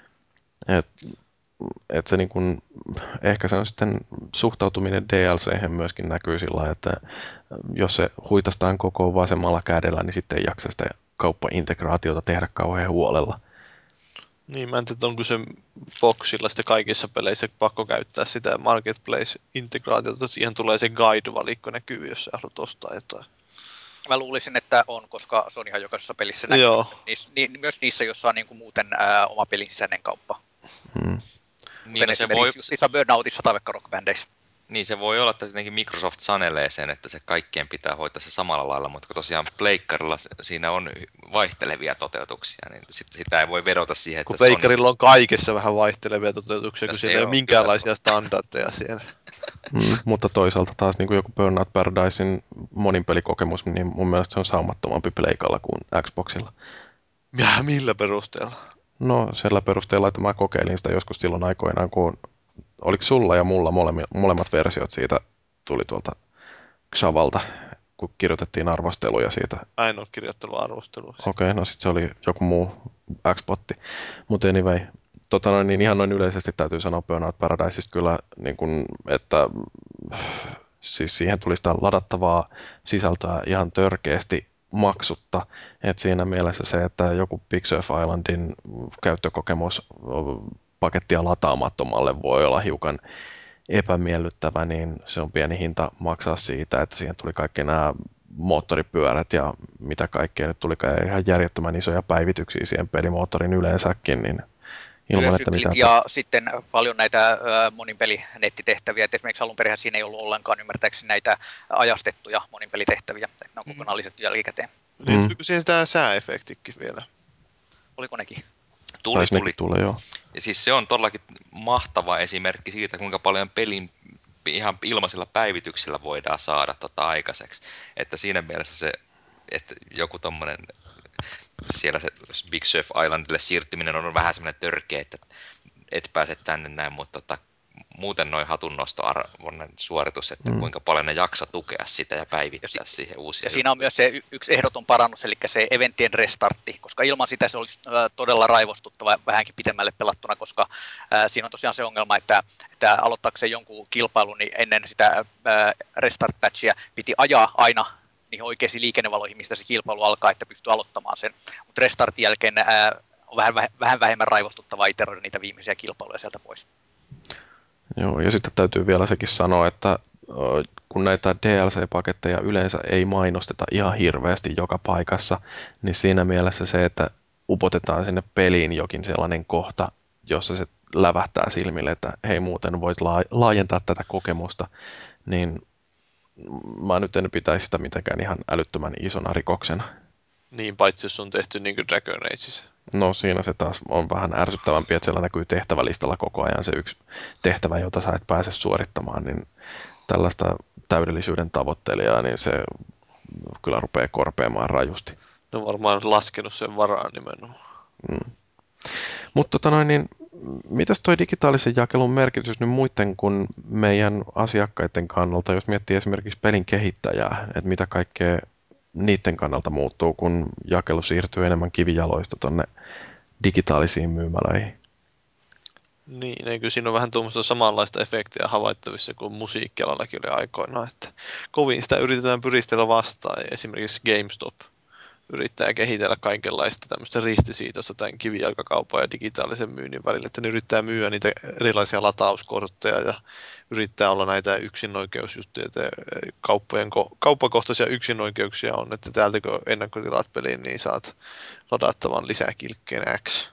Et se niin kun, ehkä se on sitten suhtautuminen DLC:hen myöskin näkyy sillä lailla, että jos se huitastaan koko vasemmalla kädellä, niin sitten ei jaksa sitä kauppaintegraatiota tehdä kauhean huolella. Niin, mä en tiedä, onko se boxilla sitten kaikissa peleissä pakko käyttää sitä Marketplace-integraatiota. Siihen tulee se guide-valikko näkyy, jos sä haluat ostaa jotain. Mä luulisin, että on, koska se on ihan jokaisessa pelissä näkyy. Myös niissä, joissa on niin kuin muuten oma pelin sisäinen kauppa. Niin, no se voi... Justiinsa Burnoutissa tai vaikka Rock Bandissa. Niin se voi olla, että tietenkin Microsoft sanelee sen, että se kaikkien pitää hoitaa se samalla lailla, mutta kun tosiaan pleikkarilla siinä on vaihtelevia toteutuksia, niin sitten sitä ei voi vedota siihen, että kun pleikkarilla on kaikessa vähän vaihtelevia toteutuksia, kun siellä ei ole minkäänlaisia standardeja siellä. Mutta toisaalta taas niin kuin joku Burnout Paradisein moninpelikokemus, niin mun mielestä se on saumattomampi pleikalla kuin Xboxilla. Ja millä perusteella? No sillä perusteella, että mä kokeilin sitä joskus silloin aikoinaan, kun oliko sulla ja mulla molemmat versiot siitä tuli tuolta Xavalta, kun kirjoitettiin arvosteluja siitä. Mä en ole kirjoittanut arvostelua. Okei, no sitten se oli joku muu X-botti. Mutta anyway, niin ihan noin yleisesti täytyy sanoa Burnout Paradiseista kyllä, niin kun, että siis siihen tuli sitä ladattavaa sisältöä ihan törkeästi maksutta. Et siinä mielessä se, että joku Big Surf Islandin käyttökokemus pakettia lataamattomalle voi olla hiukan epämiellyttävä, niin se on pieni hinta maksaa siitä, että siihen tuli kaikki nämä moottoripyörät ja mitä kaikkea. Nyt tuli ihan järjettömän isoja päivityksiä siihen pelimoottorin yleensäkin, niin ilman, että mitään... Ja sitten paljon näitä moninpelinettitehtäviä. Et esimerkiksi alun perin siinä ei ollut ollenkaan ymmärtääkseni näitä ajastettuja moninpelitehtäviä, että ne on kokonaan lisätty jälkikäteen. Liittyykö siihen tämä sääefektikin vielä? Oliko nekin? Tuli. Joo. Ja siis se on todellakin mahtava esimerkki siitä, kuinka paljon pelin ihan ilmaisilla päivityksillä voidaan saada aikaiseksi. Että siinä mielessä se, että joku tommonen siellä se Big Surf Islandille siirtyminen on vähän semmoinen törkeä, että et pääse tänne näin, mutta muuten noin hatunnostoarvoinen suoritus, että kuinka paljon ne jaksa tukea sitä ja päivittää siihen uusia. Ja siinä on myös se yksi ehdoton parannus, eli se eventtien restartti, koska ilman sitä se olisi todella raivostuttava vähänkin pitemmälle pelattuna, koska siinä on tosiaan se ongelma, että aloittaakseen jonkun kilpailun, niin ennen sitä restart-patchia piti ajaa aina niihin oikeisiin liikennevaloihin, mistä se kilpailu alkaa, että pystyy aloittamaan sen. Mutta restartin jälkeen on vähän vähemmän raivostuttavaa iteroida niitä viimeisiä kilpailuja sieltä pois. Joo, ja sitten täytyy vielä sekin sanoa, että kun näitä DLC-paketteja yleensä ei mainosteta ihan hirveästi joka paikassa, niin siinä mielessä se, että upotetaan sinne peliin jokin sellainen kohta, jossa se lävähtää silmille, että hei muuten voit laajentaa tätä kokemusta, niin mä nyt en pitäisi sitä mitenkään ihan älyttömän isona rikoksena. Niin, paitsi jos on tehty niin kuin Dragon Ageissa. No siinä se taas on vähän ärsyttävämpi, että siellä näkyy tehtävälistalla koko ajan se yksi tehtävä, jota sä et pääse suorittamaan, niin tällaista täydellisyyden tavoittelijaa, niin se kyllä rupeaa korpeamaan rajusti. No varmaan laskenut sen varaan nimenomaan. Mutta niin, mitäs toi digitaalisen jakelun merkitys nyt muiden kuin meidän asiakkaiden kannalta, jos miettii esimerkiksi pelin kehittäjää, että mitä kaikkea niiden kannalta muuttuu, kun jakelu siirtyy enemmän kivijaloista tonne digitaalisiin myymälöihin? Niin, eikö siinä on vähän tuommoista samanlaista efektiä havaittavissa kuin musiikkialallakin oli aikoinaan, että kovin sitä yritetään pyristellä vastaan. Esimerkiksi GameStop yrittää kehitellä kaikenlaista tämmöistä ristisiitosta tämän kivijalkakaupan ja digitaalisen myynnin välillä, että ne yrittää myyä niitä erilaisia latauskortteja ja yrittää olla näitä yksinoikeusjuttuja, että kauppakohtaisia yksinoikeuksia on, että täältä kun ennakkotilaat peliin, niin saat ladattavan lisäkilkkeen X.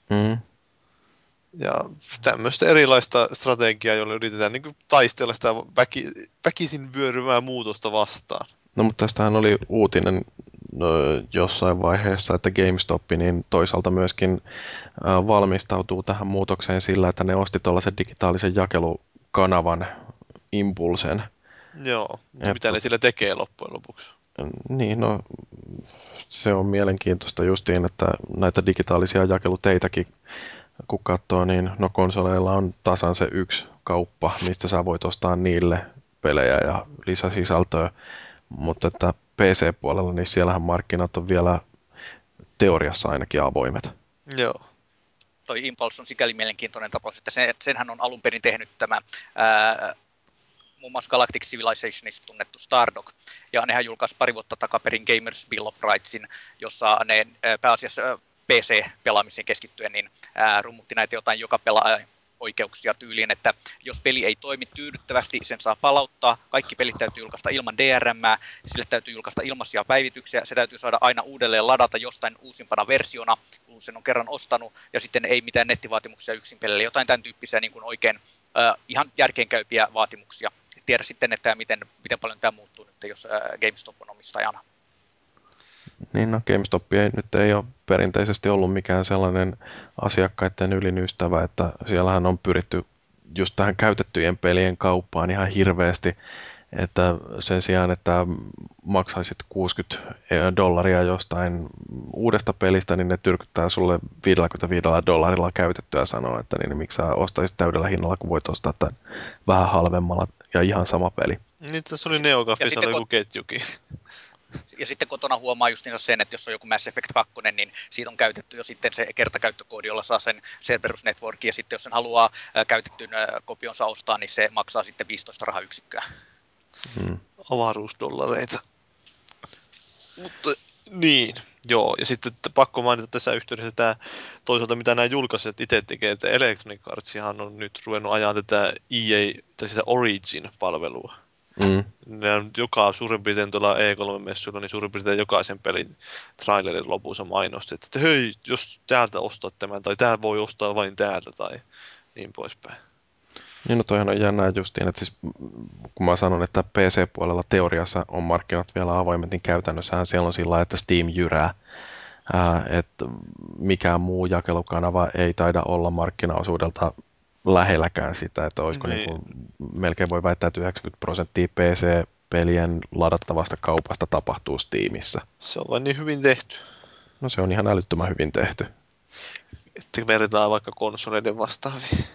Ja tämmöistä erilaista strategiaa, jolla yritetään niin kuin taistella sitä väkisin vyöryvää muutosta vastaan. No mutta tästähän oli uutinen jossain vaiheessa, että GameStop niin toisaalta myöskin valmistautuu tähän muutokseen sillä, että ne osti tuollaisen digitaalisen jakelukanavan Impulsen. Joo, mitä ne sillä tekee loppujen lopuksi? Niin, no se on mielenkiintoista justiin, että näitä digitaalisia jakeluteitäkin kun katsoo, niin no konsoleilla on tasan se yksi kauppa, mistä sä voit ostaa niille pelejä ja lisäsisältöä, mutta että PC-puolella, niin siellähän markkinat on vielä teoriassa ainakin avoimet. Joo. Toi Impulse on sikäli mielenkiintoinen tapaus, että senhän on alun perin tehnyt tämä muun muassa Galactic Civilizationista tunnettu Stardock, ja nehän julkaisi pari vuotta takaperin Gamers Bill of Rightsin, jossa ne pääasiassa PC-pelaamiseen keskittyen, niin rummutti näitä jotain joka pelaaja oikeuksia tyyliin, että jos peli ei toimi tyydyttävästi, sen saa palauttaa, kaikki pelit täytyy julkaista ilman DRMää, sille täytyy julkaista ilmaisia päivityksiä, se täytyy saada aina uudelleen ladata jostain uusimpana versiona, kun sen on kerran ostanut, ja sitten ei mitään nettivaatimuksia yksin pelille, jotain tämän tyyppisiä niin kuin oikein ihan järkeenkäypiä vaatimuksia. Tiedä sitten, että miten paljon tämä muuttuu nyt, jos GameStop on omistajana. Niin no, GameStop nyt ei ole perinteisesti ollut mikään sellainen asiakkaiden ylin ystävä, että siellähän on pyritty just tähän käytettyjen pelien kauppaan ihan hirveästi, että sen sijaan, että maksaisit $60 jostain uudesta pelistä, niin ne tyrkyttää sulle $55 käytettyä ja sanoo, että niin miksi sä ostaisit täydellä hinnalla, kun voit ostaa tämän vähän halvemmalla ja ihan sama peli. Niin tässä oli Neogafissa joku ketjukin. Ja sitten kotona huomaa justiinsa sen, että jos on joku Mass Effect 2, niin siitä on käytetty jo sitten se kertakäyttökoodi, jolla saa sen Cerberus Networkin, ja sitten jos sen haluaa käytettyn kopionsa ostaa, niin se maksaa sitten 15 rahayksikköä. Avaruusdollareita. Mutta niin, joo. Ja sitten pakko mainita tässä yhteydessä tämä toisaalta, mitä nämä julkaisijat itse tekee, että Electronic Artsihan on nyt ruvennut ajaa tätä EA, tai sitä Origin-palvelua. Ne on suurin piirtein tuolla E3-messuilla, niin suurin piirtein jokaisen pelin trailerin lopussa mainosti, että hei, jos täältä ostat tämän, tai tämä voi ostaa vain täältä, tai niin poispäin. Niin, no toihan on jännää justiin, että siis kun mä sanon, että PC-puolella teoriassa on markkinat vielä avoimet, niin käytännössähän siellä on sillä, että Steam jyrää. Että mikään muu jakelukanava ei taida olla markkinaosuudelta lähelläkään sitä, että olisiko niin kuin, melkein voi väittää, että 90% PC-pelien ladattavasta kaupasta tapahtuu Steamissa. Se on vain niin hyvin tehty. No se on ihan älyttömän hyvin tehty. Että verrataan vaikka konsoleiden vastaaviin.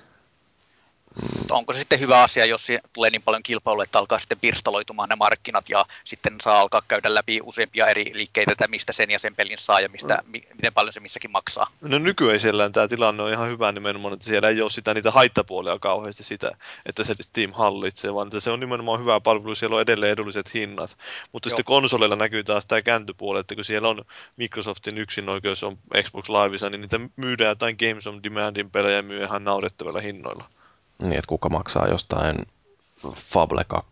Onko se sitten hyvä asia, jos tulee niin paljon kilpailua, että alkaa sitten pirstaloitumaan ne markkinat ja sitten saa alkaa käydä läpi useampia eri liikkeitä, että mistä sen ja sen pelin saa ja miten paljon se missäkin maksaa? No nykyisellään tämä tilanne on ihan hyvä nimenomaan, että siellä ei ole niitä haittapuolia kauheasti sitä, että se Steam hallitsee, vaan että se on nimenomaan hyvä palvelu, siellä on edelleen edulliset hinnat. Mutta sitten konsoleilla näkyy taas tämä kääntöpuoli, että kun siellä on Microsoftin yksinoikeus on Xbox Liveissa, niin niitä myydään jotain Games on Demandin pelejä myy ihan naurettavilla hinnoilla. Niin, että kuka maksaa jostain Fable 2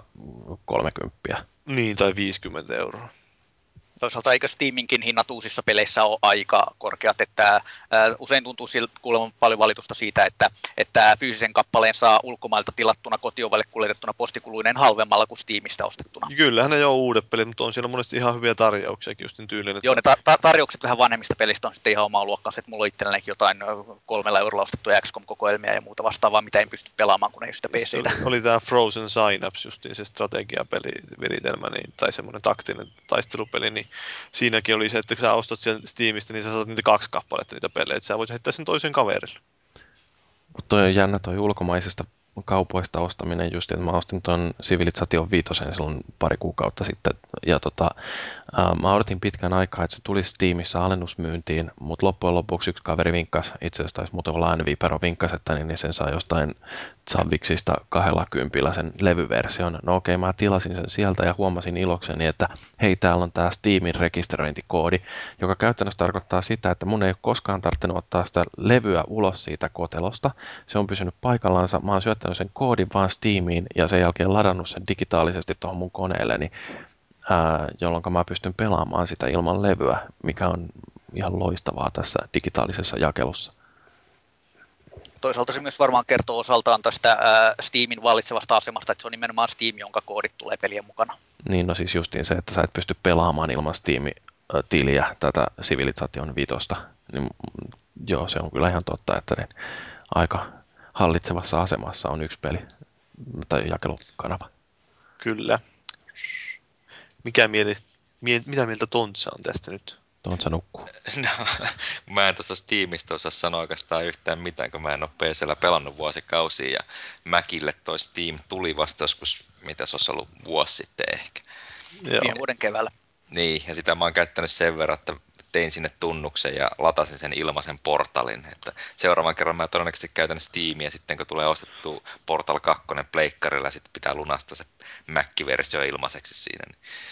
30. Niin, tai 50 €. Toisaalta eikö Steaminkin hinnat uusissa peleissä ole aika korkeat, että usein tuntuu kuulemaan paljon valitusta siitä, että fyysisen kappaleen saa ulkomailta tilattuna kotiovalle kuljetettuna postikuluinen halvemmalla kuin Steamista ostettuna. Kyllähän ne on uudet pelit, mutta on siellä monesti ihan hyviä tarjouksiakin just tyylinen. Joo, ne tarjoukset vähän vanhemmista pelistä on sitten ihan omaa luokkaansa, että mulla on itselläni jotain 3 € ostettuja XCOM-kokoelmia ja muuta vastaavaa, mitä en pysty pelaamaan, kun ei sitä PC:tä. Oli tämä Frozen Synapse, justiin se strategiapeliviritelmä, niin, tai semmoinen taktinen taistelupeli, niin siinäkin oli se, että kun sä ostat sieltä Steamista, niin sä saat niitä 2 kappaletta niitä pelejä, että sä voit heittää sen toisen kaverille. Mutta toi on jännä toi ulkomaisesta kaupoista ostaminen just, että mä ostin tuon Civilization 5 silloin pari kuukautta sitten, ja mä odotin pitkän aikaa, että se tulisi Steamissa alennusmyyntiin, mutta loppujen lopuksi yksi kaveri vinkkasi, itse asiassa taisi muuten olla NV-pero vinkkasi, että niin sen saa jostain Zaviksista 20 sen levyversion. No okei, mä tilasin sen sieltä ja huomasin ilokseni, että hei, täällä on tää Steamin rekisteröintikoodi, joka käytännössä tarkoittaa sitä, että mun ei ole koskaan tarvinnut ottaa sitä levyä ulos siitä kotelosta. Se on pysynyt paikallaansa, mä oon syöttänyt sen koodin vaan Steamiin ja sen jälkeen ladannut sen digitaalisesti tuohon mun koneelleni, jolloin mä pystyn pelaamaan sitä ilman levyä, mikä on ihan loistavaa tässä digitaalisessa jakelussa. Toisaalta se myös varmaan kertoo osaltaan tästä Steamin vallitsevasta asemasta, että se on nimenomaan Steam, jonka koodit tulee pelien mukana. Niin, no siis justiin se, että sä et pysty pelaamaan ilman Steam-tiliä tätä Civilization 5. Niin, joo, se on kyllä ihan totta, että niin aika hallitsevassa asemassa on yksi peli tai jakelukanava. Kyllä. Mitä mieltä Tontsa on tästä nyt? Tontsa nukkuu. No, mä en tuossa Steamista osaa sanoa oikeastaan yhtään mitään, kun mä en ole PC:llä pelannut vuosikausia, ja Macille toi Steam tuli vasta joskus, mitä se olisi ollut vuosi sitten ehkä. Viime vuoden keväällä. Niin, ja sitä mä oon käyttänyt sen verran, että tein sinne tunnuksen ja latasin sen ilmaisen portalin. Että seuraavan kerran mä todennäköisesti käytän Steamia sitten, kun tulee ostettu Portal 2 pleikkarilla, ja sitten pitää lunastaa se Mac-versio ilmaiseksi siinä.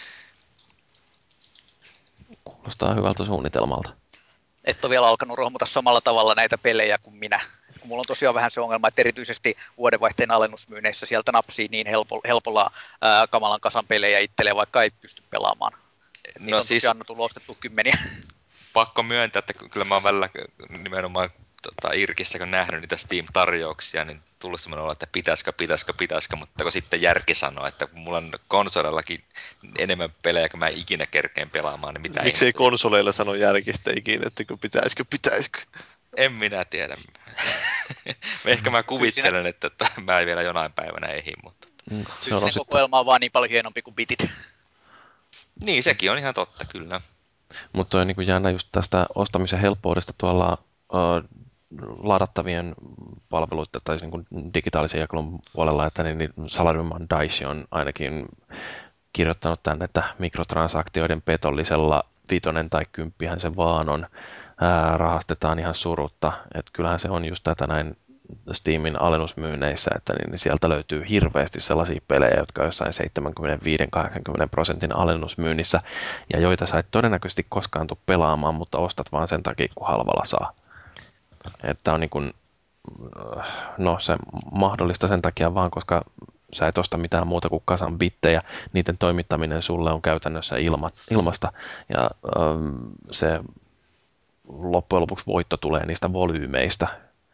Kuulostaa hyvältä suunnitelmalta. Et ole vielä alkanut rohmuta samalla tavalla näitä pelejä kuin minä. Kun mulla on tosiaan vähän se ongelma, että erityisesti vuodenvaihteen alennusmyynneissä sieltä napsii niin helpolla kamalan kasan pelejä itselleen, vaikka ei pysty pelaamaan. Niitä on tosiaan tullut ostettu kymmeniä. Pakko myöntää, että kyllä mä oon välillä nimenomaan Irkissä, kun nähnyt niitä Steam-tarjouksia, niin tullut semmoinen olo, että pitäisikö, mutta kun sitten järki sanoo, että kun mulla on konsolillakin enemmän pelejä, kun mä ikinä kerkeen pelaamaan, niin mitä miksi ei konsoleilla sano järkistä ikinä, että kun pitäisikö? En minä tiedä. Ehkä mä kuvittelen, että mä en vielä jonain päivänä ehdi, mutta... Fyysinen kokoelma on vaan niin paljon hienompi kuin bitit. Niin, sekin on ihan totta, kyllä. Mutta on niin jännä just tästä ostamisen helppoudesta tuolla ladattavien palveluiden tai niin digitaalisen jakelun puolella, että niin Salaryman Dice on ainakin kirjoittanut tänne, että mikrotransaktioiden petollisella 5 tai 10 se vaan on, rahastetaan ihan surutta. Et kyllähän se on just tätä näin Steamin alennusmyynneissä, että niin sieltä löytyy hirveästi sellaisia pelejä, jotka on jossain 75-80% alennusmyynnissä, ja joita sä et todennäköisesti koskaan tule pelaamaan, mutta ostat vaan sen takia, kun halvalla saa. Että on niin kuin, no se mahdollista sen takia vaan, koska sä et osta mitään muuta kuin kasan bittejä, niiden toimittaminen sulle on käytännössä ilmasta, ja se loppujen lopuksi voitto tulee niistä volyymeistä.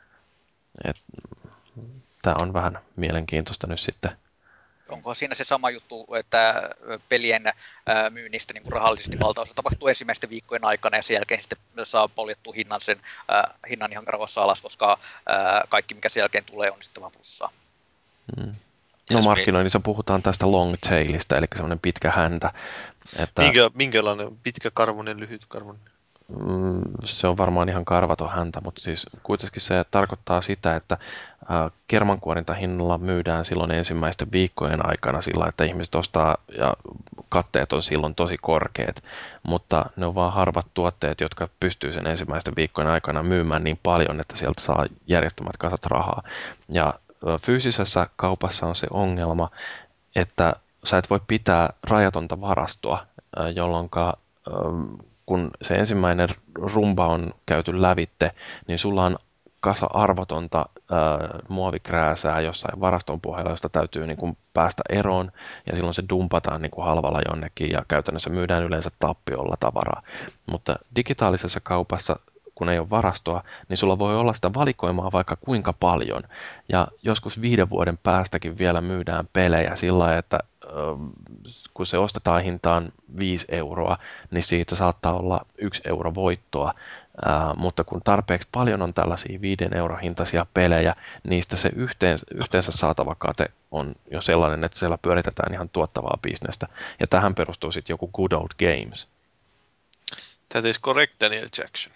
Tämä on vähän mielenkiintoista nyt sitten. Onko siinä se sama juttu, että pelien myynnistä niin kuin rahallisesti valtaosa tapahtuu ensimmäisten viikkojen aikana ja sen jälkeen sitten saa poljettua hinnan ihan rauhassa alas, koska kaikki mikä sen jälkeen tulee on sitten vaan plussaa. No markkinoinnissa puhutaan tästä long tailista, eli semmoinen pitkä häntä. Että Minkälainen pitkäkarvonen, lyhytkarvonen? Se on varmaan ihan karvaton häntä, mutta siis kuitenkin se tarkoittaa sitä, että kermankuorintahinnalla myydään silloin ensimmäisten viikkojen aikana sillä, että ihmiset ostaa ja katteet on silloin tosi korkeat, mutta ne on vaan harvat tuotteet, jotka pystyy sen ensimmäisten viikkojen aikana myymään niin paljon, että sieltä saa järjettömät kasat rahaa. Ja fyysisessä kaupassa on se ongelma, että sä et voi pitää rajatonta varastoa, jolloin kun se ensimmäinen rumba on käyty lävitte, niin sulla on kasa arvotonta muovikrääsää jossain varaston pohjalla, josta täytyy niin kuin päästä eroon, ja silloin se dumpataan niin kuin halvalla jonnekin, ja käytännössä myydään yleensä tappiolla tavaraa. Mutta digitaalisessa kaupassa, kun ei ole varastoa, niin sulla voi olla sitä valikoimaa vaikka kuinka paljon, ja joskus 5 vuoden päästäkin vielä myydään pelejä sillä lailla, että kun se ostetaan hintaan 5 euroa, niin siitä saattaa olla 1 euro voittoa, mutta kun tarpeeksi paljon on tällaisia 5 euron hintaisia pelejä, niistä se yhteensä saatava kate on jo sellainen, että siellä pyöritetään ihan tuottavaa bisnestä. Ja tähän perustuu sitten joku Good Old Games. That is correct, Daniel Jackson.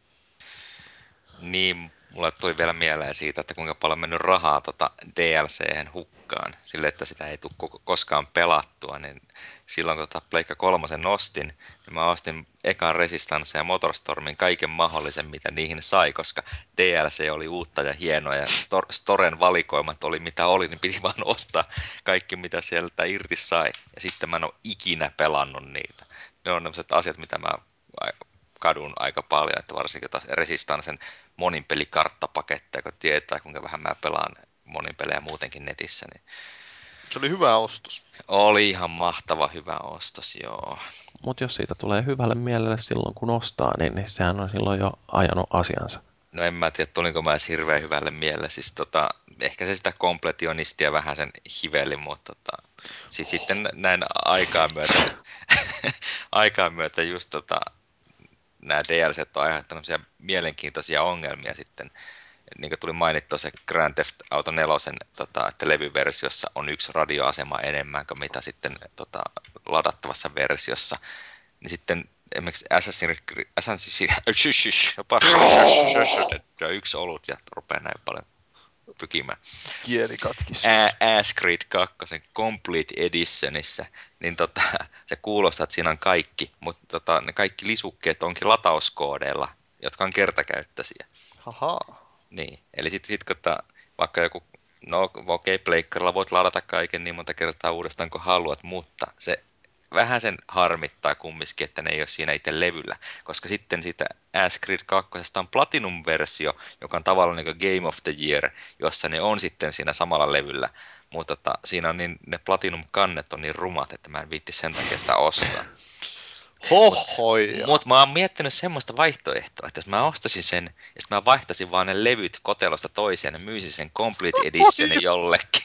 Niin, mulle tuli vielä mieleen siitä, että kuinka paljon on mennyt rahaa DLC:hen hukkaan, sille että sitä ei tule koskaan pelattua, niin silloin kun Pleikka 3 ostin, niin mä ostin ekan Resistance ja Motorstormin kaiken mahdollisen, mitä niihin sai, koska DLC oli uutta ja hienoa ja Storen valikoimat oli mitä oli, niin piti vaan ostaa kaikki, mitä sieltä irti sai, ja sitten mä en ole ikinä pelannut niitä. Ne on sellaiset asiat, mitä mä kadun aika paljon, että varsinkin taas Resistancen moninpelikarttapaketteja, kun tietää, kuinka vähän mä pelaan moninpelejä muutenkin netissä. Niin Se oli hyvä ostos. oli ihan mahtava hyvä ostos, joo. Mutta jos siitä tulee hyvälle mielelle silloin, kun ostaa, niin sehän on silloin jo ajanut asiansa. No en mä tiedä, tulinko mä edes hirveän hyvälle mielelle. Siis ehkä se sitä kompletionistia vähän sen hiveli, mutta siis sitten näin aikaa myötä just nämä DLCt on aiheuttanut mielenkiintoisia ongelmia sitten. Niin kuin tuli mainittua se Grand Theft Auto 4, että levyversiossa on 1 radioasema enemmän kuin mitä sitten ladattavassa versiossa. Niin sitten esimerkiksi yksi olut ja rupeaa näin paljon pykimään. Kielikatkis. Ass Creed 2 Complete Editionissa, niin se kuulostaa, että siinä on kaikki, mutta ne kaikki lisukkeet onkin latauskoodeilla, jotka on kertakäyttöisiä. Haha. Niin, eli sitten kun vaikka joku, no okei, pleikkarilla voit ladata kaiken niin monta kertaa uudestaan kuin haluat, mutta se vähän sen harmittaa kumminkin, että ne ei ole siinä itse levyllä, koska sitten siitä Ass Creed 2 on Platinum-versio, joka on tavallaan niin kuin Game of the Year, jossa ne on sitten siinä samalla levyllä, mutta siinä on niin, ne Platinum-kannet on niin rumat, että mä en viitti sen takia sitä ostaa. Hohoja. Mutta mä oon miettinyt semmoista vaihtoehtoa, että jos mä ostaisin sen, ja sitten mä vaihtaisin vaan ne levyt kotelosta toiseen ja myisin sen Complete Editionin jollekin.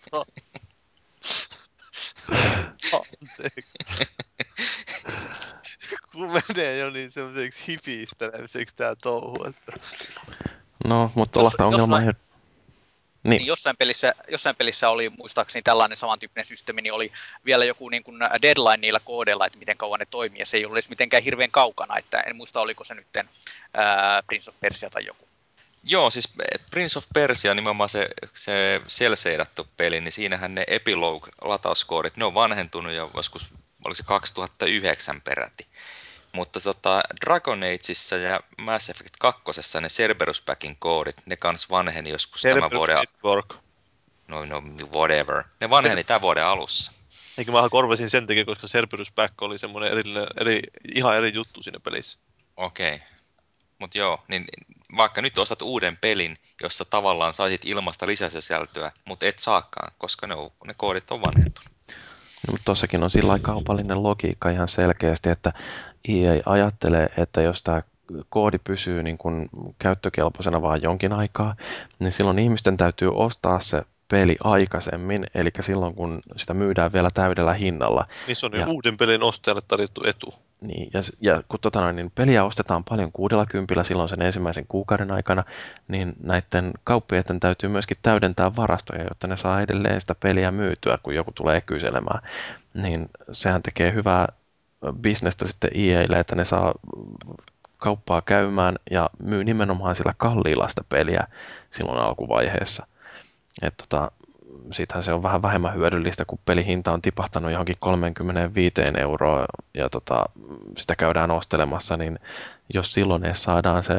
Kun menee jo niin semmoiseksi hifistelemiseksi tää touhu, että No, mutta tuollaista ongelmaa ei... Niin jossain pelissä oli muistaakseni tällainen samantyyppinen systeemi, niin oli vielä joku niin kuin deadline niillä koodeilla, että miten kauan ne toimii, ja se ei ollut edes mitenkään hirveän kaukana, että en muista oliko se nyt Prince of Persia tai joku. Joo, siis Prince of Persia, nimenomaan se cel-sheidattu peli, niin siinähän ne Epilogue-latauskoodit, ne on vanhentunut jo joskus, oliko se 2009 peräti. Mutta Dragon Ageissa ja Mass Effect 2. ne Cerberus Packin koodit, ne kans vanheni joskus tämän Cerberus vuoden, Network. no whatever, ne vanheni tämän vuoden alussa. Eikä mä korvasin sen takia, koska Cerberus Pack oli semmoinen ihan eri juttu siinä pelissä. Okei. Mutta joo, niin vaikka nyt ostat uuden pelin, jossa tavallaan saisit ilmasta lisäsisältöä, mutta et saakaan, koska ne koodit on vanhentunut. Mutta tossakin on sillä kaupallinen logiikka ihan selkeästi, että EA ajattelee, että jos tämä koodi pysyy niin kuin käyttökelpoisena vaan jonkin aikaa, niin silloin ihmisten täytyy ostaa se peli aikaisemmin, eli silloin kun sitä myydään vielä täydellä hinnalla. Niin se on Ja, uuden pelin ostajalle tarjottu etu. niin, ja kun niin peliä ostetaan paljon 60 silloin sen ensimmäisen kuukauden aikana, niin näiden kauppiaiden täytyy myöskin täydentää varastoja, jotta ne saa edelleen sitä peliä myytyä, kun joku tulee kyselemään. Niin sehän tekee hyvää bisnestä sitten EA:lle, että ne saa kauppaa käymään ja myy nimenomaan sillä kalliilla sitä peliä silloin alkuvaiheessa. Siitähän se on vähän vähemmän hyödyllistä, kun pelihinta on tipahtanut johonkin 35 euroa ja sitä käydään ostelemassa, niin jos silloin edes saadaan se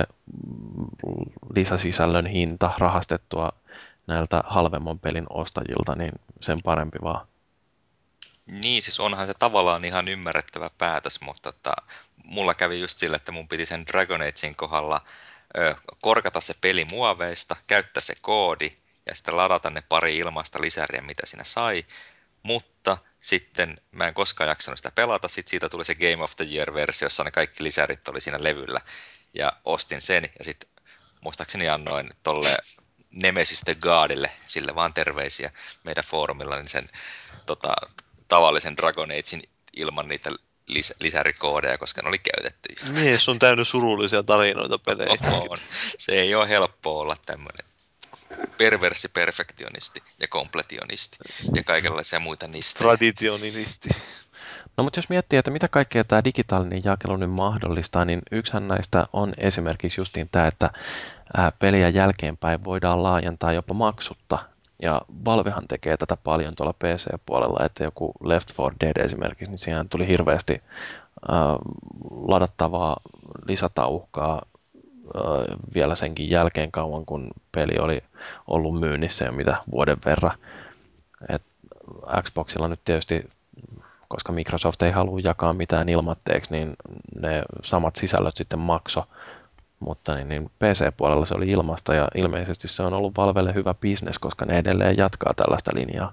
lisäsisällön hinta rahastettua näiltä halvemman pelin ostajilta, niin sen parempi vaan. Niin, siis onhan se tavallaan ihan ymmärrettävä päätös, mutta mulla kävi just sille, että mun piti sen Dragon Agein kohdalla korkata se peli muoveista, käyttää se koodi ja sitten ladata ne pari ilmaista lisäriä, mitä siinä sai, mutta sitten mä en koskaan jaksanut sitä pelata, sitten siitä tuli se Game of the Year-versio, jossa ne kaikki lisärit oli siinä levyllä, ja ostin sen, ja sitten muistaakseni annoin tolle Nemesis the Godille, sille vaan terveisiä meidän foorumilla, niin sen tavallisen Dragon Agein ilman niitä lisärikoodeja, koska ne oli käytetty. Mies on täynnä surullisia tarinoita peleistä. On. Se ei ole helppoa olla tämmöinen perversi perfektionisti ja kompletionisti ja kaikenlaisia muita nistejä. Traditionisti. No mutta jos miettii, että mitä kaikkea tämä digitaalinen jakelu nyt mahdollistaa, niin yksihän näistä on esimerkiksi justiin tämä, että peliä jälkeenpäin voidaan laajentaa jopa maksutta. Ja Valvehan tekee tätä paljon tuolla PC-puolella, että joku Left 4 Dead esimerkiksi, niin siihen tuli hirveästi ladattavaa lisätauhkaa vielä senkin jälkeen kauan, kun peli oli ollut myynnissä jo mitä vuoden verran. Et Xboxilla nyt tietysti, koska Microsoft ei halua jakaa mitään ilmatteeksi, niin ne samat sisällöt sitten makso. Mutta niin PC-puolella se oli ilmasta ja ilmeisesti se on ollut Valvelle hyvä bisnes, koska ne edelleen jatkaa tällaista linjaa.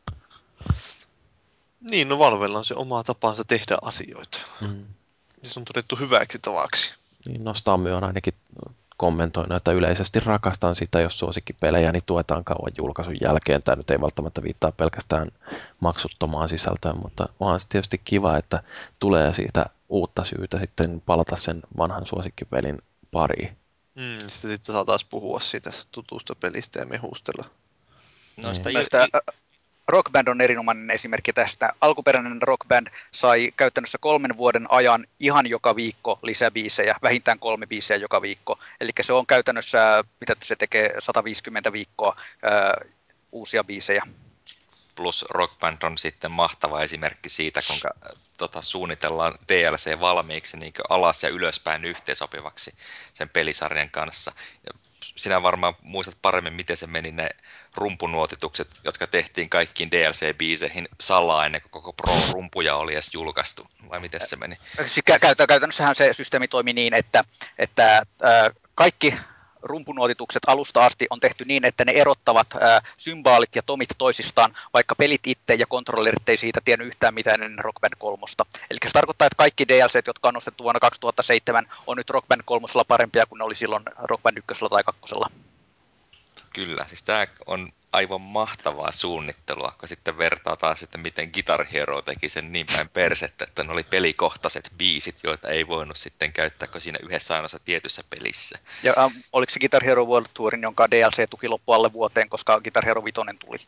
Niin, no Valvella on se oma tapansa tehdä asioita. Mm. Se on todettu hyväksi tavaksi. Niin, no Stammy on ainakin kommentoinut, että yleisesti rakastan sitä, jos suosikkipelejä, niin tuetaan kauan julkaisun jälkeen. Tämä nyt ei välttämättä viittaa pelkästään maksuttomaan sisältöön, mutta onhan se tietysti kiva, että tulee siitä uutta syytä sitten palata sen vanhan suosikkipelin pariin. Sitten saa taas puhua siitä tutusta pelistä ja mehustella. No sitä Rock Band on erinomainen esimerkki tästä. Alkuperäinen Rock Band sai käytännössä 3 vuoden ajan ihan joka viikko lisäbiisejä, vähintään 3 biisejä joka viikko. Eli se on käytännössä, mitä se tekee, 150 viikkoa uusia biisejä. Plus Rock Band on sitten mahtava esimerkki siitä, kuinka suunnitellaan DLC valmiiksi niin alas- ja ylöspäin yhteensopivaksi sen pelisarjan kanssa. Ja sinä varmaan muistat paremmin, miten se meni ne rumpunuotitukset, jotka tehtiin kaikkiin DLC-biiseihin salaa ennen kuin koko Pro-rumpuja oli edes julkaistu, vai miten se meni? Käytännössähän se systeemi toimi niin, että kaikki rumpunuotitukset alusta asti on tehty niin, että ne erottavat symbaalit ja tomit toisistaan, vaikka pelit itse ja kontrollerit ei siitä tiennyt yhtään mitään ennen Rock Band 3. Eli se tarkoittaa, että kaikki DLCt, jotka on nostettu vuonna 2007, on nyt Rock Band 3 parempia kuin ne oli silloin Rock Band 1 tai 2. Kyllä, siis tämä on aivan mahtavaa suunnittelua, kun sitten vertaa taas, että miten Guitar Hero teki sen niin päin persettä, että ne oli pelikohtaiset biisit, joita ei voinut sitten käyttää kuin siinä yhdessä ainoassa tietyssä pelissä. Ja oliko se Guitar Hero World Tourin, jonka DLC tuki loppu alle vuoteen, koska Guitar Hero 5 tuli?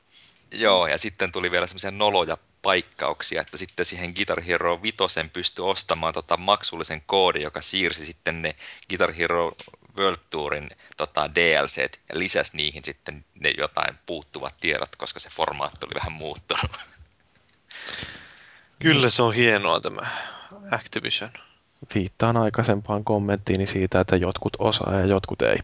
Joo, ja sitten tuli vielä semmoisia noloja paikkauksia, että sitten siihen Guitar Hero 5 pystyi ostamaan maksullisen koodin, joka siirsi sitten ne Guitar Hero World Tourin DLCt ja lisäsi niihin sitten ne jotain puuttuvat tiedot, koska se formaatti oli vähän muuttunut. Kyllä se on hienoa tämä Activision. Viittaan aikaisempaan kommenttiini siitä, että jotkut osaa ja jotkut ei.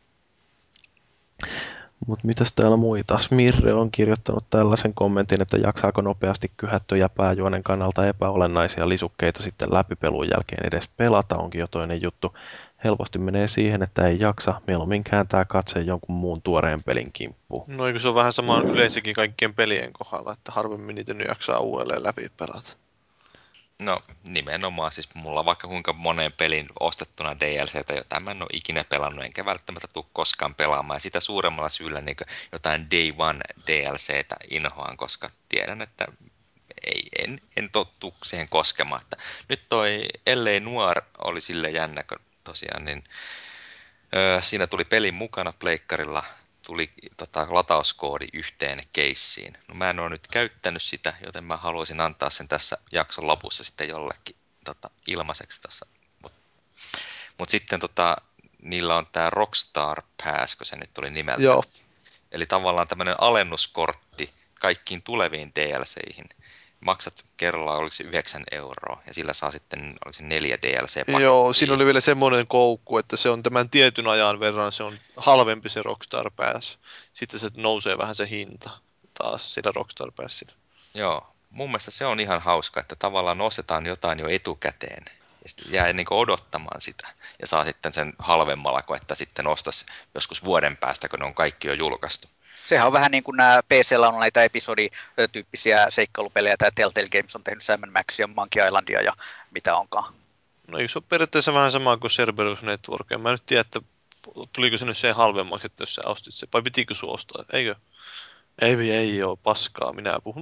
Mutta mitäs täällä muita? Smirre on kirjoittanut tällaisen kommentin, että jaksaako nopeasti kyhättyjä pääjuonen kannalta epäolennaisia lisukkeita sitten läpipelun jälkeen edes pelata, onkin jo toinen juttu. Helposti menee siihen, että ei jaksa, mieluummin kääntää katseen jonkun muun tuoreen pelin kimppuun. No eikö se on vähän sama yleensäkin kaikkien pelien kohdalla, että harvemmin niitä nyt jaksaa uudelleen läpi pelata. No nimenomaan, siis mulla on vaikka kuinka moneen pelin ostettuna DLCtä, jota mä en ole ikinä pelannut, enkä välttämättä tule koskaan pelaamaan. Ja sitä suuremmalla syyllä niin jotain Day One DLCtä inhoan, koska tiedän, että en tottu siihen koskemaan. Että nyt toi LA Noir oli sille jännä, kun tosiaan niin, siinä tuli pelin mukana pleikkarilla, tuli latauskoodi yhteen keissiin. No mä en ole nyt käyttänyt sitä, joten mä haluaisin antaa sen tässä jakson lopussa sitten jollekin ilmaiseksi tuossa. Mut sitten niillä on tämä Rockstar Pass, kun se nyt tuli nimeltä. Joo. Eli tavallaan tämmöinen alennuskortti kaikkiin tuleviin DLCihin. Maksat kerralla oliko se 9 euroa ja sillä saa sitten oliko se 4 DLC-pakettia. Joo, siinä oli vielä semmoinen koukku, että se on tämän tietyn ajan verran, se on halvempi se Rockstar Pass. Sitten se nousee vähän se hinta taas sillä Rockstar Passilla. Joo, mun mielestä se on ihan hauska, että tavallaan ostetaan jotain jo etukäteen ja sitten jää niin odottamaan sitä ja saa sitten sen halvemmalla kuin että sitten ostaisi joskus vuoden päästä, kun ne on kaikki jo julkaistu. Sehän on vähän niin kuin nämä PC:llä on näitä episodityyppisiä seikkailupelejä. Tämä Telltale Games on tehnyt Sam Maxia, Monkey Islandia ja mitä onkaan. No eikö se ole periaatteessa vähän sama kuin Cerberus Network? Mä en nyt tiedä, että tuliko se nyt sen halvemmaksi, että jos sä ostit se, vai pitikö sun ostaa, eikö? Ei oo paskaa, minä puhun.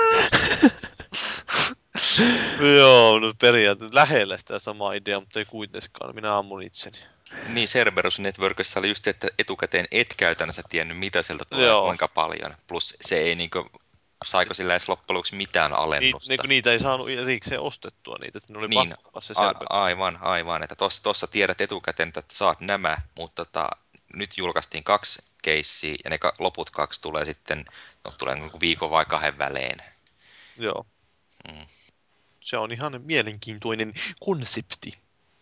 Joo, no periaatteessa lähellä sitä samaa ideaa, mutta ei kuitenkaan, minä ammun itseni. Niin, Cerberus Networkissa oli just, että etukäteen et käytännössä tiennyt, mitä sieltä tulee ja Joo. kuinka paljon. Plus se ei saiko sillä edes loppujen lopuksi mitään alennusta. Niitä ei saanut erikseen ostettua niitä, että ne oli Niin, pakko olla se Cerberus. aivan, että tuossa tiedät etukäteen, että saat nämä, mutta nyt julkaistiin 2 keissiä ja ne loput 2 tulee sitten, tulee viikon vai 2 välein. Joo. Mm. Se on ihan mielenkiintoinen konsepti.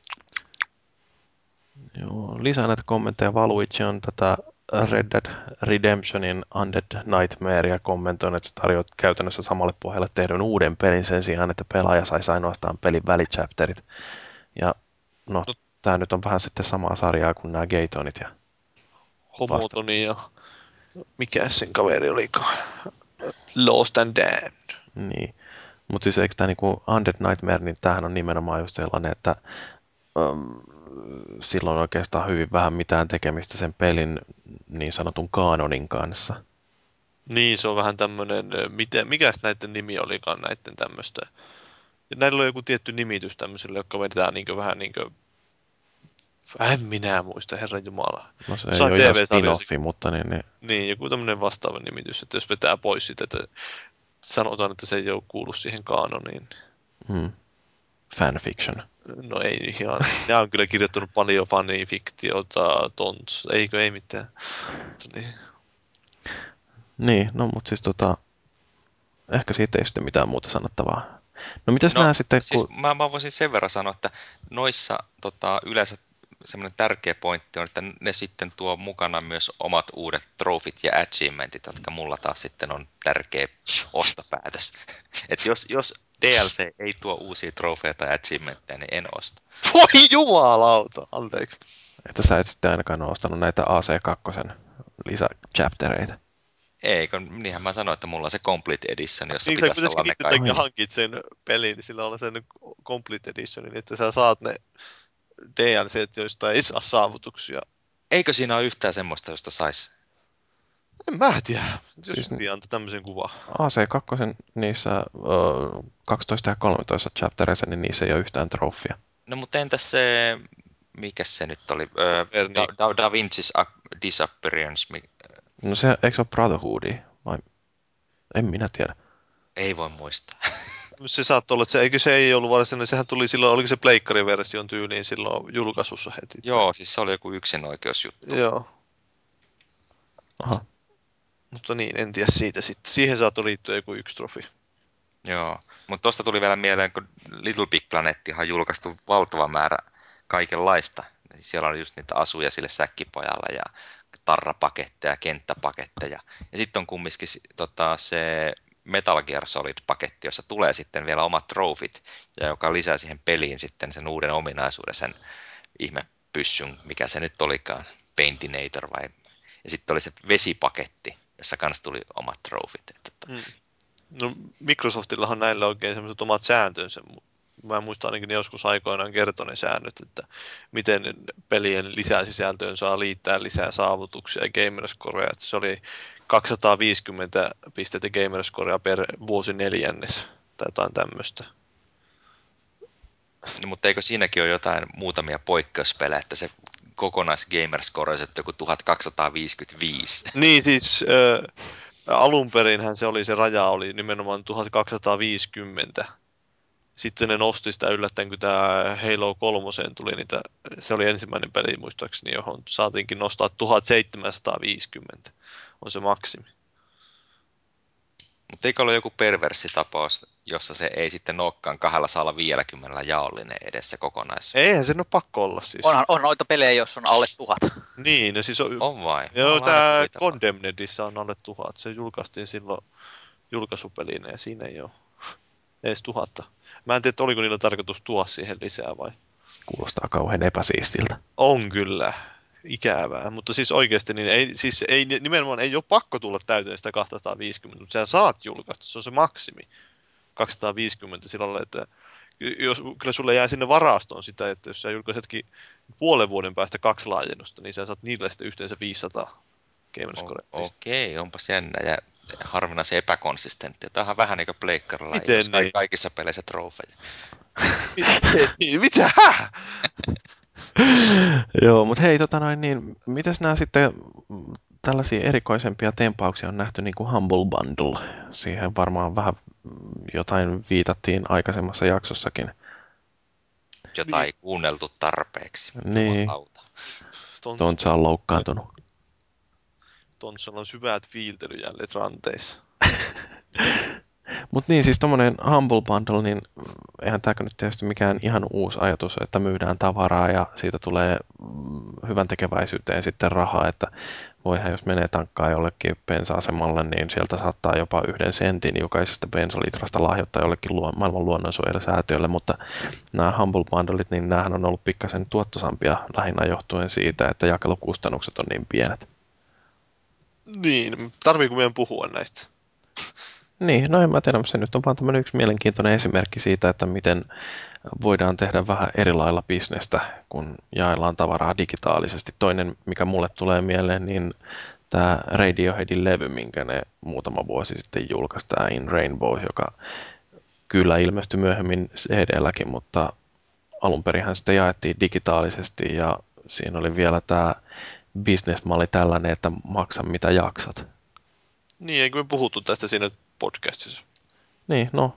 Joo, lisää näitä kommentteja. Valuitsi on tätä Red Dead Redemptionin Undead Nightmarea kommentoinut, että se tarjoaa käytännössä samalle pohjalle tehdyn uuden pelin sen sijaan, että pelaaja saisi ainoastaan pelin välichapterit. Ja no, tämä nyt on vähän sitten samaa sarjaa kuin nämä Gaytonit ja Homotoni ja mikä sen kaveri olikaan? Lost and Damned. niin. Mutta siis eikö tämä niinku Undead Nightmare, niin tämähän on nimenomaan just sellainen, että silloin on oikeastaan hyvin vähän mitään tekemistä sen pelin niin sanotun kaanonin kanssa. Niin, se on vähän tämmönen, mikäs näiden nimi olikaan näiden tämmöstä. Ja näillä on joku tietty nimitys tämmöisille, jotka vedetään vähän en minä muista, herran jumala. No se Jossain ei ole ihan TV-sarjoissa. spin-offi, mutta niin. Niin, joku tämmöinen vastaava nimitys, että jos vetää pois sitä, että sanotaan, että se ei ole kuulu siihen kaanoniin. Fanfiction. No ei ihan. Nämä on kyllä kirjoittanut paljon fanifiktiota, tons, eikö ei mitään. Mutta niin. Niin, no mutta siis ehkä siitä ei sitten mitään muuta sanottavaa. No mitäs nämä sitten, siis kun... mä voisin sen verran sanoa, että noissa yleensä semmoinen tärkeä pointti on, että ne sitten tuo mukana myös omat uudet trofit ja achievementit, jotka mulla taas sitten on tärkeä ostopäätös. Että jos DLC ei tuo uusia trofeja tai achievementteja, niin en osta. Voi jumalauta, anteeksi. Että sä et sitten ainakaan ole ostanut näitä AC2 lisächaptereita. Ei, kun niinhän mä sanoin, että mulla on se Complete Edition, jossa Niin, pitäisi olla ne niiden kaikki. takia hankit sen pelin, niin sillä on sen Complete Editionin, että sä saat ne DLCt, joista ei saa saavutuksia. Eikö siinä ole yhtään semmoista, josta saisi? En mä tiedä, jos Siis antoi tämmöisen kuvan. AC2 niissä 12 ja 13 chaptereissa, niin niissä ei ole yhtään trofia. No mutta entäs se, mikä se nyt oli? Da Vinci's Disappearance. No se, eikö se ole Brotherhoodia? Vai? En minä tiedä. Ei voi muistaa. Se saattoi olla, että eikö se ei ollut varsinainen, sehän tuli silloin, oliko se pleikkariversion tyyliin silloin julkaisussa heti. Joo, siis se oli joku yksinoikeusjuttu. Joo, Aha. mutta niin, en tiedä siitä sitten. Siihen saattoi liittyä joku yksi trofi. Joo, mutta tuosta tuli vielä mieleen, kun Little Big Planettihan on julkaistu valtava määrä kaikenlaista. Siis siellä oli just niitä asuja sille säkkipojalle ja tarrapaketteja, kenttäpaketteja. Ja sitten on kumminkin se Metal Gear Solid-paketti, jossa tulee sitten vielä omat trofit, ja joka lisää siihen peliin sitten sen uuden ominaisuuden, sen ihmepyssyn, mikä se nyt olikaan, Paintinator vai... Ja sitten oli se vesipaketti, jossa kanssa tuli omat trofit. Mm. No Microsoftillahan näillä on oikein sellaiset omat sääntönsä. Mä muistan ainakin ne joskus aikoinaan kertoneen säännöt, että miten pelien lisäsisältöön saa liittää lisää saavutuksia ja gamerscorea. Se oli 250 pistettä gamerscorea per vuosi neljännes tai jotain tämmöistä. No, mutta eikö siinäkin ole jotain muutamia poikkeuspelejä, että se kokonaisgamerscore olisi joku 1255? Niin siis alun perinhän se raja oli nimenomaan 1250. Sitten ne nosti sitä yllättäen, kun tämä Halo 3 tuli niitä, se oli ensimmäinen peli muistaakseni, johon saatiinkin nostaa 1750 on se maksimi. Mutta eikö ole joku perversitapaus, jossa se ei sitten olekaan 250 jaollinen edessä kokonais? Eihän se ole pakko olla siis. On noita pelejä, joissa on alle 1000. Niin, no siis On vai? joo, Mulla on aina tämä kuvitellut. Condemnedissä on alle 1000. Se julkaistiin silloin julkaisupelinä ja siinä ei ole edes 1000. Mä en tiedä, että oliko niillä tarkoitus tuoda siihen lisää vai? Kuulostaa kauhean epäsiistiltä. On kyllä. Ikävää, mutta siis oikeasti niin ei, nimenomaan ei ole pakko tulla täyteen sitä 250, mutta sä saat julkaista, se on se maksimi 250 sillä lailla, että kyllä sulle jää sinne varastoon sitä, että jos sä julkaisetkin puolen vuoden päästä 2 laajennusta, niin sä saat niille sitten yhteensä 500 Gamerscore. Okei, onpas jännä ja harvinaisen epäkonsistentti. Tämä on vähän niin kuin pleikkarilla, ei Miten ole niin? kaikissa peleissä trofeja. Miten niin? Mitä? Häh? Joo, mutta hei, mitäs nämä sitten tällaisia erikoisempia tempauksia on nähty niin kuin Humble Bundle? Siihen varmaan vähän jotain viitattiin aikaisemmassa jaksossakin. Jota ei kuunneltu tarpeeksi. Niin, Jumalauta. Tontsa on loukkaantunut. Tontsalla on syvät viiltelyjäljet ranteissa. Mutta niin, siis tommonen Humble Bundle, niin eihän tämä nyt tietysti mikään ihan uusi ajatus, että myydään tavaraa ja siitä tulee hyvän tekeväisyyteen sitten rahaa, että voihan jos menee tankkaan jollekin bensa-asemalle, niin sieltä saattaa jopa 1 sentin jokaisesta bensalitrasta lahjoittaa jollekin maailman luonnonsuojelusäätiölle, mutta nämä Humble Bundlet, niin näähän on ollut pikkasen tuottosampia lähinnä johtuen siitä, että jakelukustannukset on niin pienet. Niin, tarviiko meidän puhua näistä? Niin, no en mä tiedä, se nyt on vaan tämmöinen yksi mielenkiintoinen esimerkki siitä, että miten voidaan tehdä vähän eri lailla bisnestä, kun jaellaan tavaraa digitaalisesti. Toinen, mikä mulle tulee mieleen, niin tämä Radioheadin levy, minkä ne muutama vuosi sitten julkaisi, tämä In Rainbow, joka kyllä ilmestyi myöhemmin CD-lläkin, mutta alun perinhän sitä jaettiin digitaalisesti ja siinä oli vielä tämä bisnesmalli tällainen, että maksa mitä jaksat. Niin, eikö me puhuttu tästä siinä podcastissa? Niin, no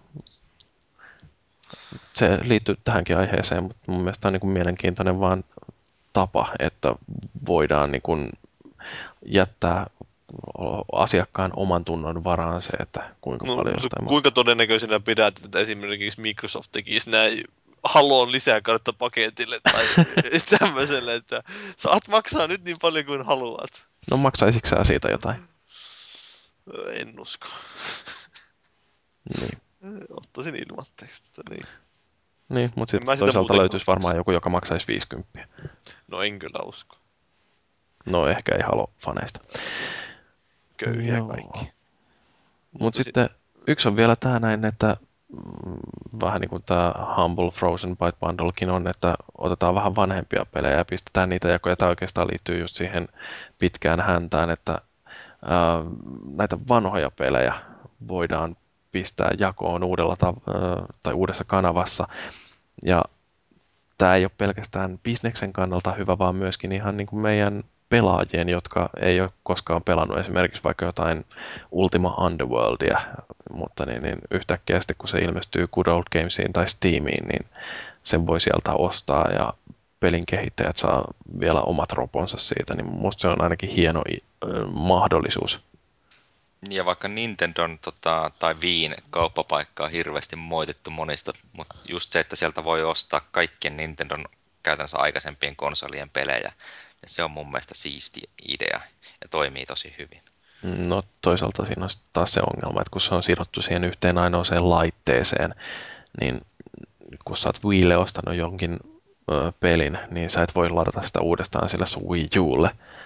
se liittyy tähänkin aiheeseen, mutta mun mielestä on niin kuin mielenkiintoinen vaan tapa, että voidaan niin kuin jättää asiakkaan oman tunnon varaan se, että kuinka paljon jostain Kuinka maksaa. todennäköisenä pidät, että esimerkiksi Microsoft tekisi näin Haloon lisäkartta paketille tai tämmöiselle, että saat maksaa nyt niin paljon kuin haluat. No maksaisitko sä siitä jotain? En usko. Niin. Ottaisin ilmatteeksi, mutta niin. Niin, mutta En mä sitten sitä toisaalta muutenkaan löytyisi varmaan joku, joka maksaisi 50. No en kyllä usko. No ehkä ei Halo-faneista. Köyhiä Joo. kaikki. Mutta sitten yksi on vielä tämä näin, että vähän niin kuin tämä Humble Frozen Byte Bundlekin on, että otetaan vähän vanhempia pelejä ja pistetään niitä jakoja. Tämä oikeastaan liittyy just siihen pitkään häntään, että näitä vanhoja pelejä voidaan pistää jakoon tai uudessa kanavassa. Ja tämä ei ole pelkästään bisneksen kannalta hyvä, vaan myöskin ihan niin kuin meidän pelaajien, jotka ei ole koskaan pelannut esimerkiksi vaikka jotain Ultima Underworldia, mutta niin yhtäkkiä sitten kun se ilmestyy Good Old Gamesiin tai Steamiin, niin sen voi sieltä ostaa ja pelin kehittäjät saa vielä omat roponsa siitä, niin musta se on ainakin hieno mahdollisuus. Ja vaikka Nintendon tai Viin kauppapaikkaa on hirveästi moitettu monista, mutta just se, että sieltä voi ostaa kaikkien Nintendon käytännössä aikaisempien konsolien pelejä, ja se on mun mielestä siisti idea ja toimii tosi hyvin. No toisaalta siinä on taas se ongelma, että kun se on sidottu siihen yhteen ainoaseen laitteeseen, niin kun sä oot Wiille ostanut jonkin pelin, niin sä et voi ladata sitä uudestaan sillä sun Wii Ulle.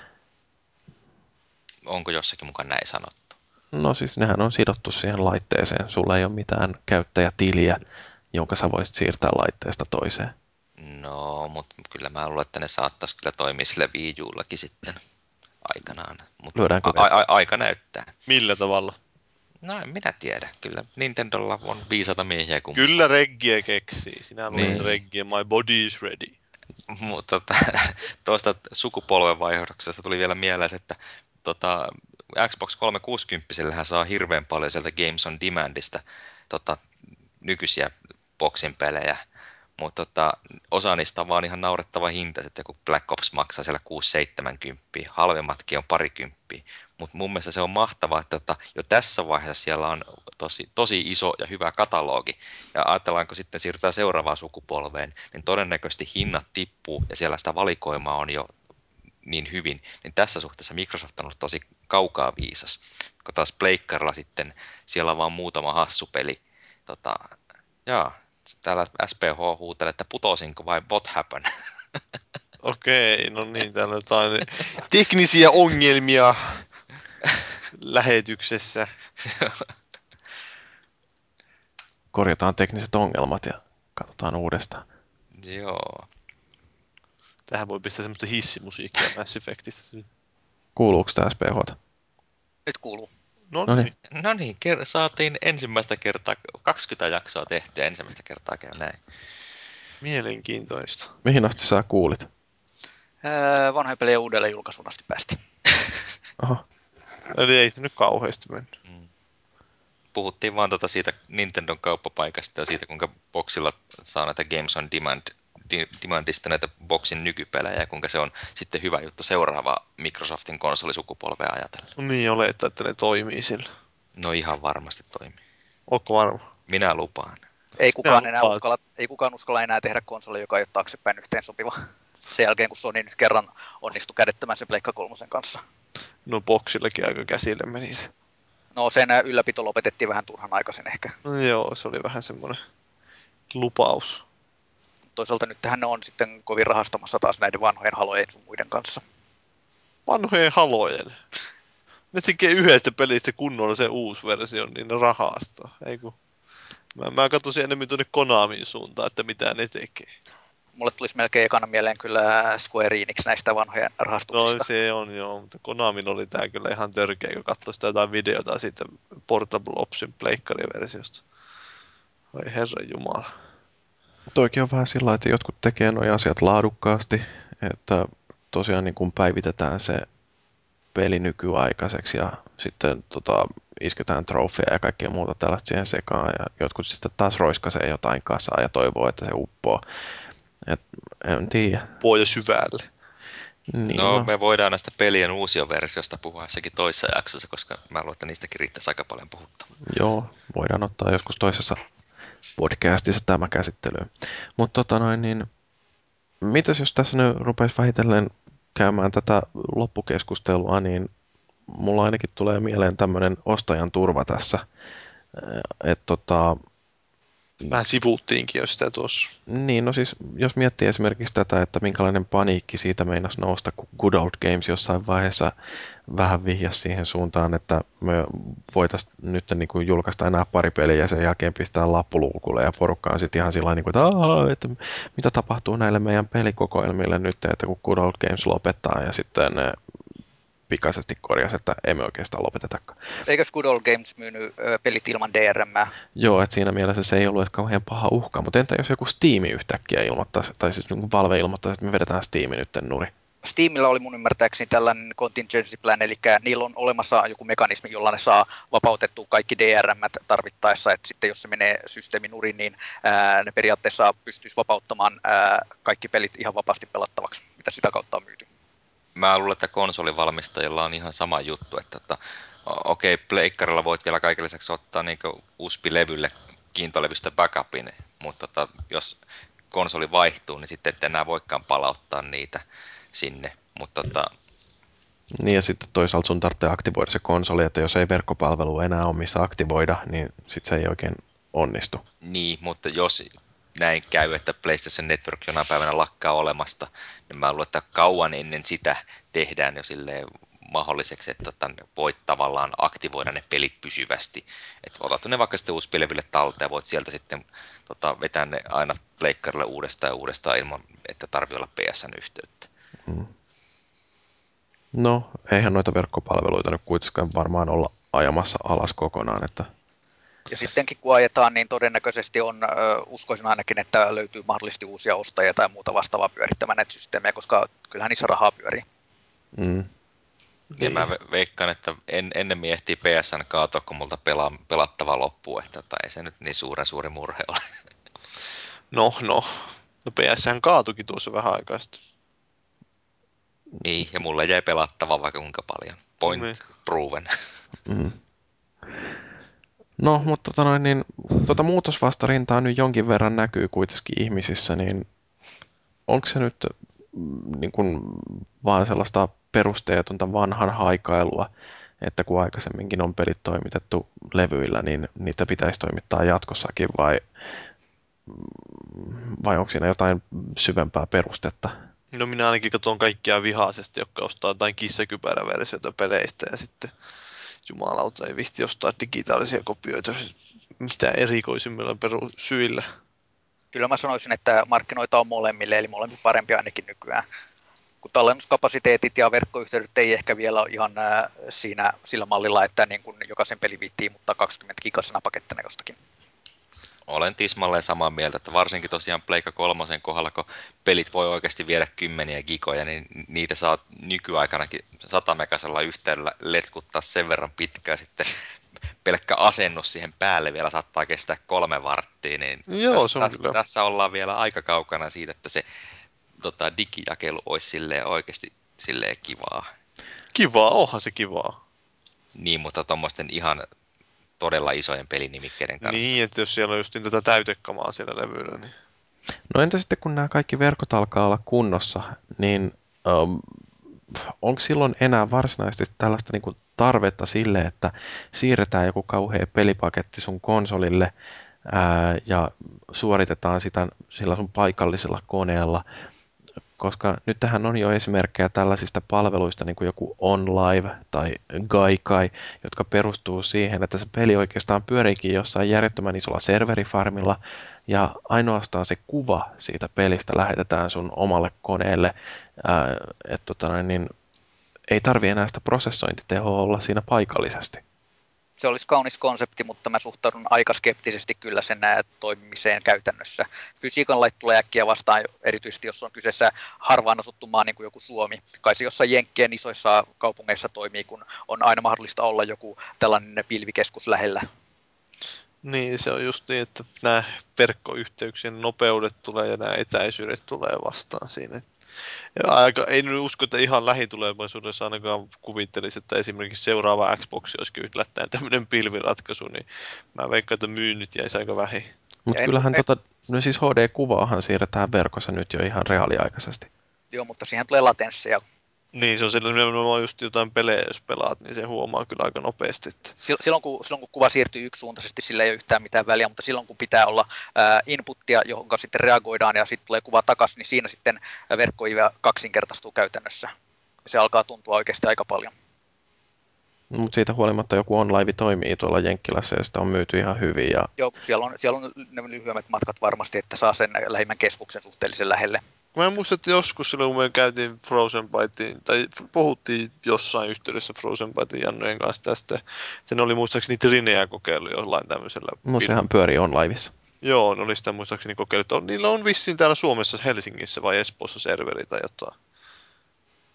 Onko jossakin mukaan näin sanottu? No siis nehän on sidottu siihen laitteeseen. Sulla ei ole mitään käyttäjätiliä, jonka sä voisit siirtää laitteesta toiseen. No, mutta kyllä mä luulen, että ne saattaisi kyllä toimia sillä Wii Ullakin sitten aikanaan. Mutta Lyödäänkö vetoa? aika näyttää. Millä tavalla? No en minä tiedä. Kyllä Nintendolla on viisata miehiä kummassa. Kyllä Reggie keksii. Sinä luulet Niin. Reggie, my body is ready. Mutta tuosta sukupolvenvaihdoksesta tuli vielä mieleen, että Xbox 360 saa hirveän paljon sieltä Games on Demandista nykyisiä boksin pelejä, mutta osa niistä on vaan ihan naurettava hinta, että joku Black Ops maksaa siellä 6-70, halvemmatkin on parikymppiä, mutta mun mielestä se on mahtavaa, että jo tässä vaiheessa siellä on tosi iso ja hyvä katalogi, ja ajatellaanko sitten siirrytään seuraavaan sukupolveen, niin todennäköisesti hinnat tippuu, ja siellä sitä valikoimaa on jo niin hyvin, niin tässä suhteessa Microsoft on ollut tosi kaukaa viisas, kun taas Pleikkarilla sitten siellä on vaan muutama hassu peli. Täällä SPH huutelee, että putosinko vai what happened? Okei, no niin, täällä on jotain teknisiä ongelmia lähetyksessä. Korjataan tekniset ongelmat ja katsotaan uudestaan. Joo. Tähän voi pistää semmoista hissimusiikkia Mass Effectistä. Kuuluuko tämä SPH? Nyt kuuluu. No Noniin. niin. No niin, saatiin ensimmäistä kertaa 20 jaksoa tehtyä ja ensimmäistä kertaa käy näin. Mielenkiintoista. Mihin asti sä kuulit? Vanhoja pelejä uudelleen julkaisuun asti päästi. Aha. Eli ei se nyt kauheasti mennyt. Puhuttiin vaan siitä Nintendon kauppapaikasta ja siitä, kuinka boksilla saa näitä Games on Demandista näitä boksin nykypelejä ja kuinka se on sitten hyvä juttu seuraavaa Microsoftin konsolisukupolvea ajatellen. No niin, olettaa, että ne toimii sillä. No ihan varmasti toimii. Ootko varma? Minä lupaan. Ei kukaan uskalla enää tehdä konsoli, joka ei ole taaksepäin yhteen sopiva. Sen jälkeen, kun Sony nyt kerran onnistui kädettämään sen Pleikka 3 kanssa. No boksillakin aika käsille meni se. No sen ylläpito lopetettiin vähän turhan aikaisin ehkä. No joo, se oli vähän semmoinen lupaus. Toisaalta nyt tähän ne on sitten kovin rahastamassa taas näiden vanhojen halojen sun muiden kanssa. Vanhojen halojen. Ne tekee yhdestä pelistä kunnolla se uusi versio, niin ne rahastaa. Eiku. Mä katsoisin enemmän tuonne Konamin suuntaan, että mitä ne tekee. Mulle tulisi melkein ekana mieleen kyllä Square Enix näistä vanhojen No rahastuksista. se on joo, mutta Konamin oli tää kyllä ihan törkeä, kun katsoi sitä jotain videota siitä Portable Opsin pleikkariversiosta. Oi herran jumala. Toikin on vähän sillä, että jotkut tekee nuo asiat laadukkaasti, että tosiaan niin kuin päivitetään se peli nykyaikaiseksi ja sitten isketään trofeja ja kaikkea muuta tällaista siihen sekaan ja jotkut sitten taas roiskasee jotain kasaa ja toivoo, että se uppoo. En tiedä. Voi syvälle. Niin, No, me voidaan näistä pelien uusioversiosta puhua jossakin toisessa jaksossa, koska mä luulen, että niistäkin riittäisi aika paljon puhuttaa. Joo, voidaan ottaa joskus toisessa podcastissa tämä käsittelyyn. Mutta mitäs jos tässä nyt rupeisi vähitellen käymään tätä loppukeskustelua, niin mulla ainakin tulee mieleen tämmöinen ostajan turva tässä. Että Vähän sivuuttiinkin jo sitä tuossa. niin, no siis jos miettii esimerkiksi tätä, että minkälainen paniikki siitä meinasi nousta, kun Good Old Games jossain vaiheessa vähän vihjasi siihen suuntaan, että me voitaisiin nyt niin kuin julkaista enää pari peliä ja sen jälkeen pistää lappuluukulle ja porukka on sitten ihan sillä tavalla, että mitä tapahtuu näille meidän pelikokoelmille nyt, että kun Good Old Games lopettaa ja sitten ne pikaisesti korjasi, että emme oikeastaan lopetetakaan. Eikös Good Old Games myynyt pelit ilman DRM? Joo, että siinä mielessä se ei ollut edes kauhean paha uhka, mutta entä jos joku Steam yhtäkkiä ilmoittaisi, tai siis niin Valve ilmoittaisi, että me vedetään Steam nyt nuri? Steamilla oli mun ymmärtääkseni tällainen contingency plan, eli niillä on olemassa joku mekanismi, jolla ne saa vapautettua kaikki DRM tarvittaessa, että sitten jos se menee systeemin nurin, niin ne periaatteessa pystyisi vapauttamaan kaikki pelit ihan vapaasti pelattavaksi, mitä sitä kautta on myyty. Mä luulen, että konsolivalmistajilla on ihan sama juttu, että okei, pleikkarilla voit vielä kaiken lisäksi ottaa niin USB-levylle kiintolevystä backupin, mutta jos konsoli vaihtuu, niin sitten ette enää voikaan palauttaa niitä sinne. Niin ja sitten toisaalta sun tarvitsee aktivoida se konsoli, että jos ei verkkopalvelu enää ole missä aktivoida, niin sitten se ei oikein onnistu. Niin, mutta jos näin käy, että PlayStation Network jonain päivänä lakkaa olemasta, niin mä luulen, että kauan ennen sitä tehdään jo silleen mahdolliseksi, että voit tavallaan aktivoida ne pelit pysyvästi. Että otat ne vaikka sitten USB-levylle talteen ja voit sieltä sitten vetää ne aina pleikkarille uudestaan ja uudestaan ilman, että tarvii olla PSN-yhteyttä. Mm. No, eihän noita verkkopalveluita nyt kuitenkaan varmaan olla ajamassa alas kokonaan, että Ja sittenkin kun ajetaan, niin todennäköisesti on, uskoisin ainakin, että löytyy mahdollisesti uusia ostajia tai muuta vastaavaa pyörittämään näitä systeemejä, koska kyllähän niissä rahaa pyörii. Mm. Ja mä veikkaan, että ennemmin ehtii PSN kaatua, kun multa pelattava loppuu, että ei se nyt niin suuri murhe ole. No, PSN kaatukin tuossa vähän aikaa sitten. Niin, ja mulle jäi pelattava vaikka kuinka paljon. Point Niin. proven. Mm. No, mutta muutosvastarintaa nyt jonkin verran näkyy kuitenkin ihmisissä, niin onko se nyt niin kuin vaan sellaista perusteetonta vanhan haikailua, että kun aikaisemminkin on pelit toimitettu levyillä, niin niitä pitäisi toimittaa jatkossakin, vai onko siinä jotain syvempää perustetta? No minä ainakin katson kaikkia vihaisesti, jotka ostaa jotain kissakypäräversioita peleistä ja sitten jumalauta ei vihti ostaa digitaalisia kopioita mitä erikoisimmilla syillä. Kyllä mä sanoisin, että markkinoita on molemmille, eli molemmin parempi ainakin nykyään. Kun tallennuskapasiteetit ja verkkoyhteydet ei ehkä vielä ole ihan siinä sillä mallilla, että niin kun jokaisen peli viittii, mutta 20 gigasena pakettina jostakin. Olen tismalleen samaa mieltä, että varsinkin tosiaan Pleikka 3 kohdalla, kun pelit voi oikeasti viedä kymmeniä gigoja, niin niitä saa nykyaikanakin 100 megasella yhteydellä letkuttaa sen verran pitkään sitten pelkkä asennus siihen päälle vielä saattaa kestää 3 varttia, niin Joo, se on kyllä. tässä ollaan vielä aika kaukana siitä, että se digijakelu olisi silleen oikeasti silleen kivaa. Kivaa, onhan se kivaa. Niin, mutta tuommoisten ihan todella isojen pelinimikkeiden kanssa. Niin, että jos siellä on just tätä täytekamaa siellä levyllä, niin... No entä sitten kun nämä kaikki verkot alkaa olla kunnossa, niin onko silloin enää varsinaisesti tällaista niin kuin tarvetta sille, että siirretään joku kauhea pelipaketti sun konsolille ja suoritetaan sitä sillä sun paikallisella koneella, koska nyt tähän on jo esimerkkejä tällaisista palveluista niin kuin joku OnLive tai Gaikai, jotka perustuu siihen, että se peli oikeastaan pyöriikin jossain järjettömän isolla serverifarmilla ja ainoastaan se kuva siitä pelistä lähetetään sun omalle koneelle, niin ei tarvi enää sitä prosessointitehoa olla siinä paikallisesti. Se olisi kaunis konsepti, mutta mä suhtaudun aika skeptisesti kyllä sen toimimiseen käytännössä. Fysiikan lait tulee äkkiä vastaan, erityisesti jos on kyseessä harvaan asuttu maa niin kuin joku Suomi. Kai se jossain Jenkkien isoissa kaupungeissa toimii, kun on aina mahdollista olla joku tällainen pilvikeskus lähellä. Niin, se on just niin, että nämä verkkoyhteyksien nopeudet tulee ja nämä etäisyydet tulee vastaan siinä. Ja ei nyt usko, että ihan lähitulevaisuudessa ainakaan kuvittelisi, että esimerkiksi seuraava Xbox olisi yllättäen tämmöinen pilviratkaisu, niin mä veikkaan, että myynnit jäisi aika vähin. Mutta kyllähän no siis HD-kuvaahan siirretään verkossa nyt jo ihan reaaliaikaisesti. Joo, mutta siihen tulee latensseja. Niin, se on sellainen, just jotain pelejä, jos pelaat, niin se huomaa kyllä aika nopeasti. Että... Silloin kun kuva siirtyy yksisuuntaisesti, sillä ei ole yhtään mitään väliä, mutta silloin kun pitää olla inputtia, johon sitten reagoidaan ja sitten tulee kuva takaisin, niin siinä sitten verkko-IV kaksinkertaistuu käytännössä. Se alkaa tuntua oikeasti aika paljon. No, mutta siitä huolimatta joku OnLive toimii tuolla Jenkkilässä ja sitä on myyty ihan hyvin. Ja... Joo, siellä on ne lyhyemmät matkat varmasti, että saa sen lähimmän keskuksen suhteellisen lähelle. Mä en muista, että joskus silloin, kun me käytiin Frozen Bytein, tai puhuttiin jossain yhteydessä Frozen Bytein Jannojen kanssa tästä, että ne oli muistaakseni Trineä kokeillut jollain tämmöisellä. No sehän pyörii OnLivessa. Joo, ne oli sitä muistaakseni kokeillut. Niillä on vissiin täällä Suomessa, Helsingissä vai Espoossa serveri tai jotain.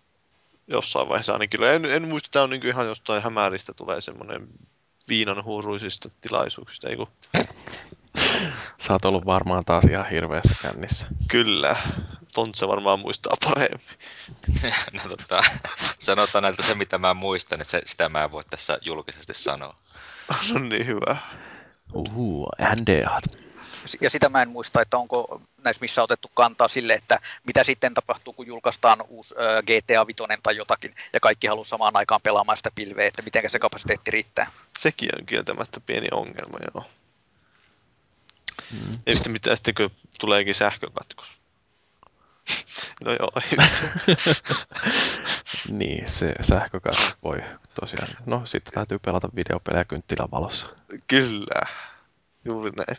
jossain vaiheessa ainakin. Kyllä en muista, että tämä on niin ihan jostain hämäristä tulee semmoinen viinanhuuruisista tilaisuuksista. Eiku. Sä oot ollut varmaan taas ihan hirveässä kännissä. Kyllä. Tontse varmaan muistaa paremmin. No sanotaan, että se mitä mä muistan, niin sitä mä en voi tässä julkisesti sanoa. No niin, hyvä. NDAt. Ja sitä mä en muista, että onko näissä missä otettu kantaa sille, että mitä sitten tapahtuu, kun julkaistaan uusi GTA 5 tai jotakin, ja kaikki haluaa samaan aikaan pelaamaan sitä pilveä, että miten se kapasiteetti riittää. Sekin on kieltämättä pieni ongelma, joo. Ja sitten mitä sitten, kun tuleekin sähkökatkos. No joo, ei Niin, se sähkökatkos voi tosiaan. No, sitten täytyy pelata videopelejä kynttilän valossa. Kyllä, juuri näin.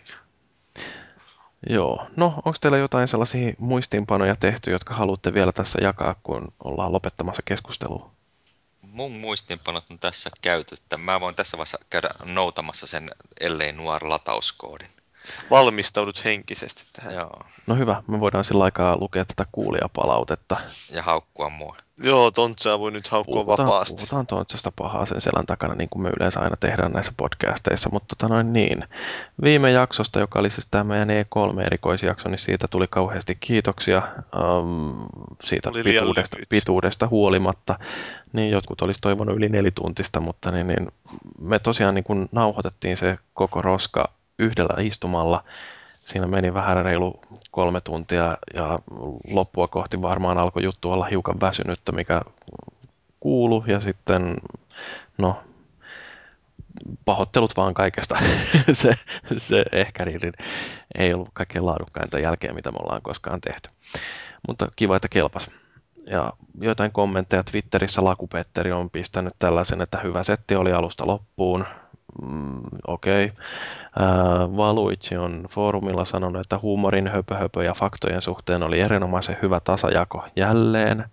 Joo, no onko teillä jotain sellaisia muistiinpanoja tehty, jotka haluatte vielä tässä jakaa, kun ollaan lopettamassa keskustelua? Mun muistinpanot on tässä käyty. Mä voin tässä vaiheessa käydä noutamassa sen ellei nuor latauskoodin. Valmistaudut henkisesti tähän. Joo. No hyvä, me voidaan sillä aikaa lukea tätä kuulijapalautetta. Ja haukkua mua. Joo, Tontsaa voi nyt haukkua vapaasti. Puhutaan Tontsasta pahaa sen selän takana, niin kuin me yleensä aina tehdään näissä podcasteissa, mutta niin. Viime jaksosta, joka oli siis tämä meidän E3-erikoisjakso, niin siitä tuli kauheasti kiitoksia siitä pituudesta huolimatta. Niin jotkut olisi toivonut yli 4 tuntista, mutta niin me tosiaan niin kun nauhoitettiin se koko roska yhdellä istumalla. Siinä meni vähän reilu 3 tuntia ja loppua kohti varmaan alkoi juttu olla hiukan väsynyttä, mikä kuului. Ja sitten, no, pahoittelut vaan kaikesta. se ehkä niin ei ollut kaikkein laadukkainta jälkeen, mitä me ollaan koskaan tehty. Mutta kiva, että kelpas. Ja joitain kommentteja Twitterissä Lakupetteri on pistänyt tällaisen, että hyvä setti oli alusta loppuun. Okei. Valuitsi on foorumilla sanonut, että huumorin, höpö ja faktojen suhteen oli erinomaisen hyvä tasajako jälleen.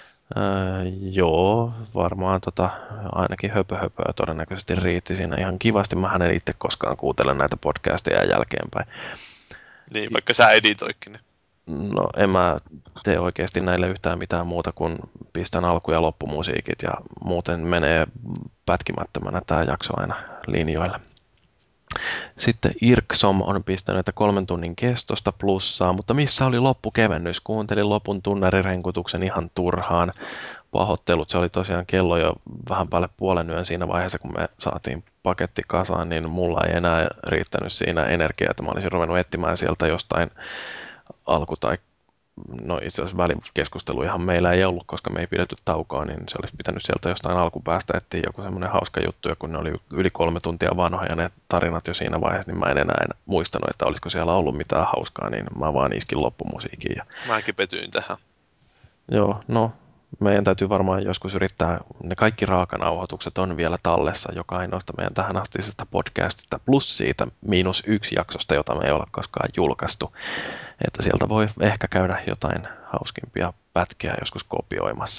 Joo, varmaan ainakin höpöä todennäköisesti riitti siinä ihan kivasti. Mä en itse koskaan kuuntele näitä podcasteja jälkeenpäin. Niin, vaikka sä editoikin ne. No, en mä tee oikeasti näille yhtään mitään muuta kuin pistän alku- ja loppumusiikit ja muuten menee pätkimättömänä tämä jakso aina linjoille. Sitten Irksom on pistänyt, että 3 tunnin kestosta plussaa, mutta missä oli loppukevennys? Kuuntelin lopun tunnarirenkutuksen ihan turhaan. Pahoittelut, se oli tosiaan kello jo vähän päälle puolen yön siinä vaiheessa, kun me saatiin paketti kasaan, niin mulla ei enää riittänyt siinä energiaa, että mä olisin ruvennut etsimään sieltä jostain alku- tai no itse asiassa välikeskustelu ihan meillä ei ollut, koska me ei pidetty taukoa, niin se olisi pitänyt sieltä jostain alkupäästä etsiä joku semmoinen hauska juttu, ja kun ne oli yli 3 tuntia vanhoja ne tarinat jo siinä vaiheessa, niin mä en enää muistanut, että olisiko siellä ollut mitään hauskaa, niin mä vaan iskin loppumusiikin. Ja... Mäkin petyin tähän. Joo, no meidän täytyy varmaan joskus yrittää, ne kaikki raakanauhoitukset on vielä tallessa, joka ainoasta meidän tähän astisesta podcastista, plus siitä -1 jaksosta, jota me ei ole koskaan julkaistu. Että sieltä voi ehkä käydä jotain hauskimpia pätkiä joskus kopioimassa.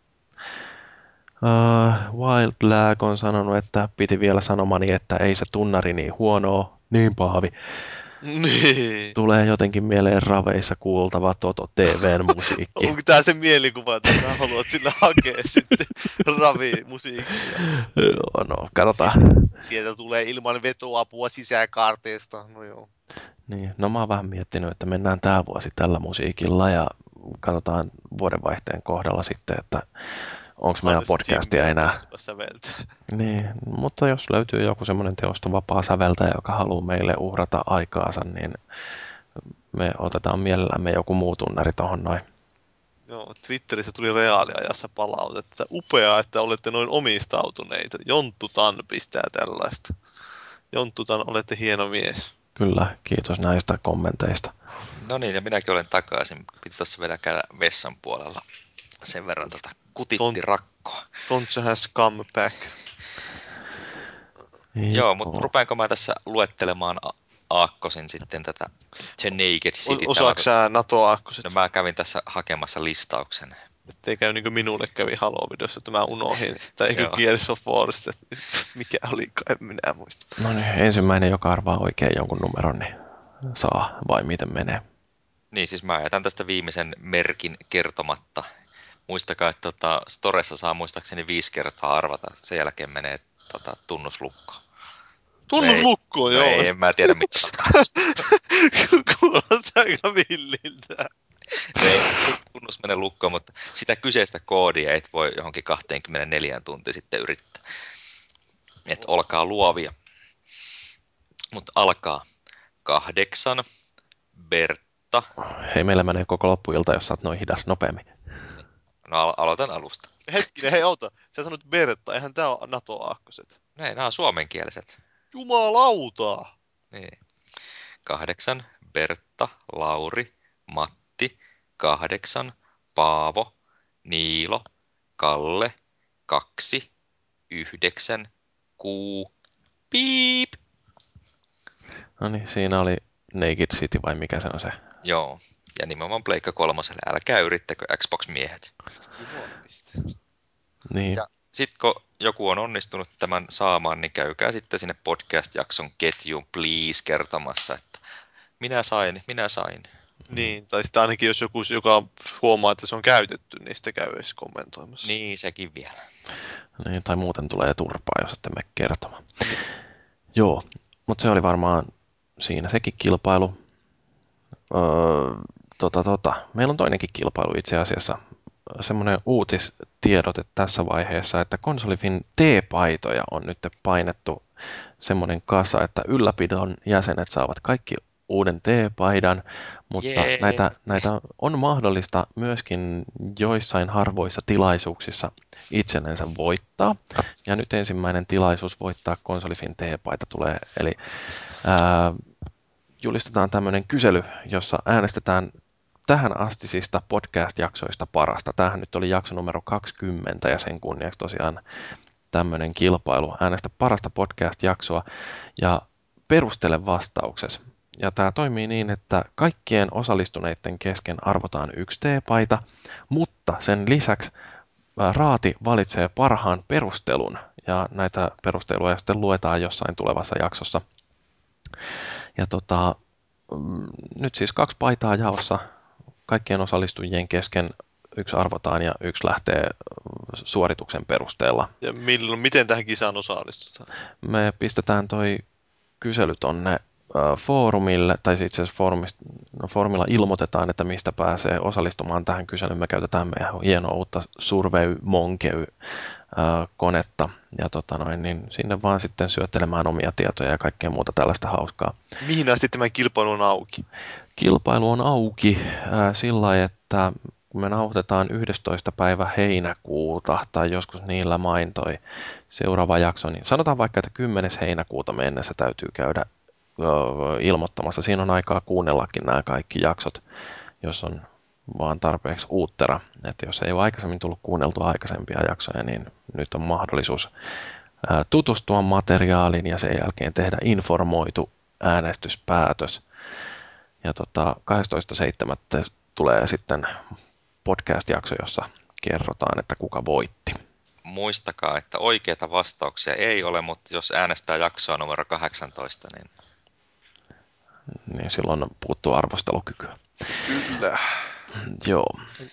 Wild Lag on sanonut, että piti vielä sanomani, että ei se tunnari niin huonoa. Niin, Paavi. Niin. Tulee jotenkin mieleen raveissa kuultava Toto TV:n musiikki. Onko tää se mielikuva, että sä haluat sillä hakea sitten ravi-musiikkia? Joo, no, katsotaan. Sieltä tulee ilman vetoapua sisäkaarteesta. No joo. Niin, no mä oon vähän miettinyt, että mennään tää vuosi tällä musiikilla ja katsotaan vuodenvaihteen kohdalla sitten, että onko meidän podcastia enää. Niin, mutta jos löytyy joku semmoinen teosta vapaa säveltäjä, joka haluaa meille uhrata aikaansa, niin me otetaan mielellämme joku muu tunnari tohon noin. Joo, Twitterissä tuli reaaliajassa palautetta. Upeaa, että olette noin omistautuneita. Jonttutan pistää tällaista. Jonttutan, olette hieno mies. Kyllä, kiitos näistä kommenteista. No niin, ja minäkin olen takaisin. Piti tuossa vielä käydä vessan puolella. Sen verran kutitti rakkoa. Tontsa has come back. Joo, mutta rupeanko mä tässä luettelemaan aakkosin sitten tätä The Naked City. Osaatko sä NATO-aakkoset? No mä kävin tässä hakemassa listauksen. Ettei käy niin kuin minulle kävi Halo-videossa, että mä unohdin. Tai eikö Gears of War, mikä olikaan, en minä muista. No niin, ensimmäinen, joka arvaa oikein jonkun numeron, niin saa, vai miten menee? Niin, siis mä jätän tästä viimeisen merkin kertomatta. Muistakaa, että Storessa saa muistaakseni 5 kertaa arvata. Sen jälkeen menee tunnuslukko. Tunnuslukkoon, No joo. ei, en mä tiedä mitä on. Kuulostaa aika villiltä. No ei tunnus mene lukkoon, mutta sitä kyseistä koodia et voi johonkin 24 tuntia sitten yrittää. Et olkaa luovia. Mutta alkaa 8. Bertta. Hei, meillä menee koko loppuilta, jos sä oot noin hidas nopeammin. No aloitan alusta. Hetkinen, hei ota. Sä sanot Bertta, eihän tää ole NATO-aakkoset. No ei, nämä on suomenkieliset. Jumalauta! Niin. 8. Bertta, Lauri, Matti. 8. Paavo, Niilo, Kalle. 2. 9. Kuu. Piip. No niin, siinä oli Naked City vai mikä se on se? Joo. Ja nimenomaan Pleikka 3. Älkää yrittäkö Xbox-miehet. Jumalista. Niin. Ja sitten kun joku on onnistunut tämän saamaan, niin käykää sitten sinne podcast-jakson ketjuun, please, kertomassa, että minä sain. Niin, tai sitten ainakin jos joku, joka huomaa, että se on käytetty, niin sitten käy edes kommentoimassa. Niin, sekin vielä. Niin, tai muuten tulee turpaa, jos ette mene kertomaan. Joo, mutta se oli varmaan siinä sekin kilpailu. Meillä on toinenkin kilpailu itse asiassa. Semmoinen uutistiedote tässä vaiheessa, että Konsolifin T-paitoja on nyt painettu semmoinen kasa, että ylläpidon jäsenet saavat kaikki uuden T-paidan, mutta Jee. näitä on mahdollista myöskin joissain harvoissa tilaisuuksissa itsellensä voittaa. Ja nyt ensimmäinen tilaisuus voittaa Konsolifin T-paita tulee, eli julistetaan tämmöinen kysely, jossa äänestetään tähän astisista podcast-jaksoista parasta. Tämähän nyt oli jakso numero 20 ja sen kunniaksi tosiaan tämmöinen kilpailu. Äänestä parasta podcast-jaksoa ja perustele vastauksesi. Ja tämä toimii niin, että kaikkien osallistuneiden kesken arvotaan 1 T-paita, mutta sen lisäksi raati valitsee parhaan perustelun ja näitä perusteluja sitten luetaan jossain tulevassa jaksossa. Ja nyt siis 2 paitaa jaossa kaikkien osallistujien kesken, 1 arvotaan ja 1 lähtee suorituksen perusteella. Ja miten tähän kisaan osallistutaan? Me pistetään toi kysely tonne foorumille, tai siis itse asiassa foorumilla ilmoitetaan, että mistä pääsee osallistumaan tähän kyselyyn. Me käytetään meidän hienoa uutta Survey Monkey-konetta, ja niin sinne vaan sitten syöttelemään omia tietoja ja kaikkea muuta tällaista hauskaa. Mihin asti tämä kilpailu on auki? Kilpailu on auki sillä lailla, että kun me nauhoitetaan 11. päivä heinäkuuta, tai joskus niillä main toi seuraava jakso, niin sanotaan vaikka, että 10. heinäkuuta mennessä täytyy käydä ilmoittamassa. Siinä on aikaa kuunnellakin nämä kaikki jaksot, jos on vaan tarpeeksi uuttera. Että jos ei ole aikaisemmin tullut kuunneltua aikaisempia jaksoja, niin nyt on mahdollisuus tutustua materiaaliin ja sen jälkeen tehdä informoitu äänestyspäätös. Ja 12.7. tulee sitten podcast-jakso, niin kerrotaan, että kuka voitti. Muistakaa, että oikeita vastauksia ei ole, mutta jos äänestää jaksoa numero 18, niin silloin puuttuu arvostelukykyä. Kyllä. Joo.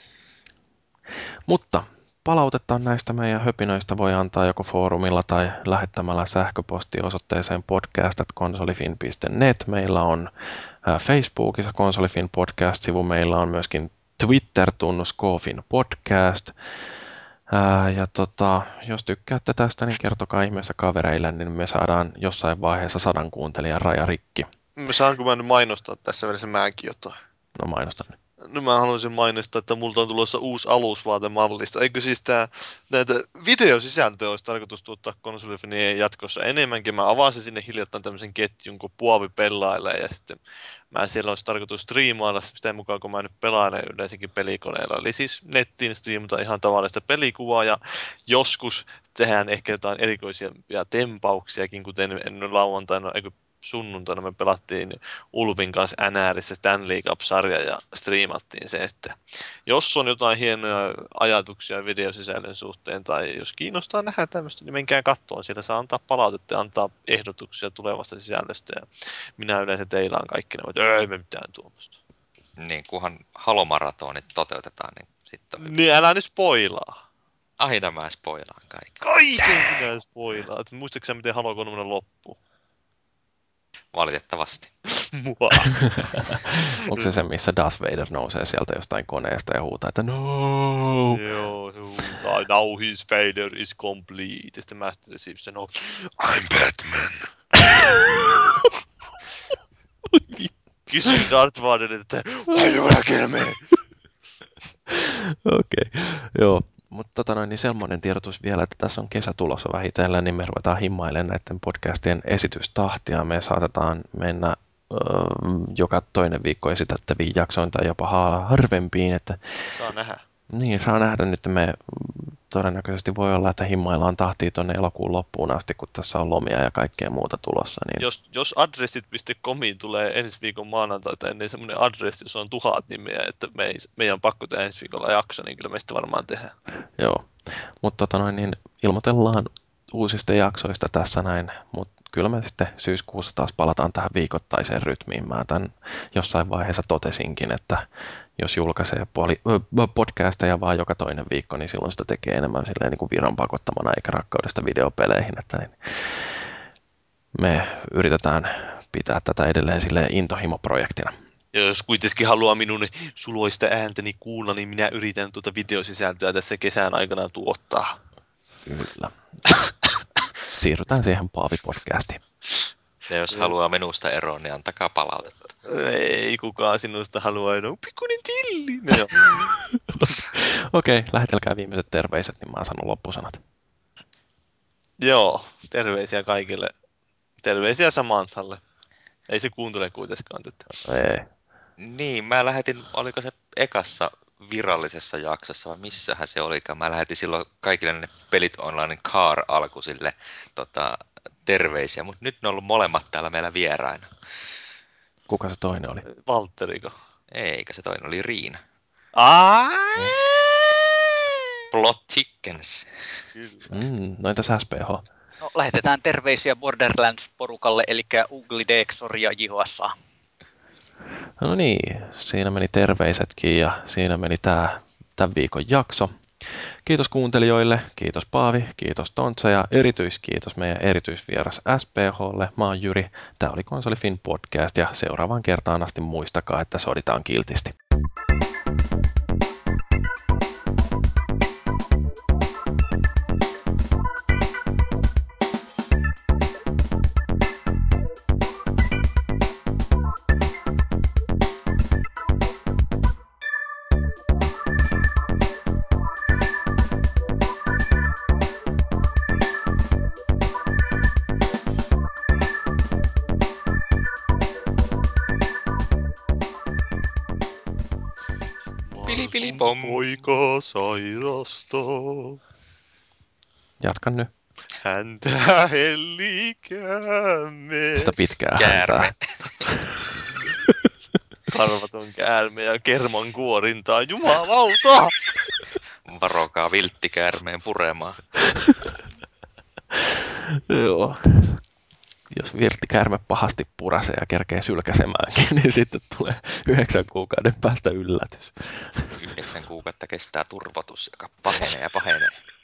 Mutta palautetta näistä meidän höpinöistä voi antaa joko foorumilla tai lähettämällä sähköpostia osoitteeseen podcast@konsolifin.net. Meillä on Facebookissa Konsolifin podcast-sivu. Meillä on myöskin Twitter-tunnus Kofin podcast. Ja jos tykkäätte tästä, niin kertokaa ihmeessä kavereille, niin me saadaan jossain vaiheessa 100 kuuntelijan raja rikki. Saanko mä nyt mainostaa tässä välissä mäkin jotain? No mainosta nyt. No mä haluaisin mainostaa, että multa on tulossa uusi alusvaatemallista. Eikö siis näitä videosisältöjä olisi tarkoitus tuottaa Konsolifiniin jatkossa enemmänkin? Mä avasin sinne hiljattain tämmöisen ketjun, kun Puovi pelailee ja sitten siellä olisi tarkoitus striimailla sitä mukaan, kun mä nyt pelailen yleensäkin pelikoneella. Eli siis nettiin striimata ihan tavallista pelikuvaa ja joskus tehdään ehkä jotain erikoisia tempauksiakin, kuten lauantaina, sunnuntaina me pelattiin Ulvin kanssa NRissä Stanley Cup-sarja ja striimattiin se, että jos on jotain hienoja ajatuksia videosisällön suhteen tai jos kiinnostaa nähdä tämmöistä, niin menkää kattoon. Siellä saa antaa palautetta ja antaa ehdotuksia tulevasta sisällöstä ja minä yleensä teilaan kaikki ne, että ei me mitään tuommoista. Niin, kunhan halomaratonit toteutetaan, niin sitten on hyvä. Niin älä nyt spoilaa. Aina mä spoilaan kaiken. Kaiken minä spoilaat. Muistatko sä, miten Halo 3 loppuu? Valitettavasti. Mua. Onko se missä Darth Vader nousee sieltä jostain koneesta ja huutaa, että no? Joo, now his failure is complete. Ja sitten Master Chief sanoo, I'm Batman. Kysyy Darth Vaderilta, että why do you kill me? Okei, joo. Mutta niin semmoinen tiedotus vielä, että tässä on kesä tulossa vähitellen, niin me ruvetaan himmailemaan näiden podcastien esitystahtia. Me saatetaan mennä joka toinen viikko esitettäviin jaksoin tai jopa harvempiin. Että, Saa nähdä. niin, saa nähdä nyt. Me todennäköisesti voi olla, että himmaillaan tahtia tuonne elokuun loppuun asti, kun tässä on lomia ja kaikkea muuta tulossa. Niin... Jos adressit.comiin tulee ensi viikon maanantaita ennen semmoinen adressi, jossa on 1000 nimeä, että meidän on pakko tehdä ensi viikolla jakso, niin kyllä me sitä varmaan tehdään. Joo, mutta niin ilmoitellaan uusista jaksoista tässä näin, mutta kyllä me sitten syyskuussa taas palataan tähän viikoittaiseen rytmiin. Mä tämän jossain vaiheessa totesinkin, että jos julkaisee podcasteja vaan joka toinen viikko, niin silloin sitä tekee enemmän silleen niin kuin viran pakottamana eikä rakkaudesta videopeleihin. Että niin me yritetään pitää tätä edelleen silleen intohimoprojektina. Ja jos kuitenkin haluaa minun suloista ääntäni kuulla, niin minä yritän tuota videosisältöä tässä kesän aikana tuottaa. Kyllä. Siirrytään siihen Paavi-podcastiin. Ja jos haluaa minusta eroon, niin antakaa palautetta. Ei kukaan sinusta halua enää. Pikkuinen tilli. No joo. Okei, lähetelkää viimeiset terveiset, niin mä sanon loppusanat. Joo, terveisiä kaikille. Terveisiä Samanthalle. Ei se kuuntele kuitenkaan tätä. Ei. Niin, mä lähetin, oliko se ekassa virallisessa jaksossa vai missähän se olikaan. Mä lähetin silloin kaikille ne Pelit Online Car-alkuisille terveisiä, mutta nyt ne on ollut molemmat täällä meillä vieraina. Kuka se toinen oli? Valtteriko? Eikä se toinen oli Riina. Ai! Plot Chickens. No entäs SPH? No, lähetetään terveisiä Borderlands-porukalle, eli Ugly Dexor ja JHSA. No niin, siinä meni terveisetkin ja siinä meni tämän viikon jakso. Kiitos kuuntelijoille, kiitos Paavi, kiitos Tontsa ja erityiskiitos meidän erityisvieras SPHlle. Mä oon Jyri, tää oli Konsolifin podcast ja seuraavaan kertaan asti muistakaa, että soditaan kiltisti. Pili-pili-pom. Poika sairastaa. Jatkan nyt. Häntä hellikäämme. Sitä pitkää Käärme. häntää. Karvaton käärme ja kerman kuorintaa. Jumalauta! Varokaa vilttikäärmeen puremaa. Joo. Jos virttikäärme pahasti purasee ja kerkee sylkäsemäänkin, niin sitten tulee 9 kuukauden päästä yllätys. 9 kuukautta kestää turvotus, joka pahenee ja pahenee.